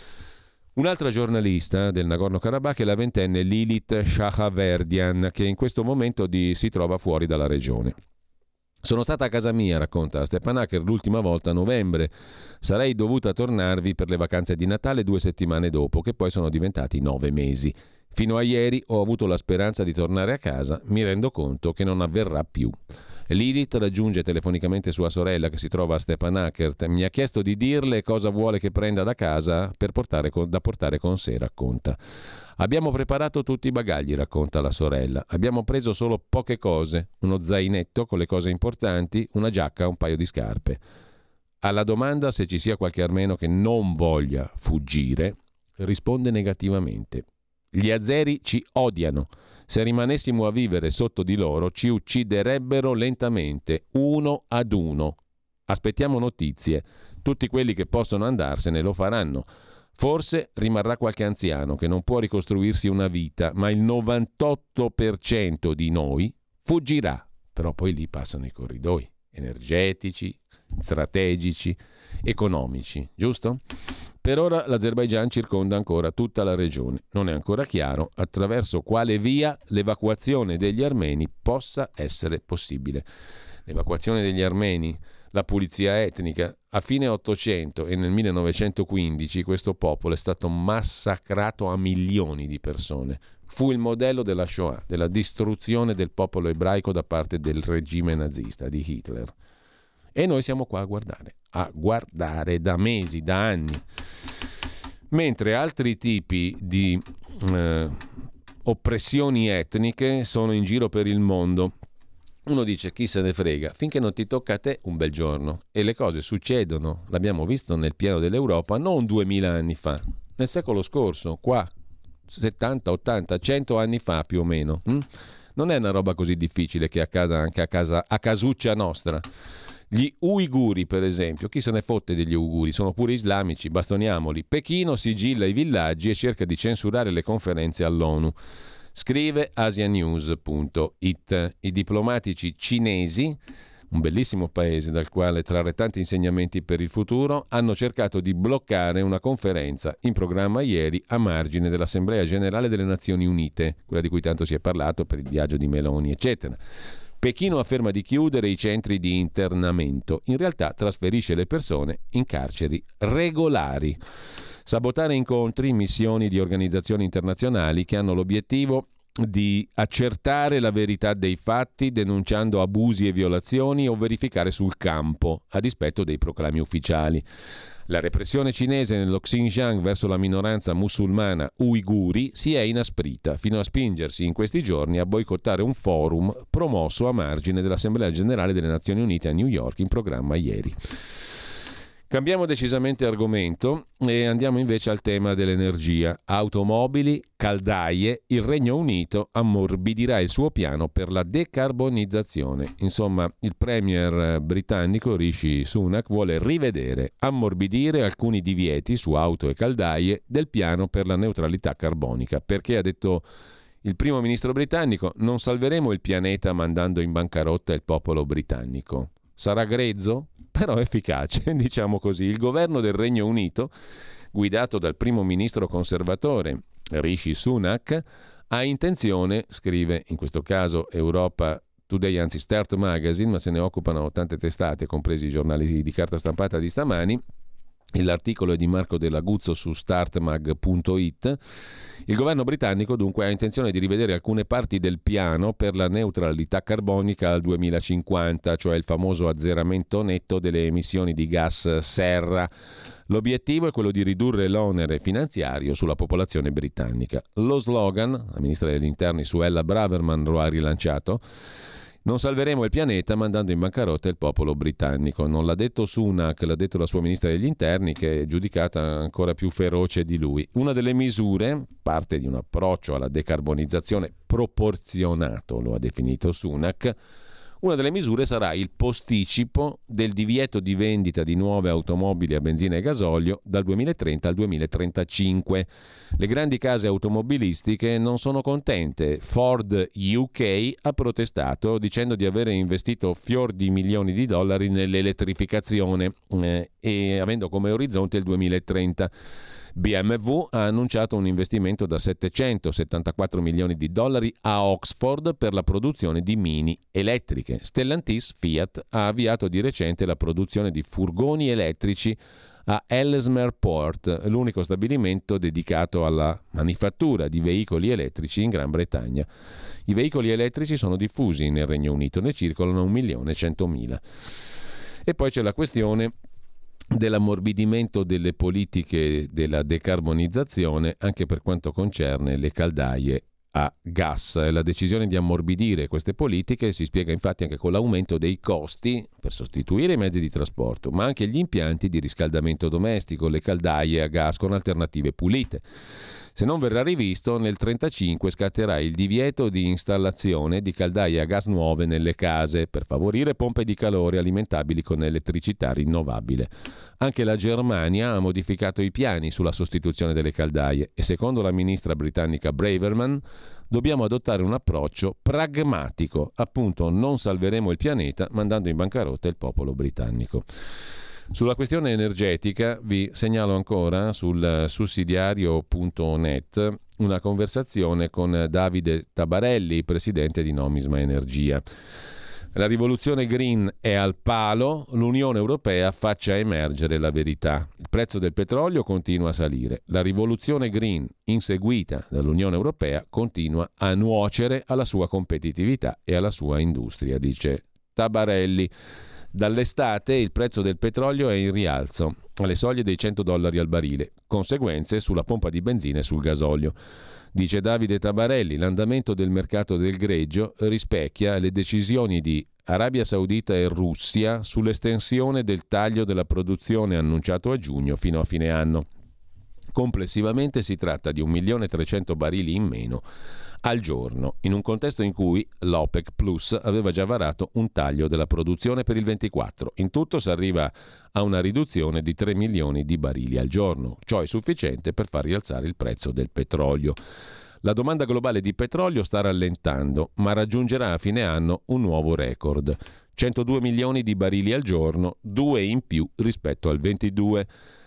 Un'altra giornalista del Nagorno-Karabakh è la ventenne Lilith Shahaverdian, che in questo momento di, si trova fuori dalla regione. Sono stata a casa mia, racconta a Stepanakert, l'ultima volta a novembre. Sarei dovuta tornarvi per le vacanze di Natale due settimane dopo, che poi sono diventati nove mesi. Fino a ieri ho avuto la speranza di tornare a casa, mi rendo conto che non avverrà più. Lilith raggiunge telefonicamente sua sorella che si trova a Stepanakert. Mi ha chiesto di dirle cosa vuole che prenda da casa per portare con, da portare con sé, racconta. Abbiamo preparato tutti i bagagli, racconta la sorella. Abbiamo preso solo poche cose, uno zainetto con le cose importanti, una giacca, un paio di scarpe. Alla domanda se ci sia qualche armeno che non voglia fuggire, risponde negativamente. Gli azeri ci odiano. Se rimanessimo a vivere sotto di loro ci ucciderebbero lentamente, uno ad uno. Aspettiamo notizie. Tutti quelli che possono andarsene lo faranno. Forse rimarrà qualche anziano che non può ricostruirsi una vita, ma il novantotto per cento di noi fuggirà. Però poi lì passano i corridoi energetici, strategici, economici, giusto? Per ora l'Azerbaigian circonda ancora tutta la regione. Non è ancora chiaro attraverso quale via l'evacuazione degli armeni possa essere possibile. L'evacuazione degli armeni, la pulizia etnica. A fine Ottocento e nel millenovecentoquindici questo popolo è stato massacrato a milioni di persone. Fu il modello della Shoah, della distruzione del popolo ebraico da parte del regime nazista di Hitler. E noi siamo qua a guardare, a guardare da mesi, da anni. Mentre altri tipi di eh, oppressioni etniche sono in giro per il mondo. Uno dice chi se ne frega, finché non ti tocca a te un bel giorno. E le cose succedono, l'abbiamo visto nel piano dell'Europa non duemila anni fa, nel secolo scorso, qua, settanta, ottanta, cento anni fa più o meno. Hm? Non è una roba così difficile che accada anche a casa, a casuccia nostra. Gli uiguri, per esempio, chi se ne fotte degli uiguri? Sono pure islamici, bastoniamoli. Pechino sigilla i villaggi e cerca di censurare le conferenze all'ONU. Scrive asianews punto it. I diplomatici cinesi, un bellissimo paese dal quale trarre tanti insegnamenti per il futuro, hanno cercato di bloccare una conferenza in programma ieri a margine dell'Assemblea Generale delle Nazioni Unite, quella di cui tanto si è parlato per il viaggio di Meloni, eccetera. Pechino afferma di chiudere i centri di internamento, in realtà trasferisce le persone in carceri regolari. Sabotare incontri, missioni di organizzazioni internazionali che hanno l'obiettivo di accertare la verità dei fatti denunciando abusi e violazioni o verificare sul campo, a dispetto dei proclami ufficiali. La repressione cinese nello Xinjiang verso la minoranza musulmana uiguri si è inasprita fino a spingersi in questi giorni a boicottare un forum promosso a margine dell'Assemblea Generale delle Nazioni Unite a New York, in programma ieri. Cambiamo decisamente argomento e andiamo invece al tema dell'energia. Automobili, caldaie, il Regno Unito ammorbidirà il suo piano per la decarbonizzazione. Insomma, il premier britannico Rishi Sunak vuole rivedere, ammorbidire alcuni divieti su auto e caldaie del piano per la neutralità carbonica, perché, ha detto il primo ministro britannico, non salveremo il pianeta mandando in bancarotta il popolo britannico. Sarà grezzo? Però efficace, diciamo così. Il governo del Regno Unito, guidato dal primo ministro conservatore Rishi Sunak, ha intenzione, scrive in questo caso Europa Today, anzi Start Magazine, ma se ne occupano tante testate, compresi i giornali di carta stampata di stamani. L'articolo è di Marco Della Guzzo su startmag punto it. Il governo britannico dunque ha intenzione di rivedere alcune parti del piano per la neutralità carbonica al duemilacinquanta, cioè il famoso azzeramento netto delle emissioni di gas serra. L'obiettivo è quello di ridurre l'onere finanziario sulla popolazione britannica. Lo slogan, la ministra degli interni Suella Braverman lo ha rilanciato: non salveremo il pianeta mandando in bancarotta il popolo britannico. Non l'ha detto Sunak, l'ha detto la sua ministra degli interni, che è giudicata ancora più feroce di lui. Una delle misure, parte di un approccio alla decarbonizzazione proporzionato, lo ha definito Sunak, una delle misure sarà il posticipo del divieto di vendita di nuove automobili a benzina e gasolio dal duemilatrenta al duemilatrentacinque. Le grandi case automobilistiche non sono contente. Ford U K ha protestato dicendo di avere investito fior di milioni di dollari nell'elettrificazione eh, e avendo come orizzonte il duemilatrenta. B M W ha annunciato un investimento da settecentosettantaquattro milioni di dollari a Oxford per la produzione di mini elettriche. Stellantis Fiat ha avviato di recente la produzione di furgoni elettrici a Ellesmere Port, l'unico stabilimento dedicato alla manifattura di veicoli elettrici in Gran Bretagna. I veicoli elettrici sono diffusi nel Regno Unito, ne circolano un milione e centomila. E poi c'è la questione dell'ammorbidimento delle politiche della decarbonizzazione anche per quanto concerne le caldaie a gas. La decisione di ammorbidire queste politiche si spiega infatti anche con l'aumento dei costi per sostituire i mezzi di trasporto, ma anche gli impianti di riscaldamento domestico, le caldaie a gas con alternative pulite. Se non verrà rivisto, nel trentacinque scatterà il divieto di installazione di caldaie a gas nuove nelle case per favorire pompe di calore alimentabili con elettricità rinnovabile. Anche la Germania ha modificato i piani sulla sostituzione delle caldaie e, secondo la ministra britannica Braverman, dobbiamo adottare un approccio pragmatico. Appunto, non salveremo il pianeta mandando in bancarotta il popolo britannico. Sulla questione energetica vi segnalo ancora sul sussidiario punto net una conversazione con Davide Tabarelli, presidente di Nomisma Energia. La rivoluzione green è al palo, l'Unione Europea faccia emergere la verità. Il prezzo del petrolio continua a salire. La rivoluzione green inseguita dall'Unione Europea continua a nuocere alla sua competitività e alla sua industria, dice Tabarelli. Dall'estate il prezzo del petrolio è in rialzo, alle soglie dei cento dollari al barile, conseguenze sulla pompa di benzina e sul gasolio. Dice Davide Tabarelli, l'andamento del mercato del greggio rispecchia le decisioni di Arabia Saudita e Russia sull'estensione del taglio della produzione annunciato a giugno fino a fine anno. Complessivamente si tratta di un milione e trecento barili in meno al giorno, in un contesto in cui l'OPEC Plus aveva già varato un taglio della produzione per il ventiquattro. In tutto si arriva a una riduzione di tre milioni di barili al giorno. Ciò è sufficiente per far rialzare il prezzo del petrolio. La domanda globale di petrolio sta rallentando, ma raggiungerà a fine anno un nuovo record. centodue milioni di barili al giorno, due in più rispetto al ventidue.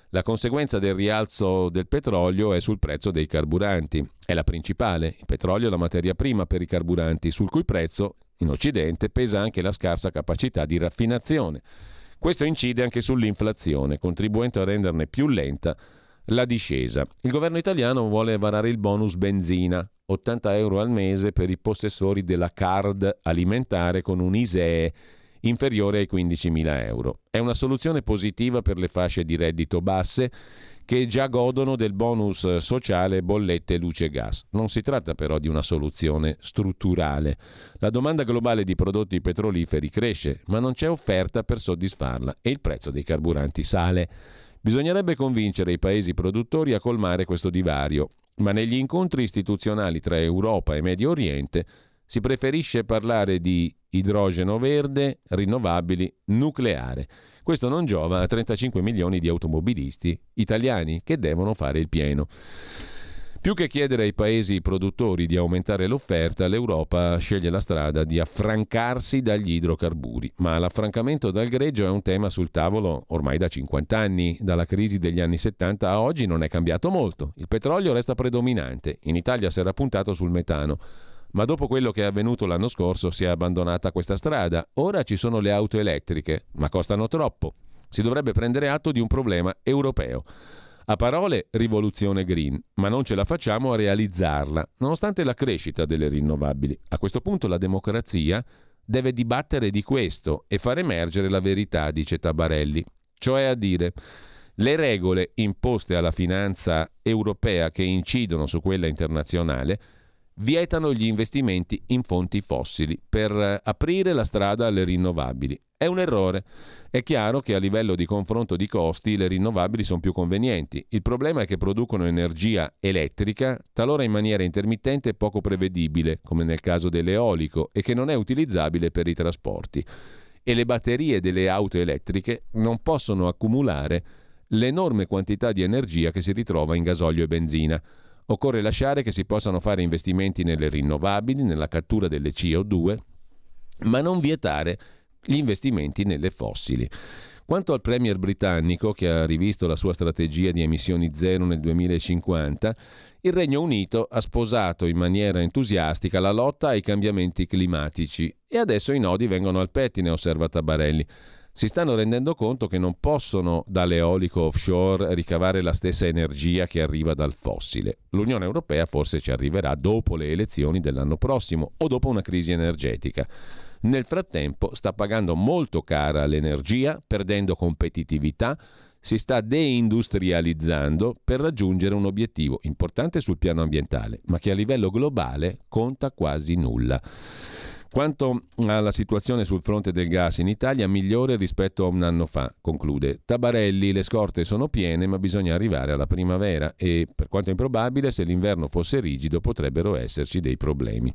La conseguenza del rialzo del petrolio è sul prezzo dei carburanti. È la principale. Il petrolio è la materia prima per i carburanti, sul cui prezzo in Occidente pesa anche la scarsa capacità di raffinazione. Questo incide anche sull'inflazione, contribuendo a renderne più lenta la discesa. Il governo italiano vuole varare il bonus benzina, ottanta euro al mese per i possessori della card alimentare con un I S E E inferiore ai quindicimila euro. È una soluzione positiva per le fasce di reddito basse che già godono del bonus sociale bollette luce e gas. Non si tratta però di una soluzione strutturale. La domanda globale di prodotti petroliferi cresce, ma non c'è offerta per soddisfarla e il prezzo dei carburanti sale. Bisognerebbe convincere i paesi produttori a colmare questo divario, ma negli incontri istituzionali tra Europa e Medio Oriente si preferisce parlare di idrogeno verde, rinnovabili, nucleare. Questo non giova a trentacinque milioni di automobilisti italiani che devono fare il pieno. Più che chiedere ai paesi produttori di aumentare l'offerta, l'Europa sceglie la strada di affrancarsi dagli idrocarburi. Ma l'affrancamento dal greggio è un tema sul tavolo ormai da cinquanta anni. Dalla crisi degli anni settanta a oggi non è cambiato molto. Il petrolio resta predominante. In Italia si era puntato sul metano. Ma dopo quello che è avvenuto l'anno scorso si è abbandonata questa strada. Ora ci sono le auto elettriche, ma costano troppo. Si dovrebbe prendere atto di un problema europeo. A parole rivoluzione green, ma non ce la facciamo a realizzarla, nonostante la crescita delle rinnovabili. A questo punto la democrazia deve dibattere di questo e far emergere la verità, dice Tabarelli. Cioè a dire, le regole imposte alla finanza europea che incidono su quella internazionale vietano gli investimenti in fonti fossili per aprire la strada alle rinnovabili. È un errore. È chiaro che a livello di confronto di costi le rinnovabili sono più convenienti. Il problema è che producono energia elettrica, talora in maniera intermittente e poco prevedibile, come nel caso dell'eolico, e che non è utilizzabile per i trasporti. E le batterie delle auto elettriche non possono accumulare l'enorme quantità di energia che si ritrova in gasolio e benzina. Occorre lasciare che si possano fare investimenti nelle rinnovabili, nella cattura delle C O due, ma non vietare gli investimenti nelle fossili. Quanto al premier britannico, che ha rivisto la sua strategia di emissioni zero nel duemilacinquanta, il Regno Unito ha sposato in maniera entusiastica la lotta ai cambiamenti climatici e adesso i nodi vengono al pettine, osserva Tabarelli. Si stanno rendendo conto che non possono dall'eolico offshore ricavare la stessa energia che arriva dal fossile. L'Unione Europea forse ci arriverà dopo le elezioni dell'anno prossimo o dopo una crisi energetica. Nel frattempo sta pagando molto cara l'energia, perdendo competitività, si sta deindustrializzando per raggiungere un obiettivo importante sul piano ambientale, ma che a livello globale conta quasi nulla. Quanto alla situazione sul fronte del gas in Italia, migliore rispetto a un anno fa, conclude Tabarelli. Le scorte sono piene, ma bisogna arrivare alla primavera e, per quanto improbabile, se l'inverno fosse rigido potrebbero esserci dei problemi.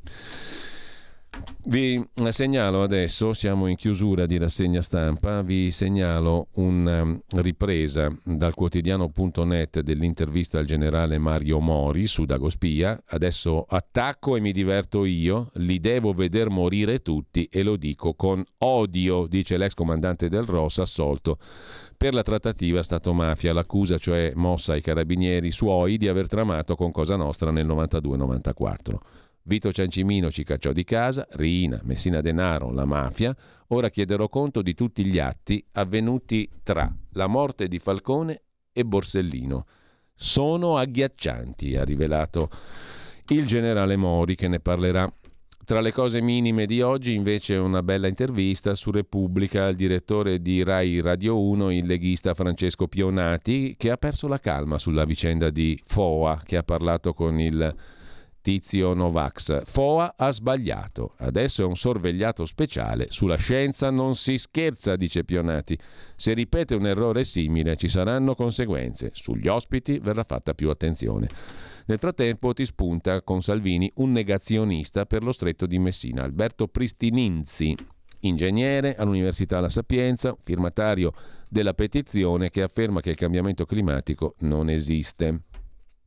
Vi segnalo adesso, siamo in chiusura di rassegna stampa, vi segnalo una ripresa dal quotidiano punto net dell'intervista al generale Mario Mori su Dagospia. Adesso attacco e mi diverto io, li devo veder morire tutti e lo dico con odio, dice l'ex comandante del R O S assolto per la trattativa Stato-mafia, l'accusa cioè mossa ai carabinieri suoi di aver tramato con Cosa Nostra nel novantadue novantaquattro. Vito Ciancimino ci cacciò di casa, Riina, Messina Denaro, la mafia. Ora chiederò conto di tutti gli atti avvenuti tra la morte di Falcone e Borsellino. Sono agghiaccianti, ha rivelato il generale Mori, che ne parlerà. Tra le cose minime di oggi invece una bella intervista su Repubblica al direttore di Rai Radio uno, il leghista Francesco Pionati, che ha perso la calma sulla vicenda di F O A, che ha parlato con il Tizio Novax. F O A ha sbagliato, adesso è un sorvegliato speciale, sulla scienza non si scherza, dice Pionati. Se ripete un errore simile ci saranno conseguenze, sugli ospiti verrà fatta più attenzione. Nel frattempo ti spunta con Salvini un negazionista per lo Stretto di Messina, Alberto Pristininzi, ingegnere all'Università La Sapienza, firmatario della petizione che afferma che il cambiamento climatico non esiste.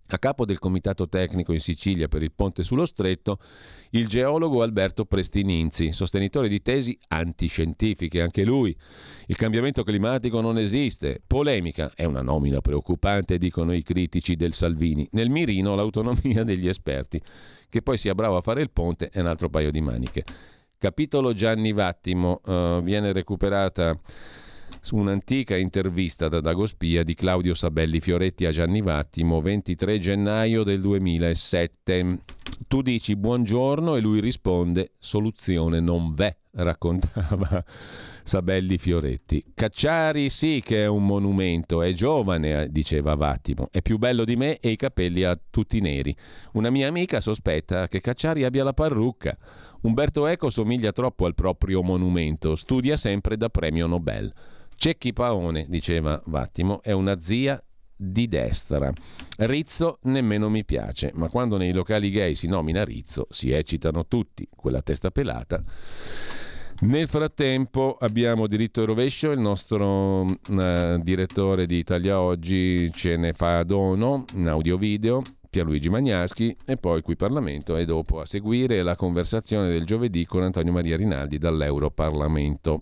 A capo del comitato tecnico in Sicilia per il ponte sullo Stretto, il geologo Alberto Prestininzi, sostenitore di tesi antiscientifiche, anche lui. Il cambiamento climatico non esiste. Polemica, è una nomina preoccupante, dicono i critici del Salvini. Nel mirino l'autonomia degli esperti. Che poi sia bravo a fare il ponte è un altro paio di maniche. Capitolo Gianni Vattimo, uh, viene recuperata su un'antica intervista da Dago Spia di Claudio Sabelli Fioretti a Gianni Vattimo, ventitré gennaio del duemilasette. Tu dici buongiorno e lui risponde soluzione non v'è, raccontava Sabelli Fioretti. Cacciari sì che è un monumento, è giovane, diceva Vattimo, è più bello di me e i capelli ha tutti neri. Una mia amica sospetta che Cacciari abbia la parrucca. Umberto Eco somiglia troppo al proprio monumento, studia sempre da premio Nobel. Cecchi Paone, diceva Vattimo, è una zia di destra. Rizzo nemmeno mi piace, ma quando nei locali gay si nomina Rizzo si eccitano tutti, quella testa pelata. Nel frattempo abbiamo Diritto e Rovescio, il nostro uh, direttore di Italia Oggi ce ne fa dono in audio-video, Pierluigi Magnaschi, e poi qui Parlamento, e dopo a seguire la conversazione del giovedì con Antonio Maria Rinaldi dall'Europarlamento.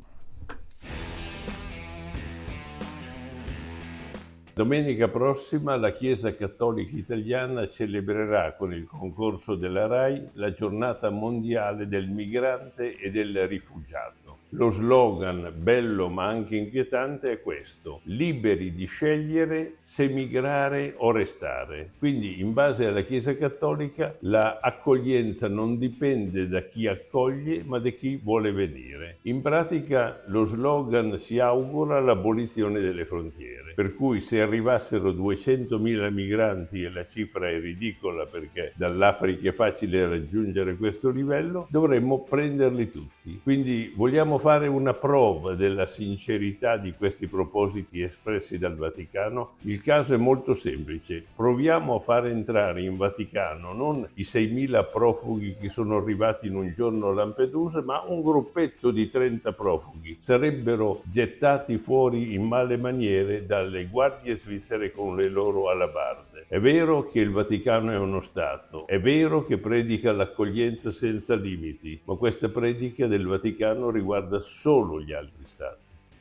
Domenica prossima la Chiesa Cattolica Italiana celebrerà con il concorso della RAI la giornata mondiale del migrante e del rifugiato. Lo slogan, bello ma anche inquietante, è questo: liberi di scegliere se migrare o restare. Quindi, in base alla Chiesa Cattolica, la accoglienza non dipende da chi accoglie, ma da chi vuole venire. In pratica, lo slogan si augura l'abolizione delle frontiere, per cui se arrivassero duecentomila migranti, e la cifra è ridicola perché dall'Africa è facile raggiungere questo livello, dovremmo prenderli tutti. Quindi vogliamo fare una prova della sincerità di questi propositi espressi dal Vaticano? Il caso è molto semplice. Proviamo a far entrare in Vaticano non i seimila profughi che sono arrivati in un giorno a Lampedusa, ma un gruppetto di trenta profughi. Sarebbero gettati fuori in male maniere dalle guardie svizzere con le loro alabarde. È vero che il Vaticano è uno Stato, è vero che predica l'accoglienza senza limiti, ma questa predica del Vaticano riguarda solo gli altri Stati.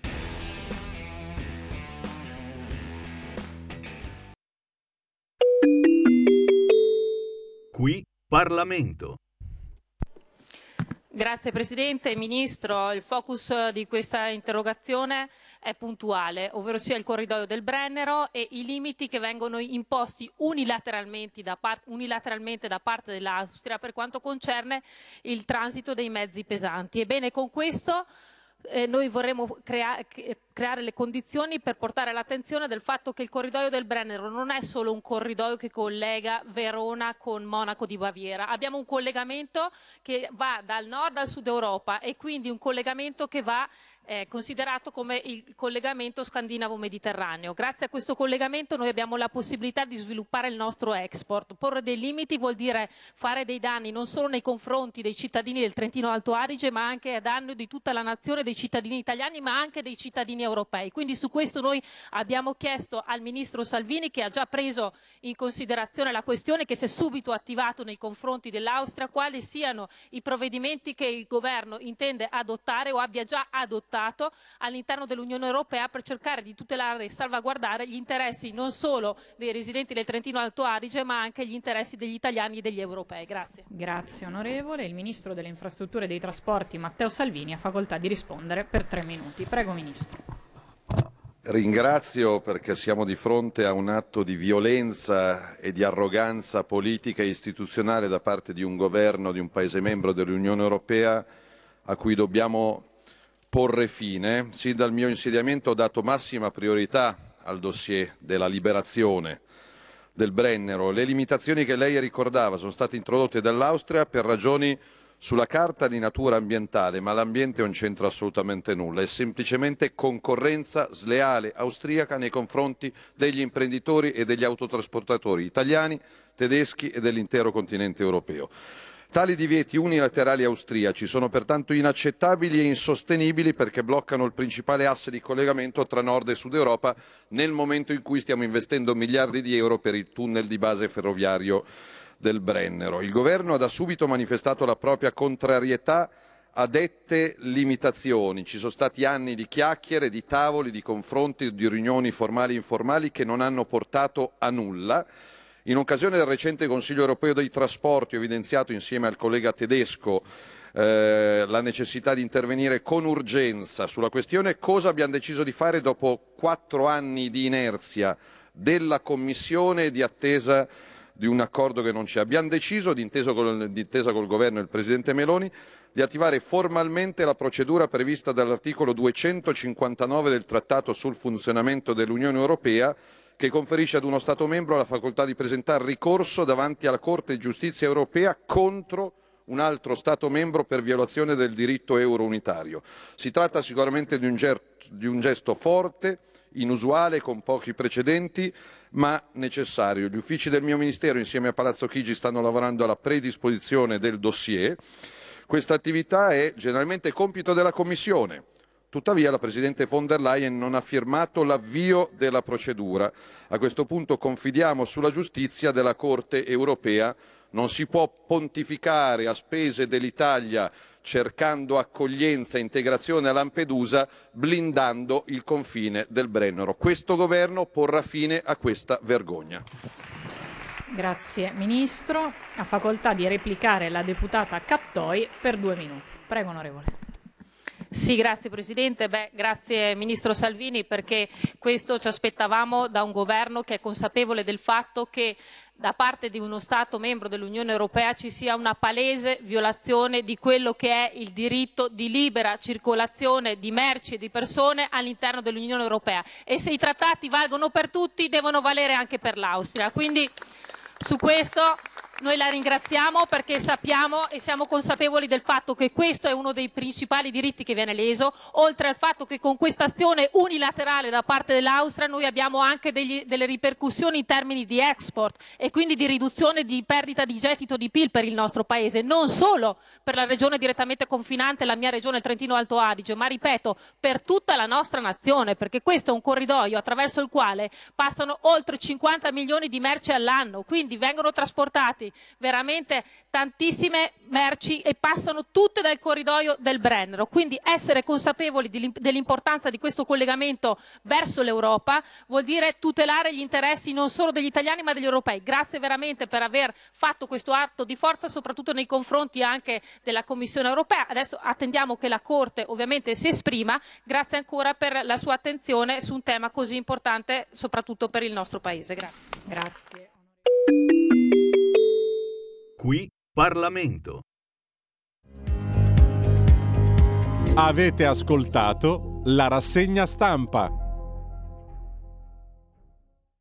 Qui Parlamento. Grazie Presidente. Ministro, il focus di questa interrogazione è puntuale, ovvero sia il corridoio del Brennero e i limiti che vengono imposti unilateralmente da, par- unilateralmente da parte dell'Austria per quanto concerne il transito dei mezzi pesanti. Ebbene, con questo eh, noi vorremmo crea- creare le condizioni per portare l'attenzione del fatto che il corridoio del Brennero non è solo un corridoio che collega Verona con Monaco di Baviera. Abbiamo un collegamento che va dal nord al sud Europa e quindi un collegamento che va eh, considerato come il collegamento scandinavo-mediterraneo. Grazie a questo collegamento noi abbiamo la possibilità di sviluppare il nostro export. Porre dei limiti vuol dire fare dei danni non solo nei confronti dei cittadini del Trentino Alto Adige, ma anche a danno di tutta la nazione, dei cittadini italiani, ma anche dei cittadini europei. Quindi su questo noi abbiamo chiesto al Ministro Salvini, che ha già preso in considerazione la questione, che si è subito attivato nei confronti dell'Austria, quali siano i provvedimenti che il Governo intende adottare o abbia già adottato all'interno dell'Unione Europea per cercare di tutelare e salvaguardare gli interessi non solo dei residenti del Trentino Alto Adige, ma anche gli interessi degli italiani e degli europei. Grazie. Grazie onorevole. Il Ministro delle Infrastrutture e dei Trasporti Matteo Salvini ha facoltà di rispondere per tre minuti. Prego Ministro. Ringrazio, perché siamo di fronte a un atto di violenza e di arroganza politica e istituzionale da parte di un governo di un Paese membro dell'Unione Europea a cui dobbiamo porre fine. Sin dal mio insediamento ho dato massima priorità al dossier della liberazione del Brennero. Le limitazioni che lei ricordava sono state introdotte dall'Austria per ragioni sulla carta di natura ambientale, ma l'ambiente non c'entra assolutamente nulla, è semplicemente concorrenza sleale austriaca nei confronti degli imprenditori e degli autotrasportatori italiani, tedeschi e dell'intero continente europeo. Tali divieti unilaterali austriaci sono pertanto inaccettabili e insostenibili perché bloccano il principale asse di collegamento tra Nord e Sud Europa nel momento in cui stiamo investendo miliardi di euro per il tunnel di base ferroviario del Brennero. Il governo ha da subito manifestato la propria contrarietà a dette limitazioni. Ci sono stati anni di chiacchiere, di tavoli, di confronti, di riunioni formali e informali che non hanno portato a nulla. In occasione del recente Consiglio europeo dei trasporti ho evidenziato insieme al collega tedesco eh, la necessità di intervenire con urgenza sulla questione. Cosa abbiamo deciso di fare dopo quattro anni di inerzia della Commissione e di attesa di un accordo che non c'è? Abbiamo deciso, d'intesa col, d'intesa col governo e il Presidente Meloni, di attivare formalmente la procedura prevista dall'articolo duecentocinquantanove del Trattato sul funzionamento dell'Unione Europea, che conferisce ad uno Stato membro la facoltà di presentare ricorso davanti alla Corte di Giustizia europea contro un altro Stato membro per violazione del diritto euro-unitario. Si tratta sicuramente di un, ger- di un gesto forte, inusuale, con pochi precedenti, ma necessario. Gli uffici del mio Ministero insieme a Palazzo Chigi stanno lavorando alla predisposizione del dossier. Questa attività è generalmente compito della Commissione. Tuttavia la Presidente von der Leyen non ha firmato l'avvio della procedura. A questo punto confidiamo sulla giustizia della Corte europea. Non si può pontificare a spese dell'Italia cercando accoglienza e integrazione a Lampedusa, blindando il confine del Brennero. Questo governo porrà fine a questa vergogna. Grazie Ministro. Ha facoltà di replicare la deputata Cattoi per due minuti. Prego, onorevole. Sì, grazie Presidente. Beh, grazie Ministro Salvini, perché questo ci aspettavamo da un governo che è consapevole del fatto che da parte di uno Stato membro dell'Unione Europea ci sia una palese violazione di quello che è il diritto di libera circolazione di merci e di persone all'interno dell'Unione Europea. E se i trattati valgono per tutti, devono valere anche per l'Austria. Quindi su questo noi la ringraziamo, perché sappiamo e siamo consapevoli del fatto che questo è uno dei principali diritti che viene leso, oltre al fatto che con questa azione unilaterale da parte dell'Austria noi abbiamo anche degli, delle ripercussioni in termini di export e quindi di riduzione di perdita di gettito di P I L per il nostro Paese, non solo per la regione direttamente confinante, la mia regione, il Trentino Alto Adige, ma ripeto, per tutta la nostra nazione, perché questo è un corridoio attraverso il quale passano oltre cinquanta milioni di merci all'anno, quindi vengono trasportati veramente tantissime merci e passano tutte dal corridoio del Brennero. Quindi essere consapevoli dell'importanza di questo collegamento verso l'Europa vuol dire tutelare gli interessi non solo degli italiani ma degli europei. Grazie veramente per aver fatto questo atto di forza, soprattutto nei confronti anche della Commissione europea. Adesso attendiamo che la Corte ovviamente si esprima. Grazie ancora per la sua attenzione su un tema così importante soprattutto per il nostro Paese. Grazie. Grazie. Qui Parlamento. Avete ascoltato la rassegna stampa.